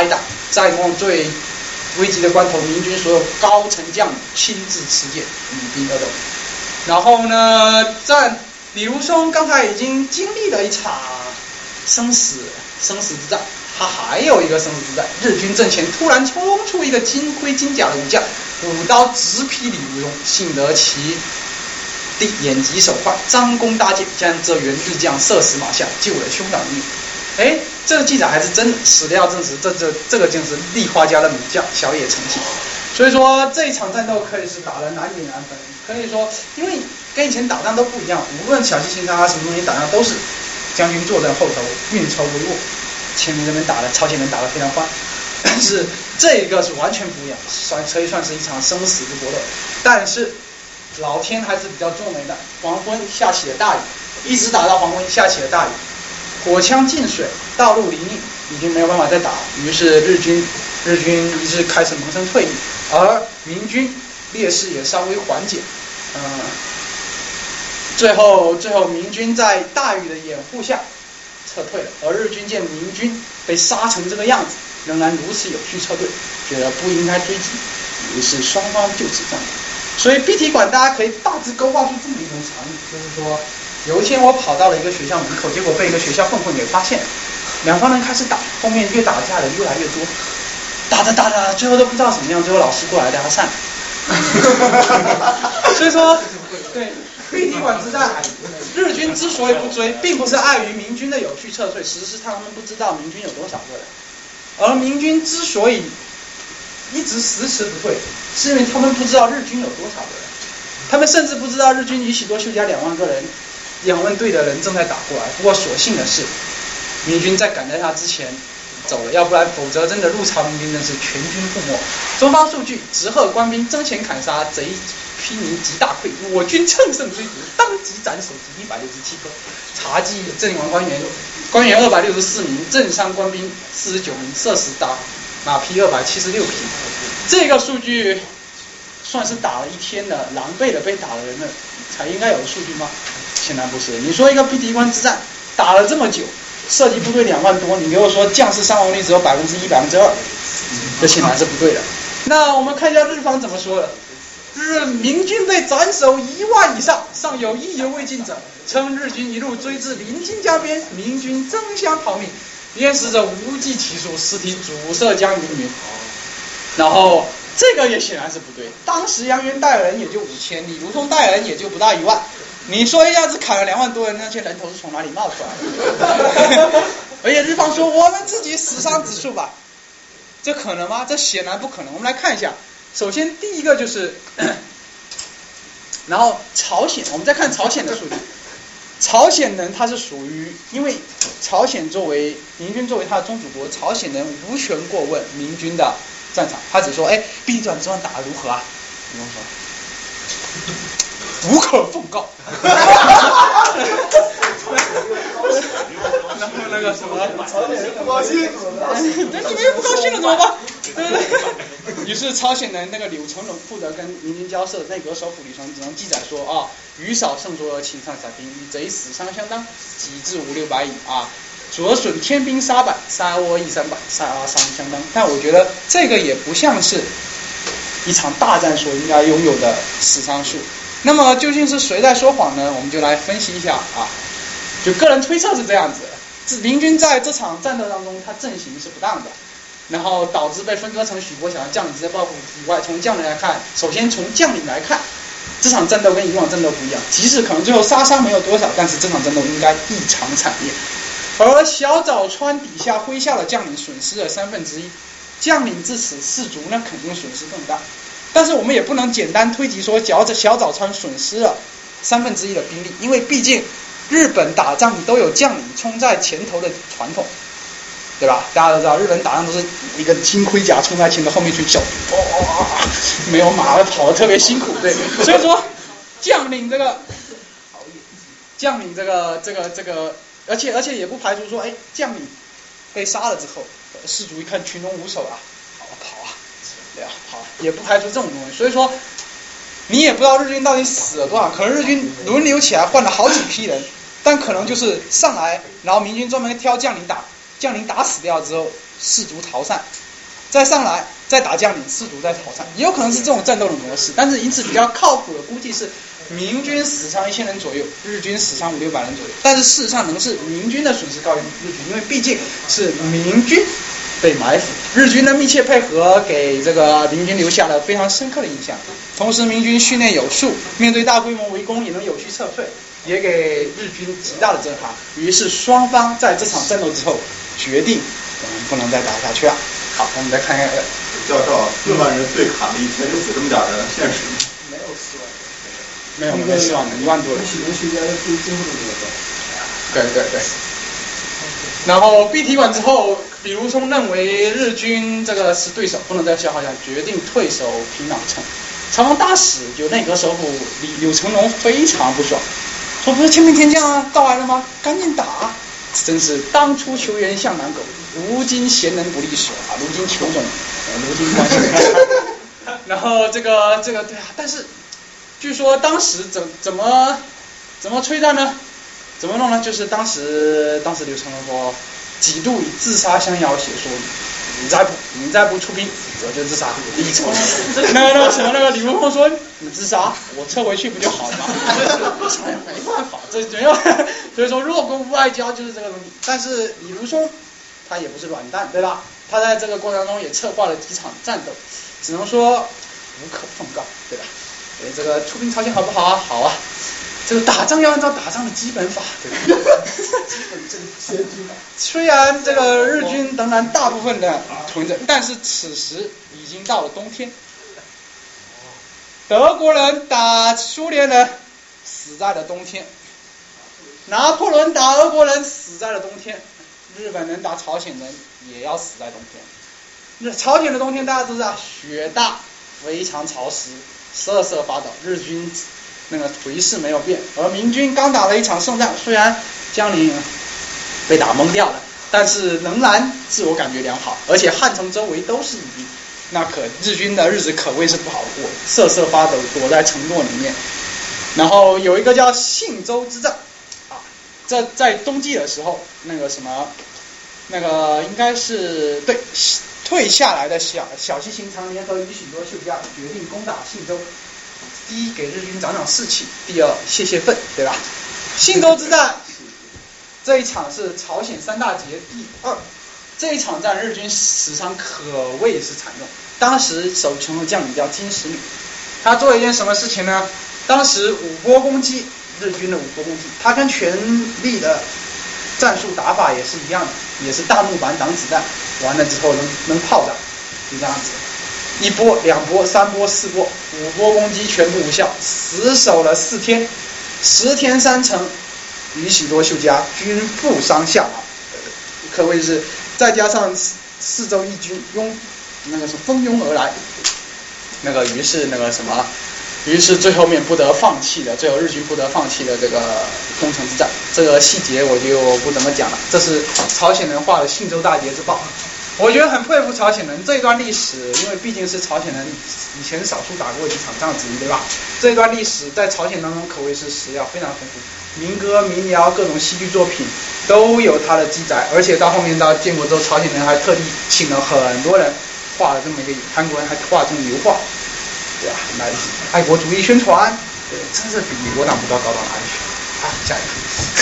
在最危急的关头，明军所有高层将领亲自持剑与兵而斗。然后呢，在李如松刚才已经经历了一场生死生死之战，他还有一个生死之战，日军阵前突然冲出一个金盔金甲的武将，舞刀直劈李如松，幸得其弟眼疾手快，张弓搭箭，将这员日将射死马下，救了兄长一命。哎，这个记载还是真的，史料证实，这这这个就是立花家的猛将小野成纪。所以说这一场战斗可以是打得难解难分，可以说因为跟以前打仗都不一样，无论小西行山啊什么东西打仗都是将军坐镇后头，运筹帷幄，前面这边打的朝鲜人打得非常欢，但是这个是完全不一样，算可以算是一场生死之搏斗。但是老天还是比较重美的，黄昏下起了大雨，一直打到黄昏下起了大雨，火枪进水，道路泥泞，已经没有办法再打，于是日军日军于是开始萌生退役，而明军劣势也稍微缓解，嗯、呃，最后最后明军在大雨的掩护下撤退了，而日军见明军被杀成这个样子，仍然如此有序撤退，觉得不应该追击，于是双方就此战。所以 B 体馆大家可以大致勾画出这么一种场景，就是说有一天我跑到了一个学校门口，结果被一个学校混混给发现，两方人开始打，后面越打架的越来越多，打着打着最后都不知道怎么样，最后老师过来带他散了。所以说对 B 体馆之战，日军之所以不追，并不是碍于明军的有序撤退，实是他们不知道明军有多少个人，而明军之所以一直迟迟不退，是因为他们不知道日军有多少个人，他们甚至不知道日军宇喜多秀家两万个人，两万队的人正在打过来。不过所幸的是，明军在赶在他之前走了，要不然否则真的入朝明军真是全军覆没。中方数据：直贺官兵争前砍杀，贼披靡极大溃，我军乘胜追逐，当即斩首级一百六十七颗。查记阵亡官员，官员二百六十四名，阵伤官兵四十九名，射死打马匹二百七十六匹。这个数据算是打了一天的狼狈的被打的人的才应该有的数据吗？显然不是。你说一个 B 体关之战打了这么久，射击部队两万多，你给我说将士伤亡率只有百分之一、百分之二，这显然是不对的。那我们看一下日方怎么说的。日明军被斩首一万以上，尚有意犹未尽者，称日军一路追至临津江边，明军争相逃命，淹死者无计其数，尸体阻塞江云云。然后这个也显然是不对，当时杨元带人也就五千，李如松带人也就不到一万，你说一下子砍了两万多人，那些人头是从哪里冒出来的？而且日方说我们自己死伤指数吧，这可能吗？这显然不可能。我们来看一下，首先第一个就是，然后朝鲜，我们再看朝鲜的数据。朝鲜人他是属于，因为朝鲜作为明军作为他的宗主国，朝鲜人无权过问明军的战场，他只说，哎 ，B 转之战打得如何啊？不用说，无可奉告。然后那个什么， 朝鲜人不高兴， 那你们又不高兴了怎么办？对不对？于是朝鲜人那个柳成龙负责跟明军交涉，内阁首辅李承只能记载说啊，余少胜卓而擒上小兵，与贼死伤相当，己至五六百矣啊。左损天兵杀百，杀倭役三百，杀伤相当。但我觉得这个也不像是一场大战所应该拥有的死伤数。那么究竟是谁在说谎呢？我们就来分析一下啊。就个人推测是这样子的，明军在这场战斗当中，他阵型是不当的，然后导致被分割成许国想要将领直接报复以外，从将领来看，首先从将领来看，这场战斗跟以往战斗不一样，即使可能最后杀伤没有多少，但是这场战斗应该异常惨烈。而小早川底下麾下的将领损失了三分之一，将领至此士卒那肯定损失更大。但是我们也不能简单推及说小小早川损失了三分之一的兵力，因为毕竟日本打仗都有将领冲在前头的传统，对吧？大家都知道日本打仗都是一个金盔甲冲在前头，后面去叫，哇，没有马跑得特别辛苦，对。所以说将领这个将领这个这个这个，而且而且也不排除说，哎，将领被杀了之后，士卒一看群龙无首啊，好跑啊，对啊，跑，也不排除这种东西。所以说你也不知道日军到底死了多少，可能日军轮流起来换了好几批人，但可能就是上来，然后明军专门挑将领打，将领打死掉之后，士卒逃散， 再上来再打将领，士卒在逃窜，也有可能是这种战斗的模式。但是因此比较靠谱的估计是明军死伤一千人左右，日军死伤五六百人左右。但是事实上能是明军的损失高于日军，因为毕竟是明军被埋伏，日军的密切配合给这个明军留下了非常深刻的印象。同时明军训练有素，面对大规模围攻也能有序撤退，也给日军极大的震撼。于是双方在这场战斗之后决定我们不能再打下去了。好，我们再看一下教授，四万人对砍了一千，就死这么点人，现实吗？ 没有四万人， 没有没有四万人，一万多人。 许多学家最最后的那个。 对对对。然后 B 体馆之后，李如松认为日军这个是对手，不能再消耗下去，决定退守平壤城。朝阳大使就内阁首辅李柳成龙非常不爽，说不是千兵天将到来了吗？赶紧打！真是当初求援像狼狗，如今贤能不立手啊！如今求种，呃、如今关系。然后这个这个对啊，但是据说当时怎怎么怎么催战呢？怎么弄呢？就是当时当时柳成龙说，几度以自杀相要挟说，你再不你再不出兵，我就自杀。李成那个那个什么那个李如松说，你自杀，我撤回去不就好了吗？哎呀，没办法，这没有。所以说弱攻无外交就是这个东西。但是李如松他也不是软蛋，对吧？他在这个过程中也策划了几场战斗，只能说无可奉告，对吧？哎，这个出兵朝鲜好不好啊？好啊。这个打仗要按照打仗的基本法，对吧？基本正先军法。虽然这个日军仍然大部分的屯着，但是此时已经到了冬天。德国人打苏联人死在了冬天，拿破仑打俄国人死在了冬天，日本人打朝鲜人也要死在冬天。那朝鲜的冬天大家都知道，雪大，非常潮湿，瑟瑟发抖，日军那个颓势没有变，而明军刚打了一场胜仗，虽然将领被打懵掉了，但是仍然自我感觉良好，而且汉城周围都是敌兵，那可日军的日子可谓是不好过，瑟瑟发抖，躲在城垛里面。然后有一个叫信州之战啊，这在冬季的时候，那个什么，那个应该是对退下来的小小西行长联合与许多秀家决定攻打信州。第一，给日军长长士气；第二，泄泄愤，对吧？信州之战这一场是朝鲜三大捷第二，这一场战日军死伤可谓是惨重。当时守城的将领叫金石敏，他做了一件什么事情呢？当时五波攻击，日军的五波攻击，他跟全力的战术打法也是一样的，也是大木板挡子弹，完了之后能能炮战，就这样子。一波、两波、三波、四波、五波攻击全部无效，死守了四天，十天三城，与许多秀家均负伤下马，可谓是再加上四周义军拥那个是蜂拥而来，那个于是那个什么，于是最后面不得放弃的，最后日军不得放弃的这个攻城之战，这个细节我就不怎么讲了，这是朝鲜人画的信州大捷之报。我觉得很佩服朝鲜人这一段历史，因为毕竟是朝鲜人以前少数打过几场仗之一，对吧？这一段历史在朝鲜当中可谓是史料非常丰富，民歌、民谣、各种戏剧作品都有它的记载，而且到后面到建国之后，朝鲜人还特地请了很多人画了这么一个，韩国人还画这种油画，对吧？来爱国主义宣传，对，真是比美国党不知道高到哪里去。啊，下一个。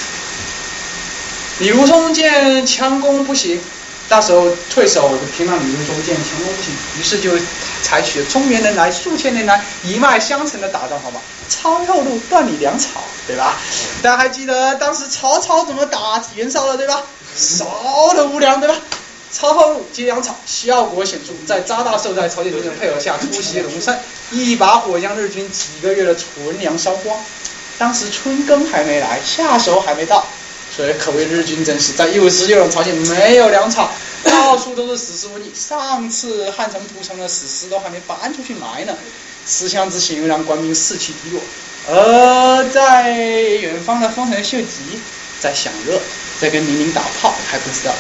李如松见强攻不行。那时候退守平壤李如松见强攻不行，于是就采取了中原人来数千年来一脉相承的打仗方法，抄后路断你粮草，对吧？大家还记得当时曹操怎么打袁绍的，对吧？烧的无粮，对吧？抄后路接粮草，效果显著，在扎大寿在朝鲜军的配合下突袭龙山，一把火将日军几个月的存粮烧光。当时春耕还没来，夏收还没到，所以可谓日军真是在又湿又冷朝鲜没有粮草，到处都是死尸污泥。上次汉城屠城的死尸都还没搬出去埋呢，思乡之情让官兵士气低落。而在远方的丰臣秀吉在享乐，在跟宁宁打炮，还不知道。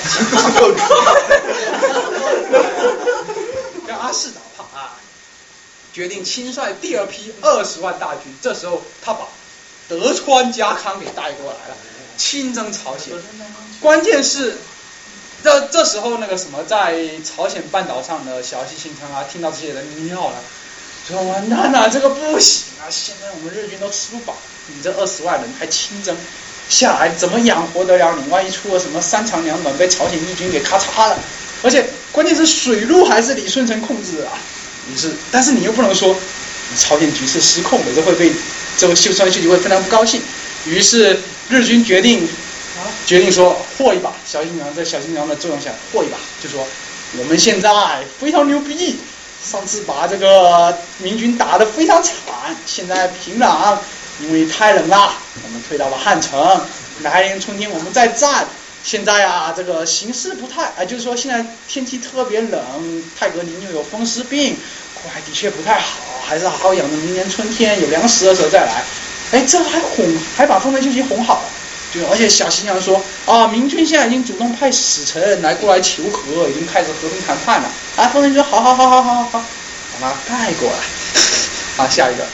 跟阿市打炮啊，决定亲率第二批二十万大军。这时候他把德川家康给带过来了，亲征朝鲜。关键是这这时候那个什么，在朝鲜半岛上的小西行长啊，听到这些人尿了，说完蛋了，这个不行啊！现在我们日军都吃不饱，你这二十万人还亲征下来，怎么养活得了你？万一出了什么三长两短，被朝鲜义军给咔嚓了，而且关键是水路还是李舜臣控制的啊。于是，但是你又不能说朝鲜局势失控了，这会被这个秀川秀吉会非常不高兴。于是日军决定。决定说和一把，小新娘在小新娘的作用下和一把，就说我们现在非常牛逼，上次把这个明军打得非常惨，现在平壤因为太冷了，我们退到了汉城，来年春天我们再战。现在啊，这个形势不太，啊，就是说现在天气特别冷，泰格林又有风湿病，国还的确不太好，还是好好养着明年春天有粮食的时候再来。哎，这还哄，还把丰臣秀吉哄好了。而且小西洋说啊，明军现在已经主动派使臣来过来求和，已经开始和平谈判了。啊，丰臣说好好好好好好好，把他带过来。好，下一个，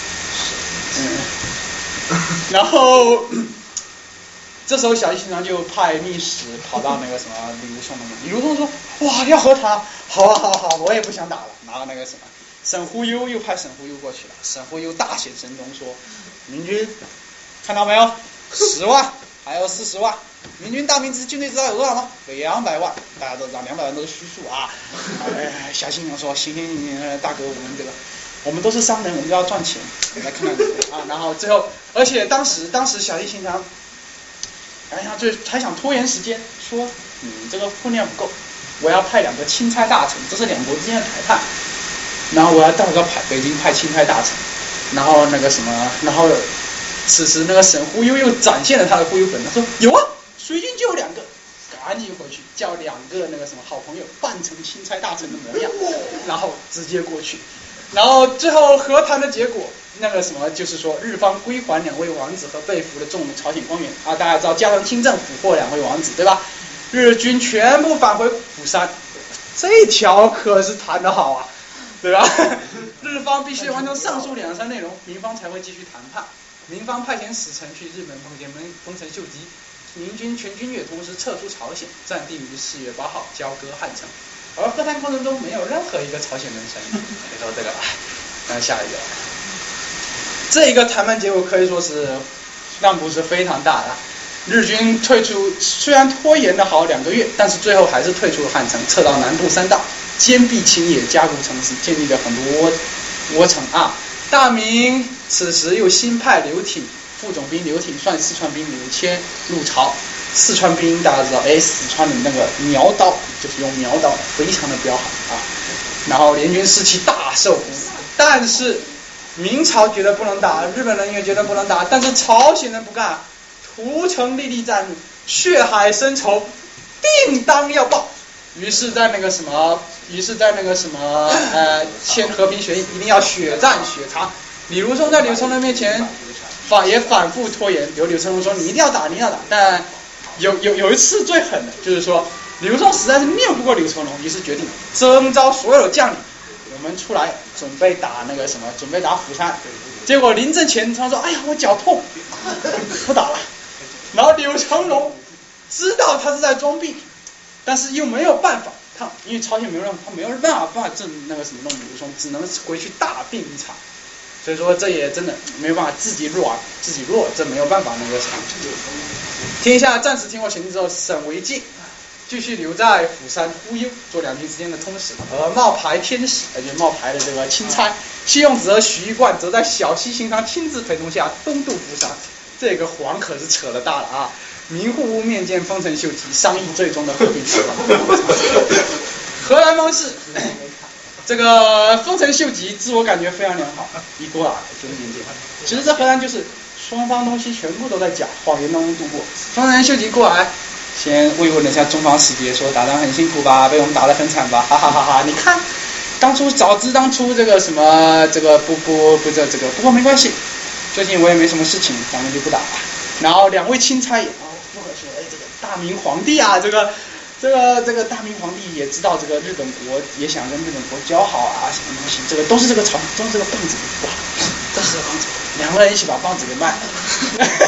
嗯，然后这时候小西洋就派密使跑到那个什么李如松那边，李如松说哇要和谈，好啊好啊好，我也不想打了。然后那个什么沈忽悠又派沈忽悠过去了，沈忽悠大显神通说，明军看到没有？十万，还有四十万。明军大明之军队知道有多少吗？两百万。大家都知道，两百万都是虚数啊。哎，小新娘说：“行行行，大哥，我们这个，我们都是商人，我们都要赚钱。来看看啊。”然后最后，而且当时当时小西行长，哎呀，就还想拖延时间，说你这个分量不够，我要派两个钦差大臣，这是两国之间的谈判。然后我要到个派北京派钦差大臣，然后那个什么，然后。此时那个沈忽悠又展现了他的忽悠本，他说有啊，水军就有两个，赶紧回去叫两个那个什么好朋友扮成钦差大臣的模样，然后直接过去，然后最后和谈的结果，那个什么就是说日方归还两位王子和被俘的众朝鲜官员啊，大家知道加藤清正俘获两位王子对吧？日军全部返回釜山，这条可是谈得好啊，对吧？日方必须完成上述两项内容，民方才会继续谈判。民方派遣使臣去日本碰见丰臣秀吉，明军全军也同时撤出朝鲜，暂定于四月八号交割汉城。而和谈过程中没有任何一个朝鲜人参与。你说这个，那下一个，这一个谈判结果可以说是让步是非常大的。日军退出，虽然拖延了好两个月，但是最后还是退出了汉城，撤到南部三道，坚壁清野，加固城市，建立了很多窝窝城啊。大明此时又新派刘挺副总兵刘挺率四川兵五千入朝，四川兵大家知道，哎，四川的那个苗刀就是用苗刀，非常的彪悍啊。然后联军士气大受鼓舞，但是明朝觉得不能打，日本人也觉得不能打，但是朝鲜人不干，屠城历历在目，血海深仇，定当要报。于是，在那个什么，于是，在那个什么，呃，签和平协议，一定要血战血偿。李如松在柳成龙面前反也反复拖延，有柳成龙说你一定要打，你一定要打。但有有有一次最狠的，就是说李如松实在是拗不过柳成龙，于是决定征召所有将领，我们出来准备打那个什么，准备打釜山。结果临阵前他说：“哎呀，我脚痛，不打了。”然后柳成龙知道他是在装病。但是又没有办法，他因为朝鲜没有让他没有办法办法正那个什么弄李如松，只能回去大病一场。所以说这也真的没有办法，自己弱，自己弱，这没有办法那个什么。天下暂时停火协议之后，沈惟敬继续留在釜山忽悠，做两军之间的通使，而冒牌天使，而且冒牌的这个钦差谢用子和徐一贯则在小西行长亲自陪同下东渡釜山。这个黄可是扯了大了啊！明户屋面见丰臣秀吉，商议最终的和平之道。荷兰方式，这个丰臣秀吉自我感觉非常良好，一过来就面见。其实这荷兰就是双方东西全部都在假谎言当中度过。丰臣秀吉过来，先慰问了一下中方使节，说打仗很辛苦吧，被我们打得很惨吧，哈哈哈哈！你看，当初早知当初这个什么这个不不不这这个，不过没关系。最近我也没什么事情，咱们就不打了。然后两位钦差也哦，不可说，哎，这个大明皇帝啊，这个这个这个大明皇帝也知道这个日本国也想跟日本国交好啊，什么东西，这个都是这个朝，都是这个棒子不好，这是棒子，两个人一起把棒子给卖了。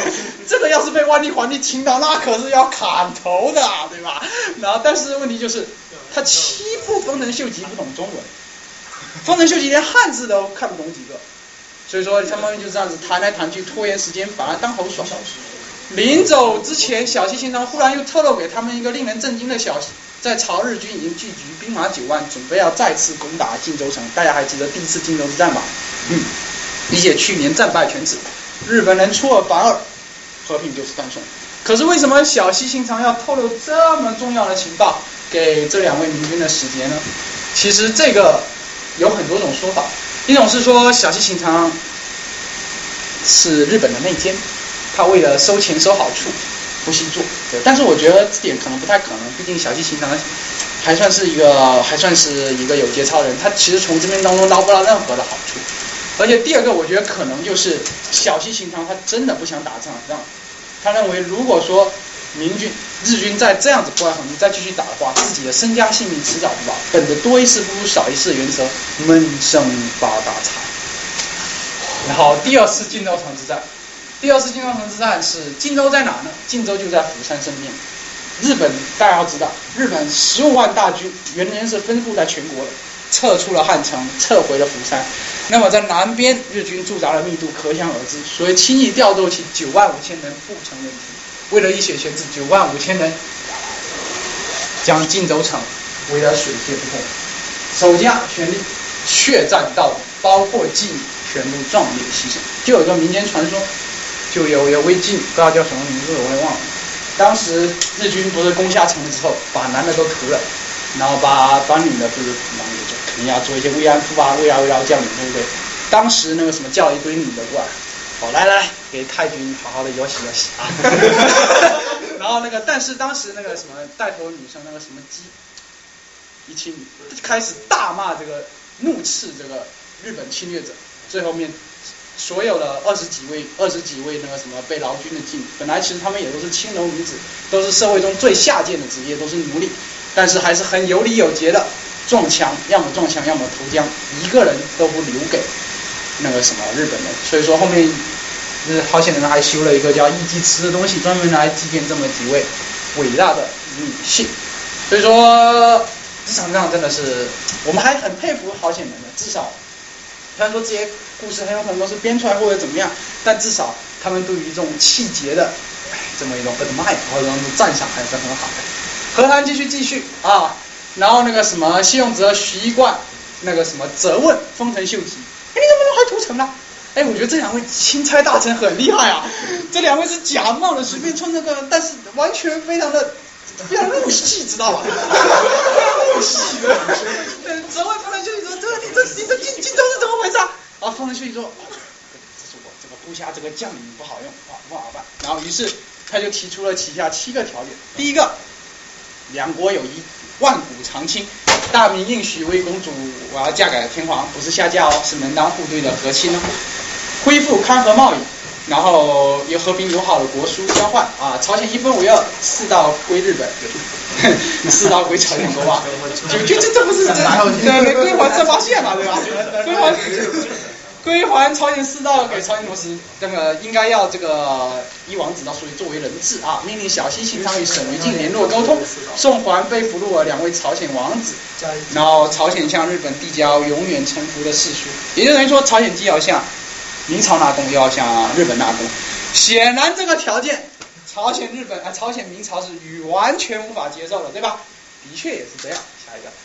这个要是被万历皇帝听到，那可是要砍头的，对吧？然后，但是问题就是，他欺负丰臣秀吉不懂中文，丰臣秀吉连汉字都看不懂几个，所以说他们就这样子谈来谈去，拖延时间，把他当猴耍。临走之前，小西行长忽然又透露给他们一个令人震惊的消息，在朝日军已经聚集兵马九万，准备要再次攻打晋州城。大家还记得第一次晋州之战吧？嗯，理解去年战败全止，日本人出尔反尔，和平就是断送。可是为什么小西行长要透露这么重要的情报给这两位明君的使节呢？其实这个有很多种说法，一种是说小西行长是日本的内奸。他为了收钱收好处不惜做，对，但是我觉得这点可能不太可能，毕竟小西行长还算是一个还算是一个有节操的人，他其实从这边当中捞不到任何的好处。而且第二个，我觉得可能就是小西行长他真的不想打这场仗，他认为如果说明军日军再这样子破坏环境再继续打的话，自己的身家性命迟早不保，本着多一事不如少一事的原则，闷声发大财。然后第二次晋州城之战。第二次晋州城之战是晋州在哪呢？晋州就在釜山身边。日本大家要知道，日本十五万大军原先是分布在全国的，撤出了汉城，撤回了釜山。那么在南边日军驻扎的密度可想而知，所以轻易调动起九万五千人不成问题。为了一雪前耻，九万五千人将晋州城围得水泄不通，守家全力血战到底，包括妓女全部壮烈牺牲。就有一个民间传说。就有一位妓女，不知道叫什么名字，我也忘了。当时日军不是攻下城了之后，把男的都屠了，然后把把女的就是肯定要做一些慰安妇啊、慰劳慰劳将领，对不对？当时那个什么叫一堆女的过来，好来来，给太君好好的游戏游戏啊。然后那个，但是当时那个什么带头女生那个什么姬，一听开始大骂这个，怒斥这个日本侵略者，最后面。所有的二十几位、二十几位那个什么被劳军的妓女，本来其实他们也都是青楼女子，都是社会中最下贱的职业，都是奴隶，但是还是很有理有节的撞墙，要么撞墙，要么投江，一个人都不留给那个什么日本人。所以说后面，呃，朝鲜人还修了一个叫义祭祠的东西，专门来祭奠这么几位伟大的女性。所以说这场仗真的是，我们还很佩服朝鲜人的，至少。虽然说这些故事很有可能都是编出来或者怎么样，但至少他们对于这种气节的这么一种 admire 或者说赞赏还是很好的。和谈继续继续啊，然后那个什么谢永泽、徐一贯那个什么责问丰臣秀吉，哎，你怎么能还屠城呢？哎，我觉得这两位钦差大臣很厉害啊，这两位是假冒的，随便穿那个，但是完全非常的非常入戏，知道吧？非常入戏的，责问丰臣秀吉说，这你这你这晋晋州是怎么回事啊？然后丰臣秀吉说，哦，这是我这个部下这个将领不好用，啊不好办。然后于是他就提出了旗下七个条件，第一个，两国有一，万古长青。大明应许魏公主，我要嫁给天皇，不是下嫁哦，是门当户对的和亲哦。恢复康和贸易，然后有和平友好的国书交换啊，朝鲜一分为二，四道归日本，四道归朝鲜国王。就就这这不是这对归还这八线嘛，对吧？归还归还朝鲜四道给朝鲜国师，这个应该要这个一王子道属于作为人质啊，命令小西行长与沈惟敬联络沟通，送还被俘虏的两位朝鲜王子，然后朝鲜向日本递交永远臣服的誓书，也就等于说朝鲜既要向明朝纳贡，又要向日本纳贡。显然这个条件，朝鲜日本啊，朝鲜明朝是与完全无法接受的，对吧？的确也是这样。下一个，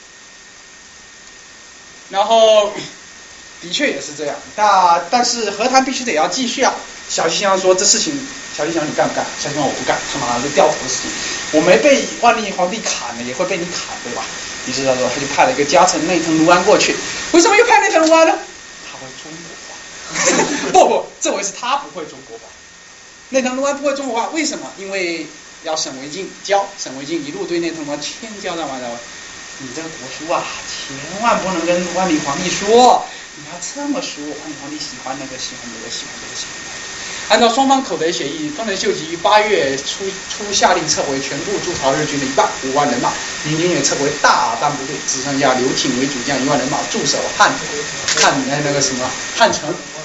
然后。的确也是这样，但但是和谈必须得要继续啊。小西行长说这事情，小西行长你干不干？小西行长我不干，他妈的掉头的事情，我没被万历皇帝砍了，也会被你砍，对吧？于是他说他就派了一个家臣内藤如安过去。为什么又派内藤如安呢？他会中国话。不不，这回是他不会中国话。内藤如安不会中国话，为什么？因为要沈惟敬教，沈惟敬一路对内藤如安千交代万交代，你这个国书啊，千万不能跟万历皇帝说。你要这么说，万历皇帝喜欢那个，喜欢这个，喜欢这个，喜欢那个。按照双方口头协议，丰臣秀吉于八月初初下令撤回全部驻朝日军的一半五万人马，明军也撤回大半部队，只剩下刘挺为主将一万人马驻守汉汉那那个什么汉城。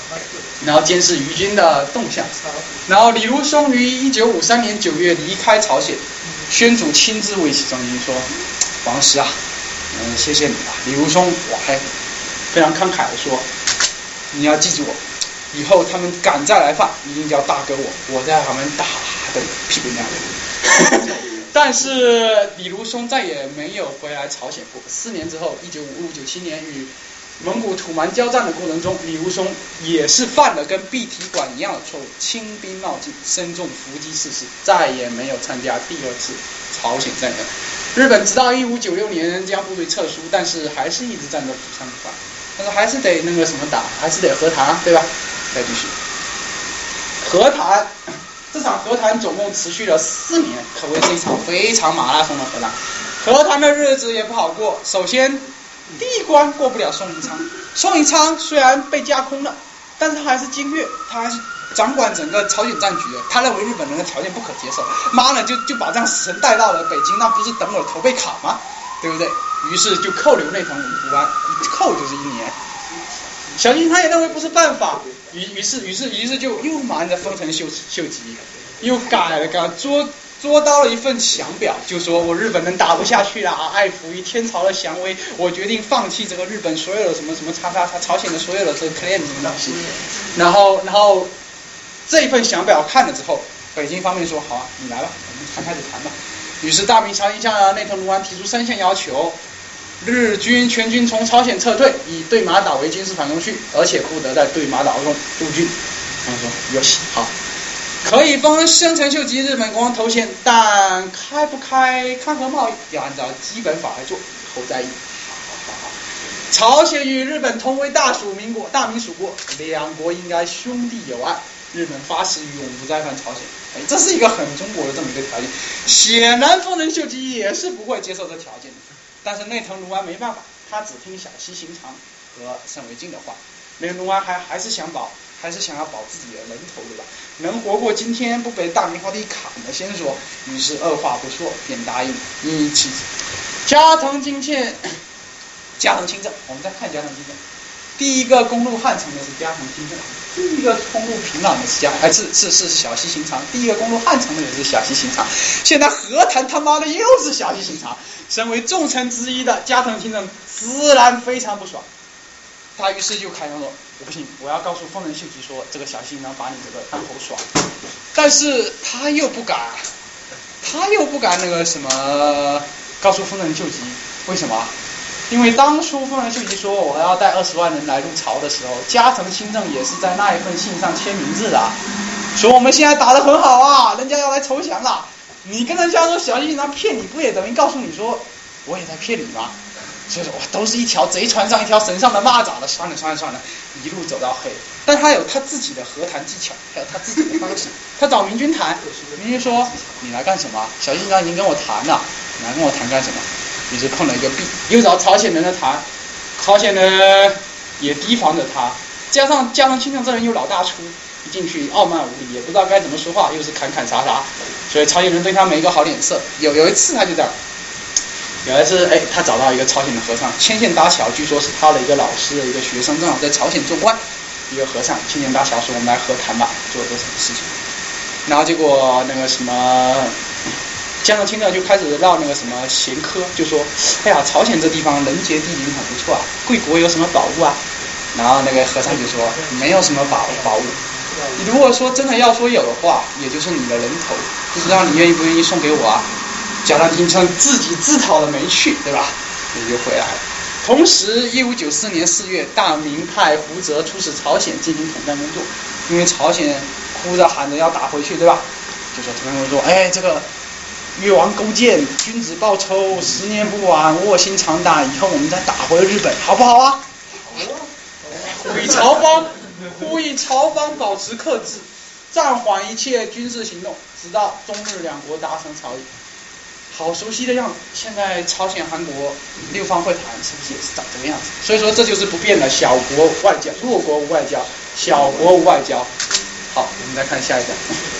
然后监视余军的动向。然后李如松于一九五三年九月离开朝鲜，宣祖亲自为其证明说：“王师啊，嗯，谢谢你啊。”李如松我还非常慷慨的说：“你要记住我，以后他们敢再来犯，一定叫大哥我，我在他们打的屁滚尿流。”但是李如松再也没有回来朝鲜过。四年之后，一九五五九七年与蒙古土蛮交战的过程中，李如松也是犯了跟毕提管一样的错误，轻兵冒进，身中伏击逝世，再也没有参加第二次朝鲜战争。日本直到一五九六年将部队撤出，但是还是一直站在釜山不放，但是还是得那个什么打，还是得和谈，对吧？再继续和谈。这场和谈总共持续了四年，可谓是一场非常马拉松的和谈。和谈的日子也不好过。首先，第一关过不了宋宜昌。宋宜昌虽然被架空了，但是他还是经略，他还是掌管整个朝鲜战局的。他认为日本人的条件不可接受，妈呢就就把这样死人带到了北京，那不是等我的头被砍吗？对不对？于是就扣留内藤武安，一扣就是一年。小金他也认为不是办法。于于是于是于是就又瞒着丰臣秀秀吉，又改了改捉捉到了一份降表，就说我日本人打不下去了，爱抚于天朝的降威，我决定放弃这个日本所有的什么什么叉叉叉朝鲜的所有的这个 claim 什么东西。然后然后这一份降表看了之后，北京方面说好啊，你来吧，我们谈开始谈吧。于是大明朝廷向内藤如安提出三项要求。日军全军从朝鲜撤退，以对马岛为军事反攻区，而且不得在对马岛中驻军。他们说有戏，好，可以封丰臣秀吉日本国王头衔，但开不开康和贸易要按照基本法来做，后再议。好好好，朝鲜与日本同为大属民国、大明属国，两国应该兄弟友爱。日本发誓永不再犯朝鲜。哎，这是一个很中国的这么一个条件。显然丰臣秀吉也是不会接受这条件的。但是内藤如安没办法，他只听小西行长和沈惟敬的话。内藤如安还还是想保，还是想要保自己的人头，对吧？能活过今天，不被大明皇帝砍了先说。于是二话不说便答应一起加藤清正，加藤清正，我们再看加藤清正。第一个攻入汉城的是加藤清正，第一个攻入平壤的是加，哎，是是是小西行长，第一个攻入汉城的也是小西行长。现在和谈他妈的又是小西行长。身为重臣之一的加藤清正自然非常不爽，他于是就开口说：“我不行，我要告诉丰臣秀吉说，这个小西行长把你这个当头耍。”但是他又不敢，他又不敢那个什么告诉丰臣秀吉，为什么？因为当初丰臣秀吉说我要带二十万人来入朝的时候，加藤清正也是在那一份信上签名字的，说我们现在打得很好啊，人家要来投降了。你跟人家说小西行长骗你，不也等于告诉你说我也在骗你吗？所以说哇，都是一条贼船上一条神上的蚂蚱的，算了算了算了，一路走到黑。但他有他自己的和谈技巧，还有他自己的方式。他找明军谈，明军说你来干什么？小西行长已经跟我谈了，你来跟我谈干什么？于是碰了一个壁，又找朝鲜人的谈，朝鲜人也提防着他，加上加上清正这人又老大粗。一进去傲慢无礼，也不知道该怎么说话，又是砍砍杀杀，所以朝鲜人对他没个好脸色。有有一次他就这样，有一次哎，他找到一个朝鲜的和尚牵线搭桥，据说是他的一个老师的一个学生，正好在朝鲜做官，一个和尚牵线搭桥说我们来和谈吧，做做什么事情。然后结果那个什么加藤清正就开始绕那个什么闲科，就说哎呀，朝鲜这地方人杰地灵很不错啊，贵国有什么宝物啊？然后那个和尚就说没有什么宝宝物，如果说真的要说有的话，也就是你的人头，不知道你愿意不愿意送给我啊？加藤清正自己自讨了没趣，对吧？也就回来了。同时一五九四年四月，大明派胡哲出使朝鲜进行统战工作，因为朝鲜哭着喊着要打回去，对吧？就说统战工作，哎，这个越王勾践，君子报仇，十年不晚，卧薪尝胆，以后我们再打回日本，好不好啊？呼吁朝方，呼吁朝方保持克制，暂缓一切军事行动，直到中日两国达成朝议。好熟悉的样子，现在朝鲜、韩国六方会谈是不是也是长这个样子？所以说这就是不变的小国外交，弱国无外交，小国无外交。好，我们再看下一张。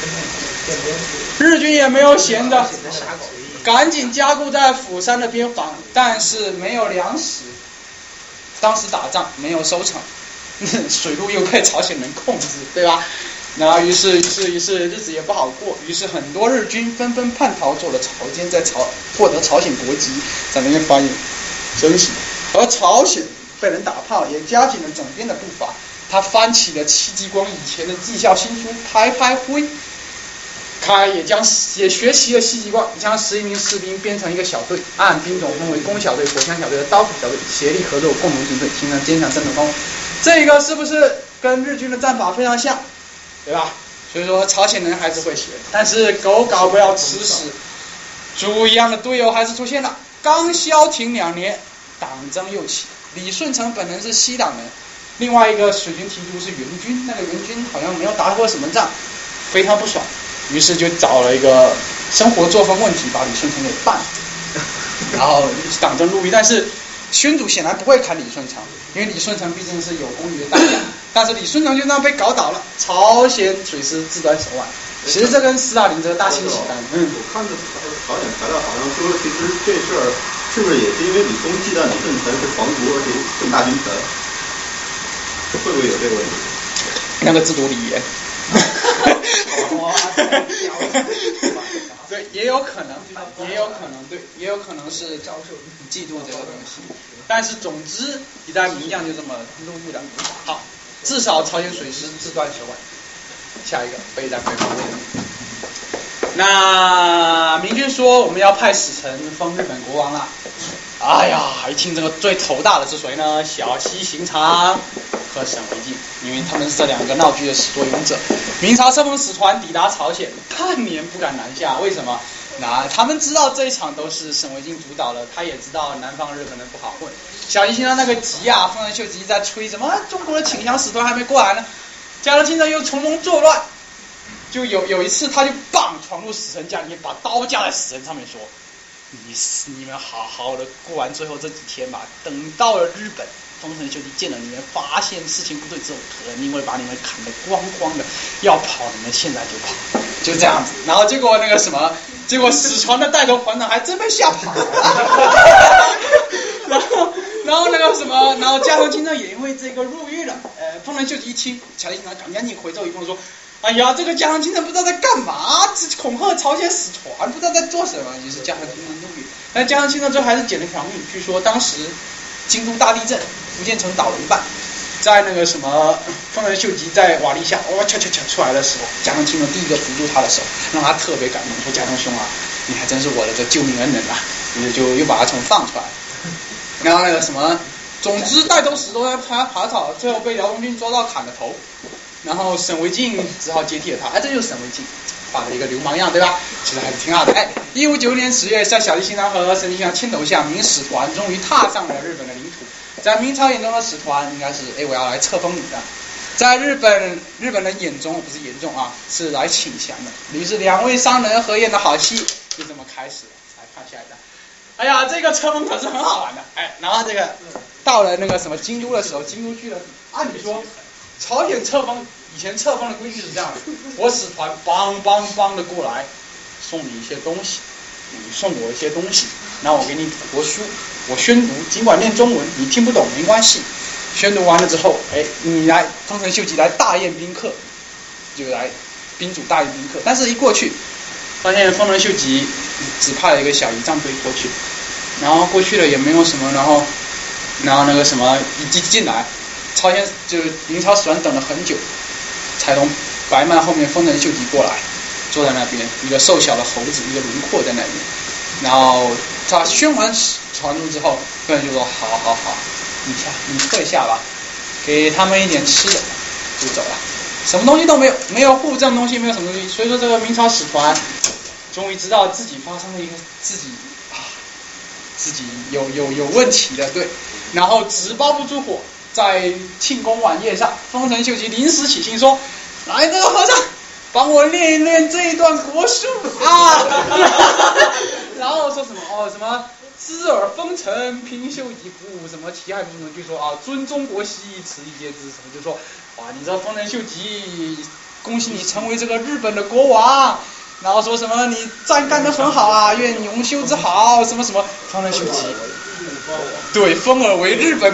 日军也没有闲着，赶紧加固在釜山的边防，但是没有粮食。当时打仗没有收成， 水路又被朝鲜人控制，对吧？然后于是于是于是日子也不好过，于是很多日军纷纷叛逃，做了朝奸，在朝获得朝鲜国籍，在那边发言升息。而朝鲜被人打炮，也加紧了整编的步伐。他翻起了戚继光以前的绩效新书，拍拍灰。他也将也学习了戚继光，将十一名士兵编成一个小队，按兵种分为弓小队、火枪小队和刀斧小队，协力合作，共同进退，形成坚强战斗方。这个是不是跟日军的战法非常像？对吧？所以说朝鲜人还是会学，但是狗搞不要吃屎。猪一样的队友还是出现了。刚消停两年，党争又起。李舜臣本人是西党人，另外一个水军提督是援军，那个援军好像没有打过什么仗，非常不爽，于是就找了一个生活作风问题，把李舜臣给办了。然后党争入狱，但是宣祖显然不会砍李舜臣，因为李舜臣毕竟是有功于的大将，但是李舜臣就那样被搞倒了，朝鲜水师自断手腕。其实这跟斯大林这个大清洗干嗯，我看着朝鲜材料好像说，其实这事儿是不是也是因为李宗忌惮李舜臣是皇族，而且更大军臣，会不会有这个问题？ 那个自读礼言。对，也有可能，也有可能，对，也有可能是嫉妒这个东西。但是总之，一代名将就这么入狱了。好，至少朝鲜水师自断手腕。下一个备战北方卫。那明军说我们要派使臣封日本国王了。哎呀，一听这个最头大的是谁呢？小西行长和沈惟敬，因为他们是这两个闹剧的始作俑者。明朝册封使团抵达朝鲜，半年不敢南下，为什么？那他们知道这一场都是沈惟敬主导的，他也知道南方日本人不好混。小西行长那个急啊，丰臣秀吉在吹什么中国的请降使团还没过来呢，加藤清正又从中作乱，就有有一次他就棒闯入使臣家里面，把刀架在使臣上面说。你你们好好的过完最后这几天吧，等到了日本，丰臣秀吉见了你们，发现事情不对之后，肯定会把你们砍得光光的，要跑你们现在就跑，就这样子。然后结果那个什么，结果使船的带头团长还真被吓跑了。然后然后那个什么，然后加藤清正也因为这个入狱了。呃，丰臣秀吉一听，小西行长赶紧回奏一封说。哎呀，这个加藤清正不知道在干嘛，恐吓朝鲜使团，不知道在做什么，于是加藤清正入狱。但加藤清正最后还是捡了条命，据说当时京都大地震，福建城倒了一半，在那个什么丰臣秀吉在瓦砾下哇敲敲敲出来的时候，加藤清正第一个扶住他的手，让他特别感动，说加藤兄啊，你还真是我的这救命恩人啊，于是就又把他从放出来。然后那个什么，总之带头使都在爬爬草，最后被辽东军抓到砍了头。然后沈惟敬只好接替了他，哎，这就是沈惟敬，画了一个流氓样，对吧？其实还是挺好的。哎，一五九六年十月，在小西行长和沈西行长牵头下，明使团终于踏上了日本的领土。在明朝眼中的使团应该是，哎，我要来册封你的。在日本日本人眼中不是严重啊，是来请降的。于是两位商人合宴的好戏就这么开始了。来看下一张。哎呀，这个册封可是很好玩的。哎，然后这个到了那个什么京都的时候，京都去了，按理说。朝鲜册封以前册封的规矩是这样的，我使团邦邦邦的过来，送你一些东西，你送我一些东西，然后我给你国书，我宣读，尽管念中文你听不懂没关系，宣读完了之后，哎，你来丰臣秀吉来大宴宾客，就来宾主大宴宾客，但是一过去，发现丰臣秀吉只派了一个小仪仗队过去，然后过去了也没有什么，然后然后那个什么一进进来。朝鲜就是明朝使团等了很久，才从白曼后面丰臣秀吉过来，坐在那边，一个瘦小的猴子，一个轮廓在那边。然后他宣完传书之后，丰臣就说：“好好好，你下你退下吧，给他们一点吃的，就走了。什么东西都没有，没有户政东西，没有什么东西。所以说这个明朝使团终于知道自己发生了一个自己啊，自己有有有问题的，对，然后纸包不住火。”在庆功晚宴上，丰臣秀吉临时起兴说：“来，这个和尚，帮我练一练这一段国书啊。”然后说什么哦，什么知尔丰臣，平秀吉不什么其害不能，就说啊，尊中国兮，此一皆知，什么就说哇，你知道丰臣秀吉，恭喜你成为这个日本的国王。然后说什么你战干得很好啊，愿永修之好，什么什么，丰臣秀吉。对，封尔为日本国王，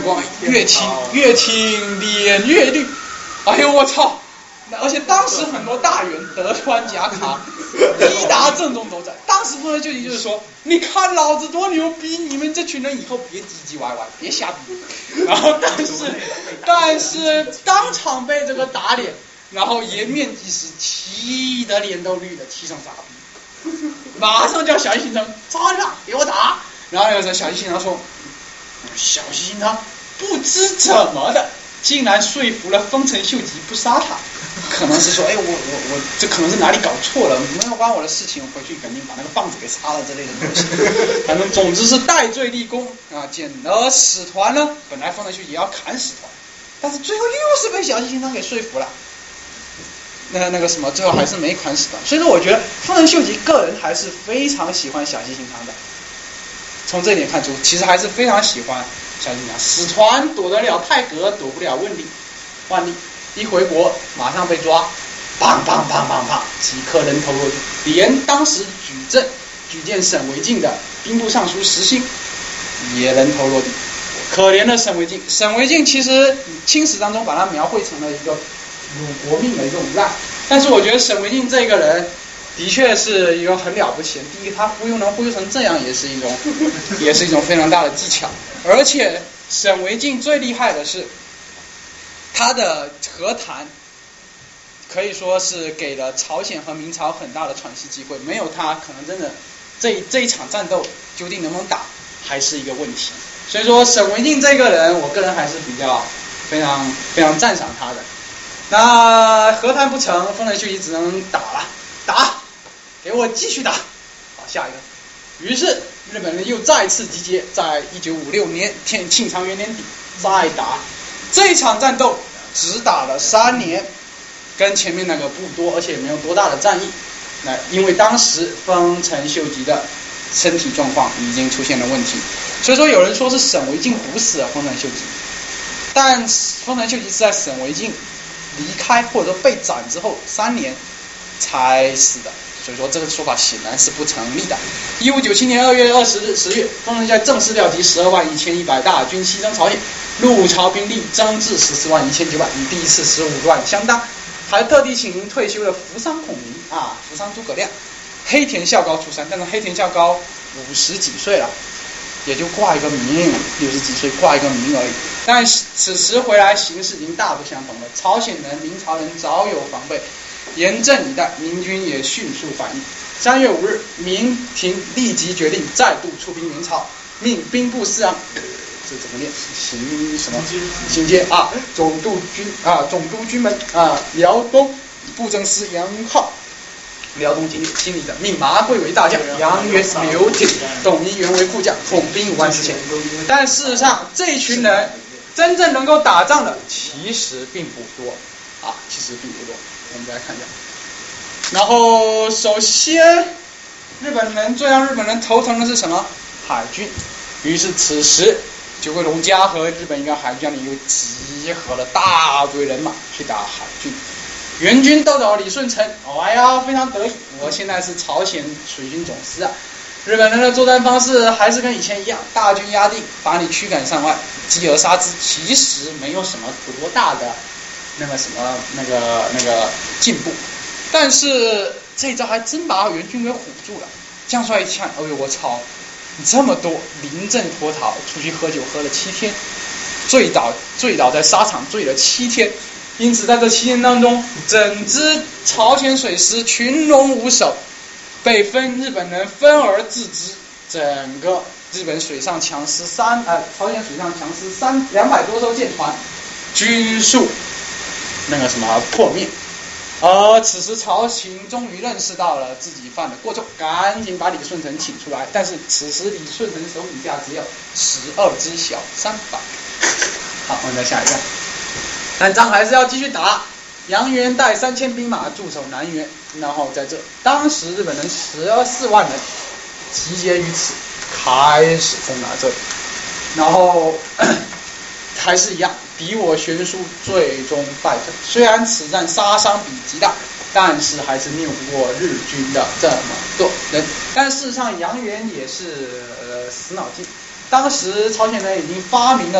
越听越听脸越绿，哎呦我操！而且当时很多大员德川家康、伊达正宗都在。当时丰臣秀吉就是说，你看老子多牛逼，你们这群人以后别唧唧歪歪，别瞎逼。然后但是但是当场被这个打脸，然后颜面即失，气得脸都绿了，气成傻逼。马上叫小西行长抓上给我打。然后那个时候小西行长说，小西行长不知怎么的，竟然说服了丰臣秀吉不杀他。可能是说，哎，我我我这可能是哪里搞错了，没有关我的事情，我回去肯定把那个棒子给杀了之类的东西。反正总之是戴罪立功啊，捡了使团呢，本来丰臣秀吉要砍使团，但是最后又是被小西行长给说服了。那那个什么，最后还是没砍使团。所以说，我觉得丰臣秀吉个人还是非常喜欢小西行长的。从这一点看出，其实还是非常喜欢小西行长。使团躲得了太阁，躲不了问力万历。一回国马上被抓，砰砰砰砰砰，几颗人头落地，连当时举证举荐沈惟敬的兵部尚书石信也人头落地。可怜的沈惟敬，沈惟敬其实清史当中把他描绘成了一个辱国命的一个无赖，但是我觉得沈惟敬这个人的确是一个很了不起的。第一，他忽悠能忽悠成这样，也是一种也是一种非常大的技巧。而且沈惟敬最厉害的是，他的和谈可以说是给了朝鲜和明朝很大的喘息机会，没有他，可能真的这这一场战斗究竟能不能打，还是一个问题。所以说沈惟敬这个人，我个人还是比较非常非常赞赏他的。那和谈不成，丰臣秀吉只能打了，打，给我继续打。好，下一个。于是日本人又再次集结，在一九五六年天庆长元年底再打。这一场战斗只打了三年，跟前面那个不多，而且没有多大的战役。那因为当时丰臣秀吉的身体状况已经出现了问题，所以说有人说是沈惟敬唬死了丰臣秀吉，但丰臣秀吉是在沈惟敬离开或者说被斩之后三年才死的，所以说这个说法显然是不成立的。一五九七年二月二十日十月，丰臣家正式调集十二万一千一百大军西征朝鲜，入朝兵力增至十四万一千九百，与第一次十五万相当。还特地请您退休的扶桑孔明啊，扶桑诸葛亮、黑田孝高出山，但是黑田孝高五十几岁了，也就挂一个名，六十几岁挂一个名而已。但此时回来形势已经大不相同了，朝鲜人、明朝人早有防备，严阵以待，明军也迅速反应。三月五日，明廷立即决定再度出兵援朝，命兵部侍郎。这怎么念？行什么？行阶啊，总督军啊，总督军门啊，辽东布政司杨浩，辽东经经理的，命麻贵为大将，杨元、刘瑾、董一元为副将，统兵五万四千。但事实上，这一群人真正能够打仗的其实并不多啊，其实并不多。我们再来看一下。然后，首先，日本人最让日本人头疼的是什么？海军。于是此时，九桂隆家和日本一个海军将领又集合了大队人马去打海军。援军都找李舜臣，哎呀，非常得意，我现在是朝鲜水军总司啊。日本人的作战方式还是跟以前一样，大军压境，把你驱赶上外，击而杀之。其实没有什么多大的那个什么那个那个进步，但是这一招还真把援军给唬住了。将帅一看，哎呦我操！这么多临阵脱逃，出去喝酒喝了七天，醉倒醉倒在沙场醉了七天，因此在这七天当中，整支朝鲜水师群龙无首，被分日本人分而治之，整个日本水上强师三呃朝鲜水上强师三两百多艘舰船，军数那个什么破灭。而此时朝廷终于认识到了自己犯的过错，赶紧把李舜臣请出来。但是此时李舜臣手底下只有十二只小三百。好，我们再下一个。但仗还是要继续打。杨元带三千兵马驻守南原，然后在这，当时日本人十四万人集结于此，开始攻打这里。然后还是一样，敌我悬殊，最终败退。虽然此战杀伤比极大，但是还是拗不过日军的这么多人。但事实上，杨元也是呃死脑筋。当时朝鲜人已经发明了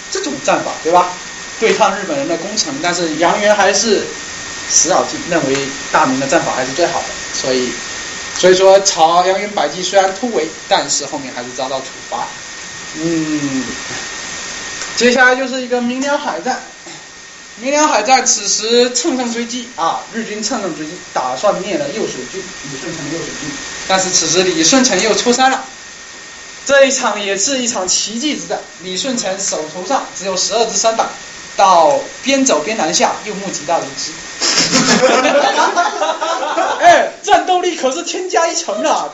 这种战法，对吧？对抗日本人的攻城，但是杨元还是死咬劲，认为大明的战法还是最好的，所以所以说朝杨元百济虽然突围，但是后面还是遭到处罚。嗯，接下来就是一个鸣梁海战。鸣梁海战此时乘胜追击啊，日军乘胜追击，打算灭了右水军，李舜臣的右水军，但是此时李舜臣又出山了。这一场也是一场奇迹之战，李舜臣手头上只有十二支三党，到边走边南下，又募集到一支。哎，战斗力可是添加一成啊！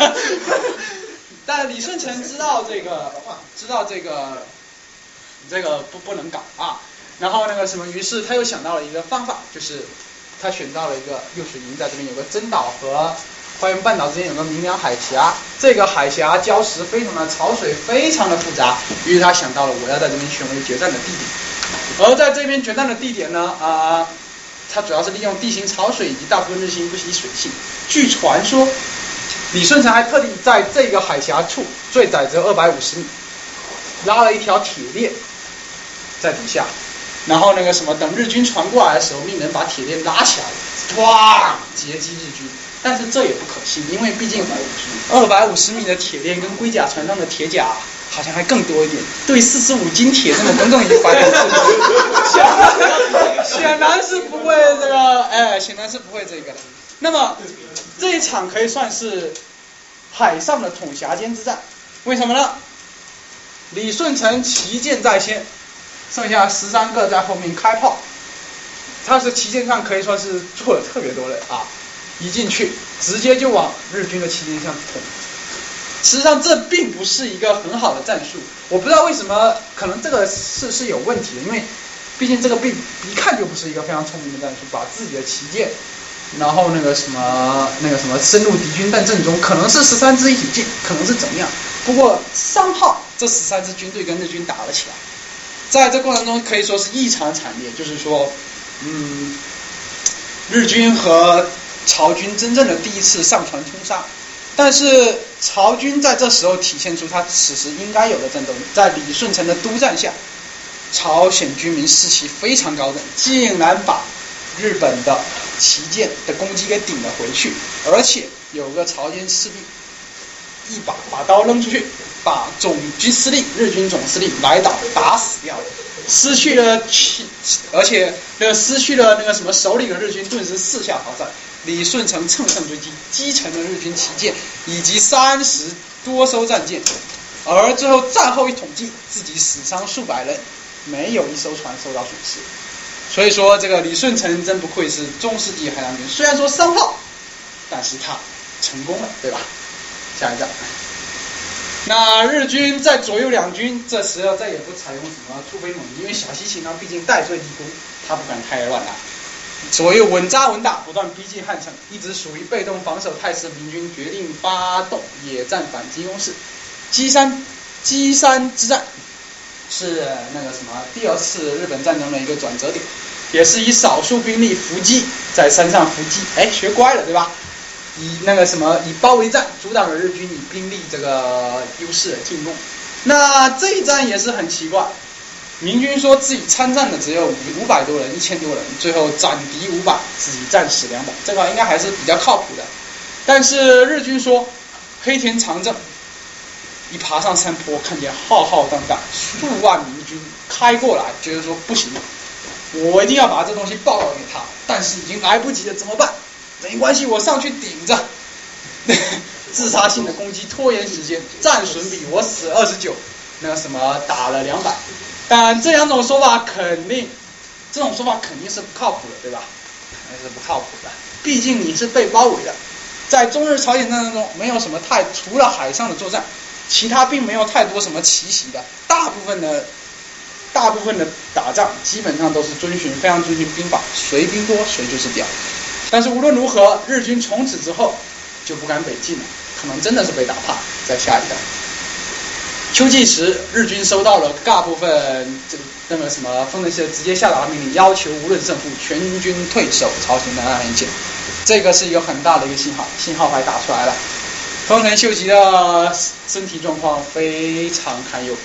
但李舜臣知道这个，知道这个，这个不不能搞啊。然后那个什么，于是他又想到了一个方法，就是他选到了一个右水营，在这边有个真岛和花园半岛之间有个鸣梁海峡，这个海峡礁石非常的潮水，非常的复杂，于是他想到了我要在这边选为决战的地点。而在这边决战的地点呢，啊、呃，它主要是利用地形潮水以及大部分日行不习水性。据传说，李舜臣还特地在这个海峡处最窄只有二百五十米，拉了一条铁链在底下。然后那个什么，等日军传过来的时候，命人把铁链拉起来，哇，截击日军。但是这也不可信，因为毕竟二百五十米的铁链跟龟甲船上的铁甲好像还更多一点，对四十五斤铁这么耿耿于怀的显然显然是不会这个，哎，显然是不会这个的。那么这一场可以算是海上的统辖间之战，为什么呢？李舜臣旗舰在先。剩下十三个在后面开炮，他是旗舰上可以说是做了特别多的啊，一进去直接就往日军的旗舰上捅。实际上这并不是一个很好的战术，我不知道为什么，可能这个是是有问题的，因为毕竟这个并一看就不是一个非常聪明的战术，把自己的旗舰，然后那个什么那个什么深入敌军但阵中，可能是十三支一起进，可能是怎么样。不过三号这十三支军队跟日军打了起来。在这过程中可以说是异常惨烈，就是说，嗯，日军和曹军真正的第一次上船冲杀，但是曹军在这时候体现出他此时应该有的战斗力，在李舜臣的督战下，朝鲜军民士气非常高涨，竟然把日本的旗舰的攻击给顶了回去，而且有个朝鲜士兵一把把刀扔出去，把总军司令日军总司令来岛打死掉了，失去了而且那个失去了那个什么首领的日军顿时四下逃窜。李舜臣乘胜追击，击沉了日军旗舰以及三十多艘战舰，而最后战后一统计，自己死伤数百人，没有一艘船受到损失。所以说这个李舜臣真不愧是中世纪海洋军，虽然说三号，但是他成功了，对吧？下一站，那日军在左右两军这时候再也不采用什么突飞猛进，因为小西行呢毕竟戴罪立功，他不敢太乱来，左右稳扎稳打，不断逼近汉城，一直属于被动防守态势。明军决定发动野战反击攻势。基山基山之战是那个什么第二次日本战争的一个转折点，也是以少数兵力伏击，在山上伏击，哎，学乖了对吧？以那个什么以包围战阻挡了日军以兵力这个优势的进攻。那这一战也是很奇怪，明军说自己参战的只有五百多人，一千多人，最后斩敌五百，自己战死两百，这个应该还是比较靠谱的。但是日军说黑田长政一爬上山坡，看见浩浩荡荡数万明军开过来，觉得说不行，我一定要把这东西报告给他，但是已经来不及了，怎么办？没关系，我上去顶着，自杀性的攻击，拖延时间，战损比我死二十九，那个什么打了两百。但这两种说法肯定，这种说法肯定是不靠谱的，对吧？肯定是不靠谱的，毕竟你是被包围的。在中日朝鲜战争中，没有什么太除了海上的作战，其他并没有太多什么奇袭的，大部分的大部分的打仗基本上都是遵循非常遵循兵法，谁兵多谁就是屌。但是无论如何，日军从此之后就不敢北进了，可能真的是被打怕。再下一个，秋季时，日军收到了大部分这那个什么丰臣秀吉直接下达的命令，要求无论胜负，全军退守朝鲜的南岸线。这个是一个很大的一个信号，信号牌打出来了。丰臣秀吉的身体状况非常堪忧，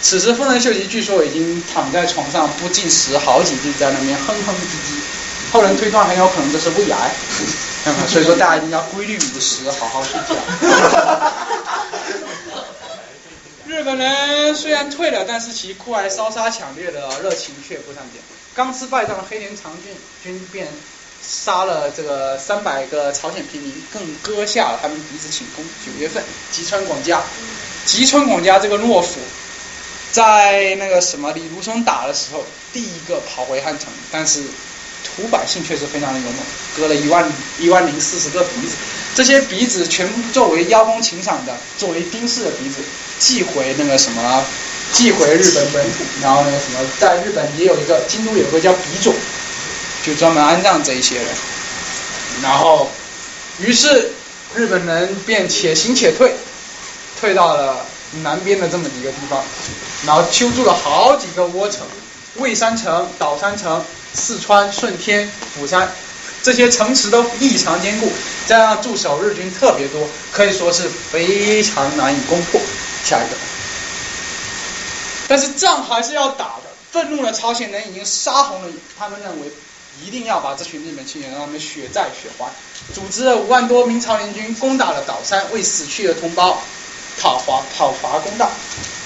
此时丰臣秀吉据说已经躺在床上不进食好几日，在那边哼哼唧唧。后人推断很有可能这是胃癌，所以说大家一定要规律饮食，好好睡觉。日本人虽然退了，但是其酷爱烧杀抢掠的热情却不散减。刚吃败仗的黑田长军军便杀了这个三百个朝鲜平民，更割下了他们鼻子请功。九月份，吉川广家，吉川广家这个懦夫，在那个什么李如松打的时候，第一个跑回汉城，但是土百姓确实非常的勇猛，割了一万一万零四十个鼻子，这些鼻子全部作为邀功请赏的，作为丁氏的鼻子寄回那个什么，寄回日本本土，然后那个什么，在日本也有一个京都有个叫鼻冢，就专门安葬这一些人，然后于是日本人便且行且退，退到了南边的这么几个地方，然后修筑了好几个窝城，蔚山城、岛山城、四川、顺天、釜山，这些城池都异常坚固，加上驻守日军特别多，可以说是非常难以攻破。下一个，但是仗还是要打的。愤怒的朝鲜人已经杀红了眼，他们认为一定要把这群日本青年让他们血债血还，组织了五万多名朝联军攻打了岛山，为死去的同胞讨伐讨伐公道。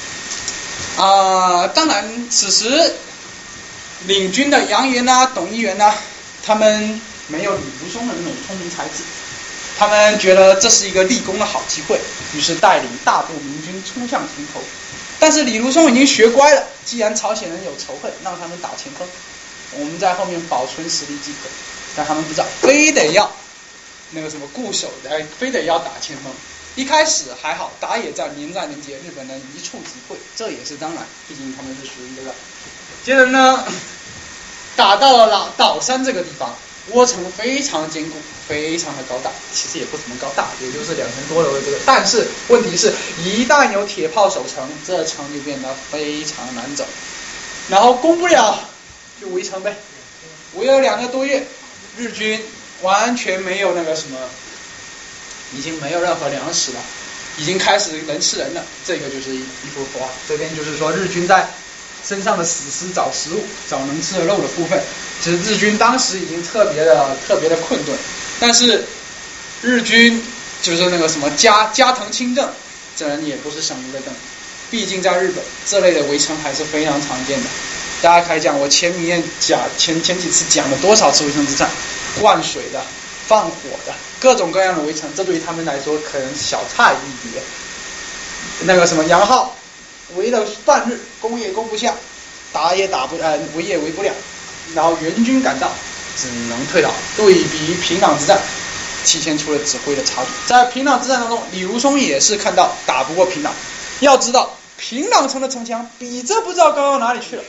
啊、呃，当然，此时领军的杨元呐、董一元呐、他们没有李如松的那种聪明才智，他们觉得这是一个立功的好机会，于是带领大部民军冲向城头。但是李如松已经学乖了，既然朝鲜人有仇恨，让他们打前锋，我们在后面保存实力即可。但他们不知道，非得要那个什么固守，还非得要打前锋。一开始还好，打野战连战连捷，日本人一触即会，这也是当然，毕竟他们是属于这个。接着呢，打到了岛山这个地方，窝城非常坚固，非常的高大，其实也不怎么高大，也就是两层多楼的这个。但是问题是，一旦有铁炮守城，这城就变得非常难走。然后攻不了，就围城呗。围了两个多月，日军完全没有那个什么，已经没有任何粮食了，已经开始人吃人了。这个就是一一幅画，这边就是说日军在身上的死尸找食物，找能吃的肉的部分。其实日军当时已经特别的特别的困顿，但是日军就是那个什么加加藤清正，这人也不是省油的灯，毕竟在日本这类的围城还是非常常见的。大家可以讲，我前面讲前前几次讲了多少次围城之战，灌水的、放火的，各种各样的围城，这对于他们来说可能小菜一碟。那个什么杨浩围了半日，攻也攻不下，打也打不呃围也围不了，然后援军赶到，只能退逃。对比平壤之战，体现出了指挥的差距。在平壤之战当中，李如松也是看到打不过平壤，要知道平壤城的城墙比这不知道高到哪里去了。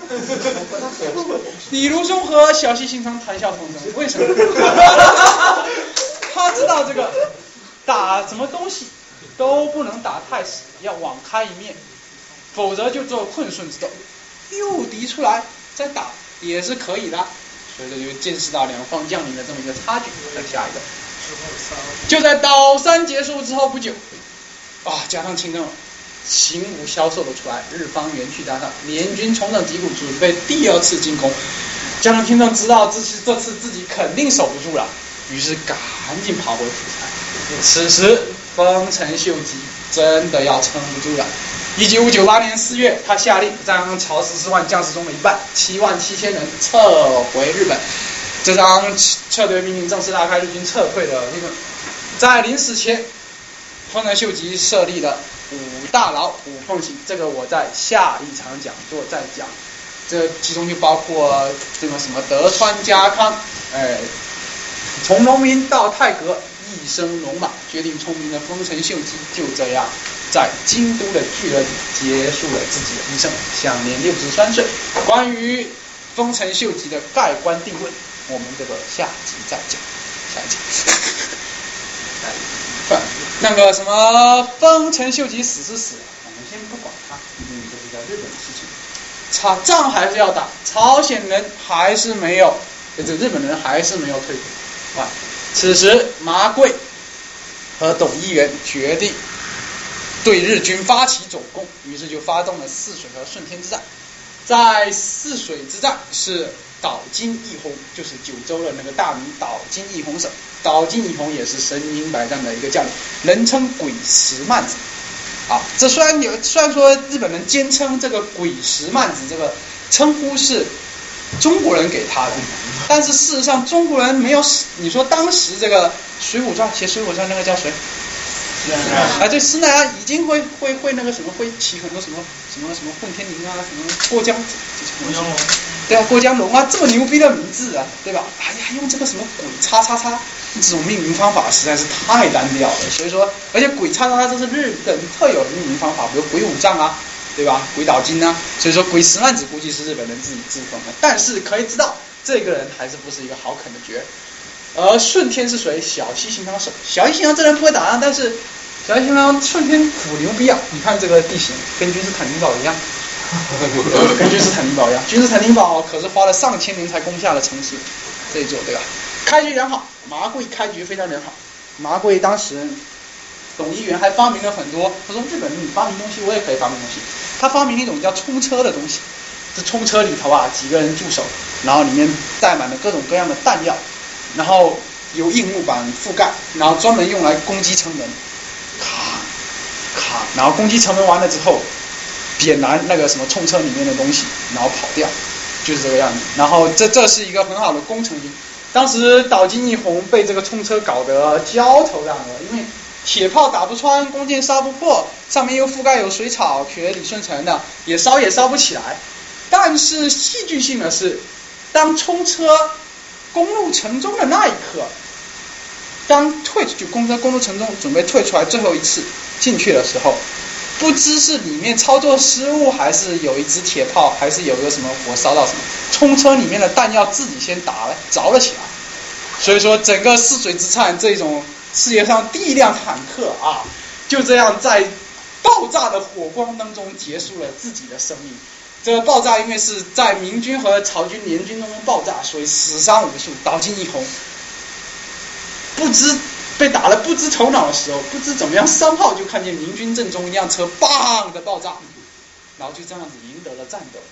李如松和小西行长谈笑风生，为什么？他知道这个打什么东西都不能打太死，要网开一面，否则就做困顺之斗。诱敌出来再打也是可以的，所以这就见识到两方将领的这么一个差距。再下一个，就在岛山结束之后不久，啊，加上清正行武销售了出来，日方元气加上联军重整旗鼓，准备第二次进攻。加上清正知道这次这次自己肯定守不住了，于是赶紧跑回釜山。此时丰臣秀吉真的要撑不住了。一九九八年四月，他下令将朝十四万将士中的一半，七万七千人撤回日本。这张撤退命令正式拉开日军撤退的立论。在临死前，丰臣秀吉设立了五大牢五奉行，这个我在下一场讲座再讲。这其中就包括这个什么德川家康，哎，从农民到太阁，一生戎马，决定聪明的丰臣秀吉就这样在京都的巨人结束了自己的一生，享年六十三岁。关于丰臣秀吉的盖棺定论，我们这个下集再讲。下一集。那个什么丰臣秀吉死是死，我们先不管他，毕竟这是在日本的事情。朝仗还是要打，朝鲜人还是没有，这日本人还是没有退回。啊，此时麻贵和董一元决定对日军发起总攻，于是就发动了泗水和顺天之战。在泗水之战是岛津义弘，就是九州的那个大名岛津义弘省。岛津义弘也是身经百战的一个将领，人称鬼石曼子。啊，这虽然有，虽然说日本人坚称这个鬼石曼子这个称呼是中国人给他的，但是事实上中国人没有。你说当时这个《水浒传》写《水浒传》那个叫谁？啊，对，施耐庵已经会会会那个什么，会起很多什么什么什么混天绫啊，什么过江过江龙，对啊，过江龙啊，这么牛逼的名字啊，对吧？还还用这个什么鬼叉叉叉，这种命名方法实在是太单调了。所以说，而且鬼叉叉叉这是日本特有的命名方法，比如鬼武藏啊，对吧？鬼岛津啊，所以说鬼石曼子估计是日本人自己自封的。但是可以知道，这个人还是不是一个好啃的角。而顺天是谁？小西行长手。小西行长这人不会打仗，但是小西行长顺天苦牛逼啊！你看这个地形，跟君士坦丁堡一样，跟君士坦丁堡一样。君士坦丁堡可是花了上千年才攻下的城市，这一座对吧？开局良好，麻贵开局非常良好。麻贵当时董一元还发明了很多，他说日本人你发明东西，我也可以发明东西。他发明了一种叫冲车的东西，这冲车里头啊几个人驻守，然后里面带满了各种各样的弹药。然后由硬木板覆盖，然后专门用来攻击城门，咔咔，然后攻击城门完了之后，点燃那个什么冲车里面的东西，然后跑掉，就是这个样子。然后这这是一个很好的攻城军。当时岛津义弘被这个冲车搞得焦头烂额，因为铁炮打不穿，弓箭烧不破，上面又覆盖有水草，学李舜臣的也烧也烧不起来。但是戏剧性的是，当冲车攻入城中的那一刻，当退出去攻车攻入城中准备退出来最后一次进去的时候，不知是里面操作失误，还是有一支铁炮，还是有一个什么火烧到什么，冲车里面的弹药自己先打了着了起来。所以说整个泗水之战这种世界上第一辆坦克啊，就这样在爆炸的火光当中结束了自己的生命。这个爆炸因为是在明军和曹军联军中爆炸，所以死伤无数。岛津义弘不知被打了不知头脑的时候，不知怎么样，三炮就看见明军阵中一辆车砰的爆炸，然后就这样子赢得了战斗。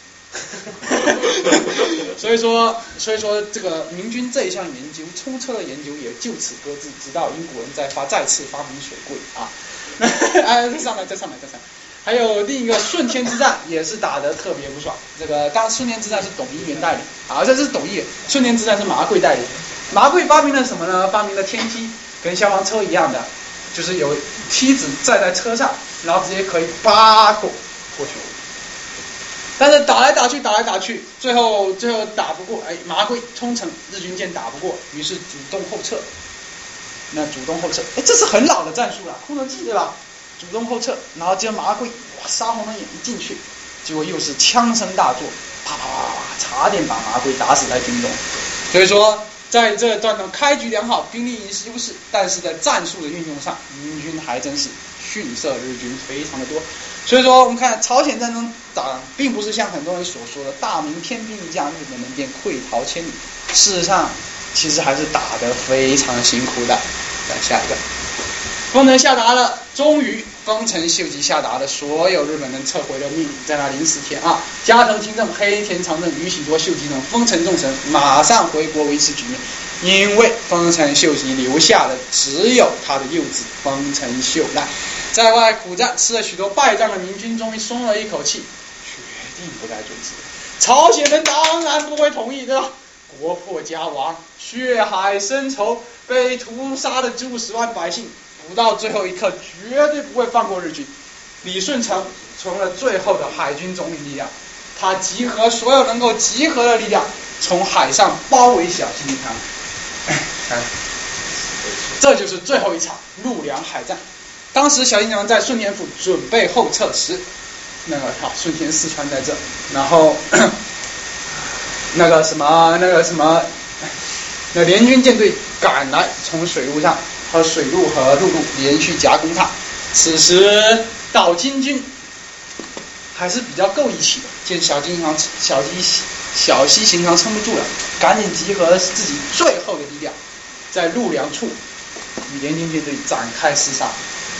所以说，所以说这个明军这一项研究，冲车的研究也就此搁置，直到英国人再发再次发明水柜啊。哎，再上来，再上来，再上来。还有另一个顺天之战也是打得特别不爽。这个当然顺天之战是董一元带领，啊，这是董一元。顺天之战是麻贵带领。麻贵发明了什么呢？发明了天梯，跟消防车一样的，就是有梯子站在车上，然后直接可以扒过过去。但是打来打去，打来打去，最后最后打不过，哎，麻贵冲城，日军舰打不过，于是主动后撤。那主动后撤，哎，这是很老的战术了，空投计对吧？主动后撤，然后接麻贵，哇，杀红了眼一进去，结果又是枪声大作，啪啪啪啪，差点把麻贵打死在军中。所以说，在这段中开局良好，兵力优势，但是在战术的运用上，明军还真是逊色日军非常的多。所以说，我们看朝鲜战争打，并不是像很多人所说的大明天兵一将，日本人便溃逃千里。事实上，其实还是打得非常辛苦的。再下一个。丰臣下达了，终于丰臣秀吉下达了所有日本人撤回的命令，在那临死前啊，加藤清正、黑田长政、宇喜多、秀吉等丰臣众神马上回国维持局面，因为丰臣秀吉留下的只有他的幼子丰臣秀赖。在外苦战，吃了许多败仗的明军终于松了一口气，决定不再阻止。朝鲜人当然不会同意，对吧？国破家亡，血海深仇，被屠杀的数十万百姓，不到最后一刻绝对不会放过日军。李舜臣成了最后的海军总领力量，他集合所有能够集合的力量，从海上包围小金汤。这就是最后一场陆良海战。当时小金良在顺天府准备后撤时，那个好，顺天四川在这，然后那个什么那个什么，那联军舰队赶来，从水路上和水路和陆路连续夹攻他。此时岛津军还是比较够义气的，见小金行小西小西行长撑不住了，赶紧集合自己最后的力量，在陆良处与联军舰队展开厮杀。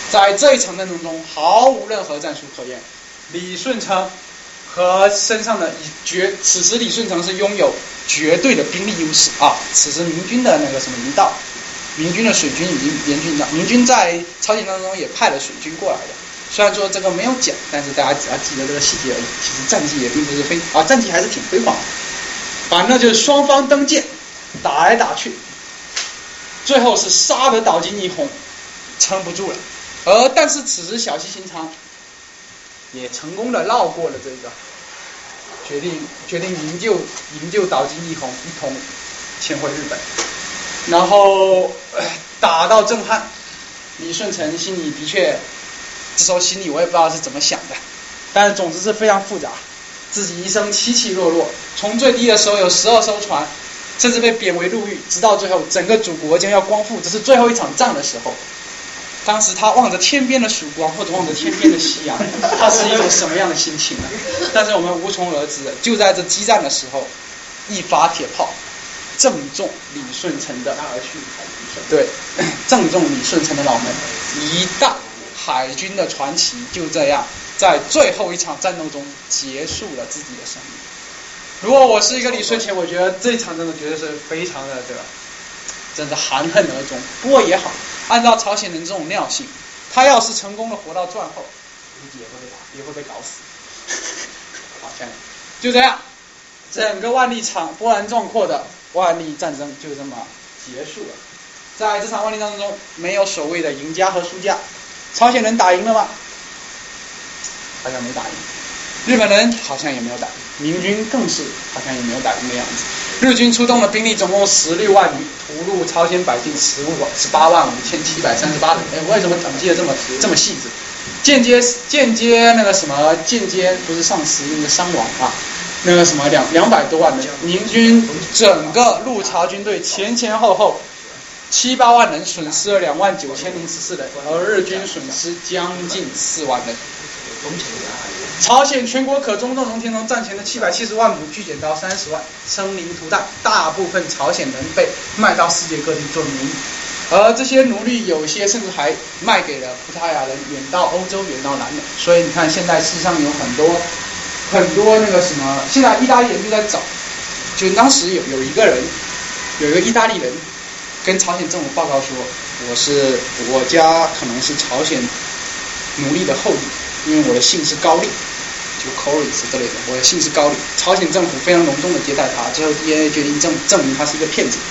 在这一场战争中毫无任何战术可言。李舜臣和身上的绝，此时李舜臣是拥有绝对的兵力优势啊！此时明军的那个什么一到，明军的水军已经联军到，明军在朝鲜当中也派了水军过来的。虽然说这个没有讲，但是大家只要记得这个细节而已。其实战绩也并不是非啊，战绩还是挺辉煌的。反正就是双方登舰，打来打去，最后是杀得岛津义弘撑不住了。而但是此时小西行长也成功的绕过了这个，决定决定营救营救岛津义弘，一同潜回日本。然后打到正汉，李舜臣心里的确。这时候心里我也不知道是怎么想的，但是总之是非常复杂，自己一生起起落落，从最低的时候有十二艘船，甚至被贬为陆狱，直到最后整个祖国将要光复，这是最后一场仗的时候，当时他望着天边的曙光，或者望着天边的夕阳，他是一种什么样的心情呢？但是我们无从而知，就在这激战的时候，一发铁炮正中李舜臣的对，正中李舜臣的脑门，一大海军的传奇就这样在最后一场战斗中结束了自己的生命。如果我是一个李舜臣，我觉得这场战斗绝对是非常的对吧，真的含恨而终。不过也好，按照朝鲜人这种尿性，他要是成功的活到战后，估计也会被打，也会被搞死。好，下面就这样，整个万历场波澜壮阔的万历战争就这么结束了。在这场万历战争中，没有所谓的赢家和输家。朝鲜人打赢了吗？好像没打赢。日本人好像也没有打赢，明军更是好像也没有打赢的样子。日军出动的兵力总共十六万余，屠戮朝鲜百姓十五十八万五千七百三十八人。哎，为什么统计的这么这么细致？间接间接那个什么间接不是丧失那个伤亡啊，那个什么两两百多万人。明军整个入朝军队前前后后。七八万人损失了两万九千零十四人，而日军损失将近四万人。朝鲜全国可中正农田中战前的七百七十万亩剧减到三十万，生灵涂炭，大部分朝鲜人被卖到世界各地做奴隶，而这些奴隶有些甚至还卖给了葡萄牙人，远到欧洲，远到南美。所以你看，现在世上有很多很多那个什么，现在意大利人就在找，就当时有有一个人，有一个意大利人。跟朝鲜政府报告说，我是我家可能是朝鲜奴隶的后裔，因为我的姓是高丽，就 Corys 之类的，我的姓是高丽。朝鲜政府非常隆重的接待他，最后 D N A 决定证证明他是一个骗子。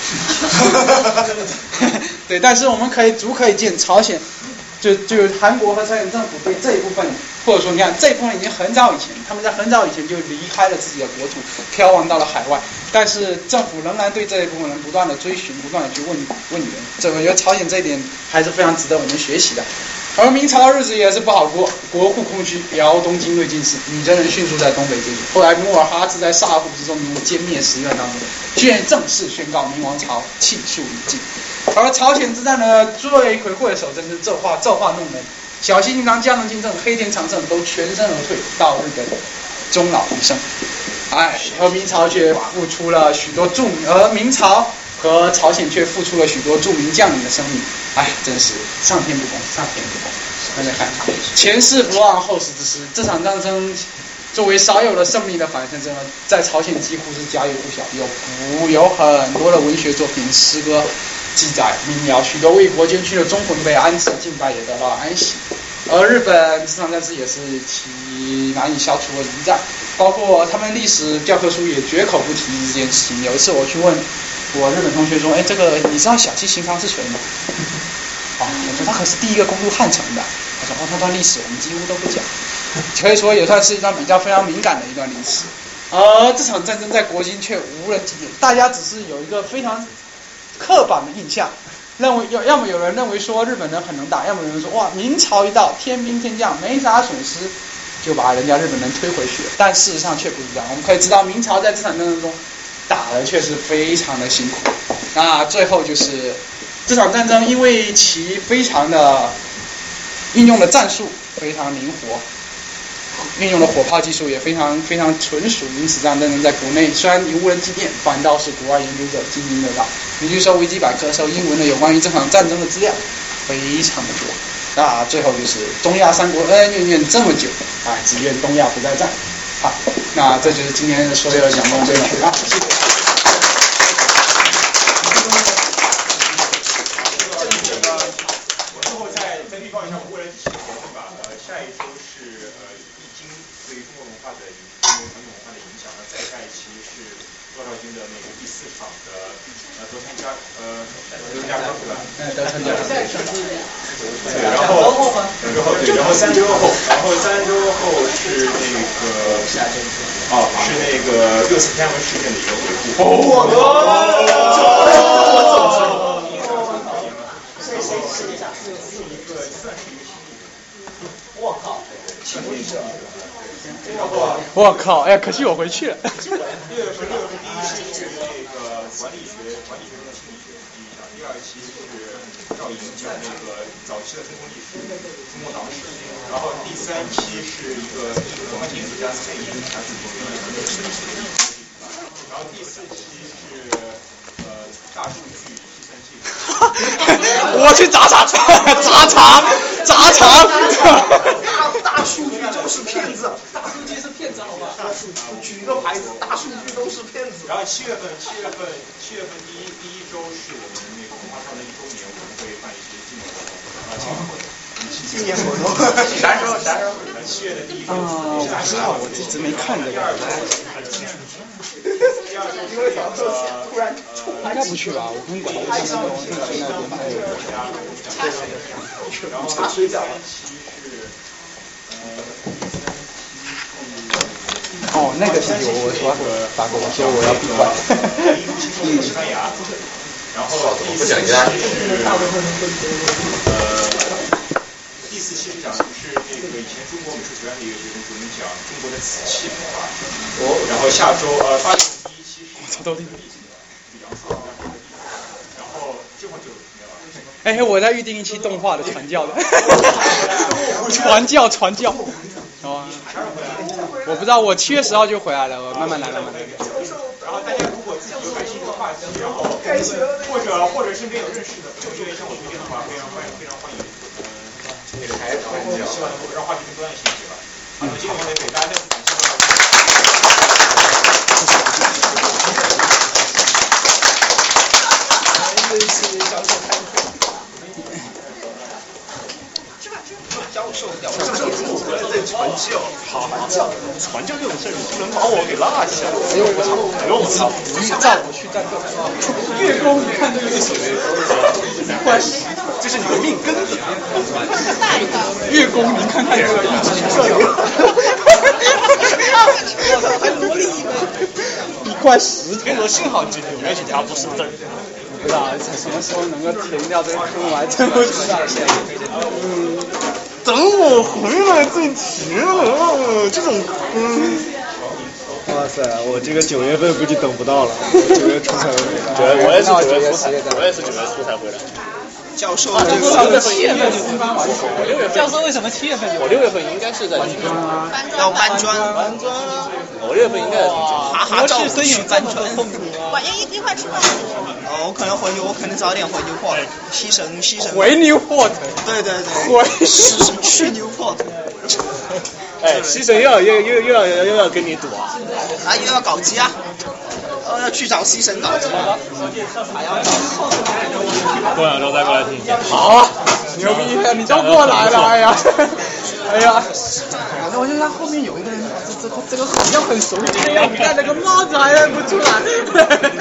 对，但是我们可以足可以见，朝鲜就就韩国和朝鲜政府对这一部分，或者说你看这一部分已经很早以前，他们在很早以前就离开了自己的国土，飘亡到了海外。但是政府仍然对这一部分人不断的追寻，不断的去问问源，这我觉得朝鲜这一点还是非常值得我们学习的。而明朝日子也是不好过，国库空虚，辽东精锐尽失，女真人迅速在东北建立。后来努尔哈赤在萨户之中歼灭十院当中，宣正式宣告明王朝气数已尽。而朝鲜之战的罪魁祸首真是纣化纣化弄人，小西行长、江能金正、黑田长政都全身而退到日本终老一生。哎，而明朝却付出了许多著名，而明朝和朝鲜却付出了许多著名将领的生命。哎，真是上天不公，上天不公。大家看，前世不忘后世之师，这场战争作为少有的胜利的反胜争，在朝鲜几乎是家喻户晓，有古有很多的文学作品、诗歌记载民谣，许多为国捐躯的忠魂被安置敬拜，也得到了安息。而日本这场战事也是其难以消除的一战，包括他们历史教科书也绝口不提这件事情。有一次我去问我日本同学说，哎，这个你知道小西行长是谁吗？啊，我说他可是第一个攻入汉城的。他说哦，那段历史我们几乎都不讲，可以说也算是一段比较非常敏感的一段历史。而这场战争在国军却无人纪念，大家只是有一个非常刻板的印象。认为要要么有人认为说日本人很能打，要么有人说哇明朝一到天兵天将没啥损失，就把人家日本人推回去了。但事实上却不是这样，我们可以知道明朝在这场战争中打的确实非常的辛苦。那最后就是这场战争因为其非常的运用的战术非常灵活，运用的火炮技术也非常非常纯熟，因此这场战争在国内虽然无人纪念，反倒是国外研究者津津乐道。你去搜维基百科，搜英文的有关于这场战争的资料非常的多。 那最后就是东亚三国恩恩怨怨这么久啊，只愿东亚不再战。好，那这就是今天所有的讲座内容啊，谢谢。 我最后再再预告一下，我未来几期的活动吧。呃，下一周是呃易经对中国文化的中国传统文化的影响，那再下一期是多少军的那个第四场的呃德川家呃德川家康对吧？ 嗯，德川家康。 对，然后两周后对，然后三周后，然后三周后是那个哦，是那个六四天安门事件的一个回顾。 我我靠！ 我靠！哎，可惜我回去了。 六月份，六月份第一期是那个管理学，管理学中的心理学第一讲，第二期是赵莹讲那个早期的中国历史，中国党史，然后第三期是一个文化经济学家蔡英他是中国的历史，然后第四期是呃大数据计算器。 我去砸场，砸场，砸场。 大数据就是骗子，大数据是骗子，好吧？大数据，举一个牌子，大数据都是骗子。 然后七月份，七月份，七月份第一第一周是我们那个文化上的一周年，我们会办一些纪念活动啊，纪念活动， 纪念活动， 啥时候？啥时候？七月的第一周。 哦，我知道，我一直没看这个。 第二周因为早上突然应该不去吧？我跟你讲，我现在都现在现在都没有。 然后茶水饺。 哦，那个是有我说打过，我说我要闭关。 嗯。西班牙。然后第四期是呃，第四期讲的是那个以前中国美术学院的一个学生给我们讲中国的瓷器文化。然后下周呃八月第一期是我操都听不懂。然后这会就没有了。 哎，我在预定一期动画的传教的。传教传教。哦。我不知道，我七月十号就回来了，我慢慢来，慢慢来。 然后大家如果自己有感兴趣的话题，然后或者或者是没有认识的，有愿意向我推荐的话，非常欢迎，非常欢迎。嗯，还希望能够让话题更多样性一些吧。好，那么今天我们给大家再次感谢大家。 教授，教授，我在传教，好教，传教这种事，你不能把我给落下。哎呦我操！哎呦我操！不是战，我去战斗。 月宫，你看这个是谁？关系， 这是你的命根子。 月宫，你看看这个一直这里。 我操，还萝莉呢！ 一块石头。 跟你说，幸好今天有警察不是这儿。 不知道什么时候能够填掉这个坑，我还真不知道。嗯， 等我回来再填了，这种坑。 哇塞，我这个九月份估计等不到了，九月初才会回来。 对，我也是九月初才，我也是九月初才回来。 教授， 这个教授七月份就刚完成，我六月份。教授为什么七月份就？我六月份应该是在。 要搬砖， 搬砖啊！我六月份应该是。 哈哈，照顾去搬砖。 晚上一一块吃饭。 哦，我可能回去，我可能早点回 Newport，牺牲牺牲。 回 Newport。 对对对。 回。 去 Newport。 哎，牺牲又要又又又要又要跟你赌啊！ 啊，又要搞基啊！呃，要去找牺牲搞基。 过两周再过来听一下。 好啊，牛逼！你都过来了，哎呀，哎呀，那我就看后面有一个人，这这这个好像很熟悉，戴了个帽子还认不出来。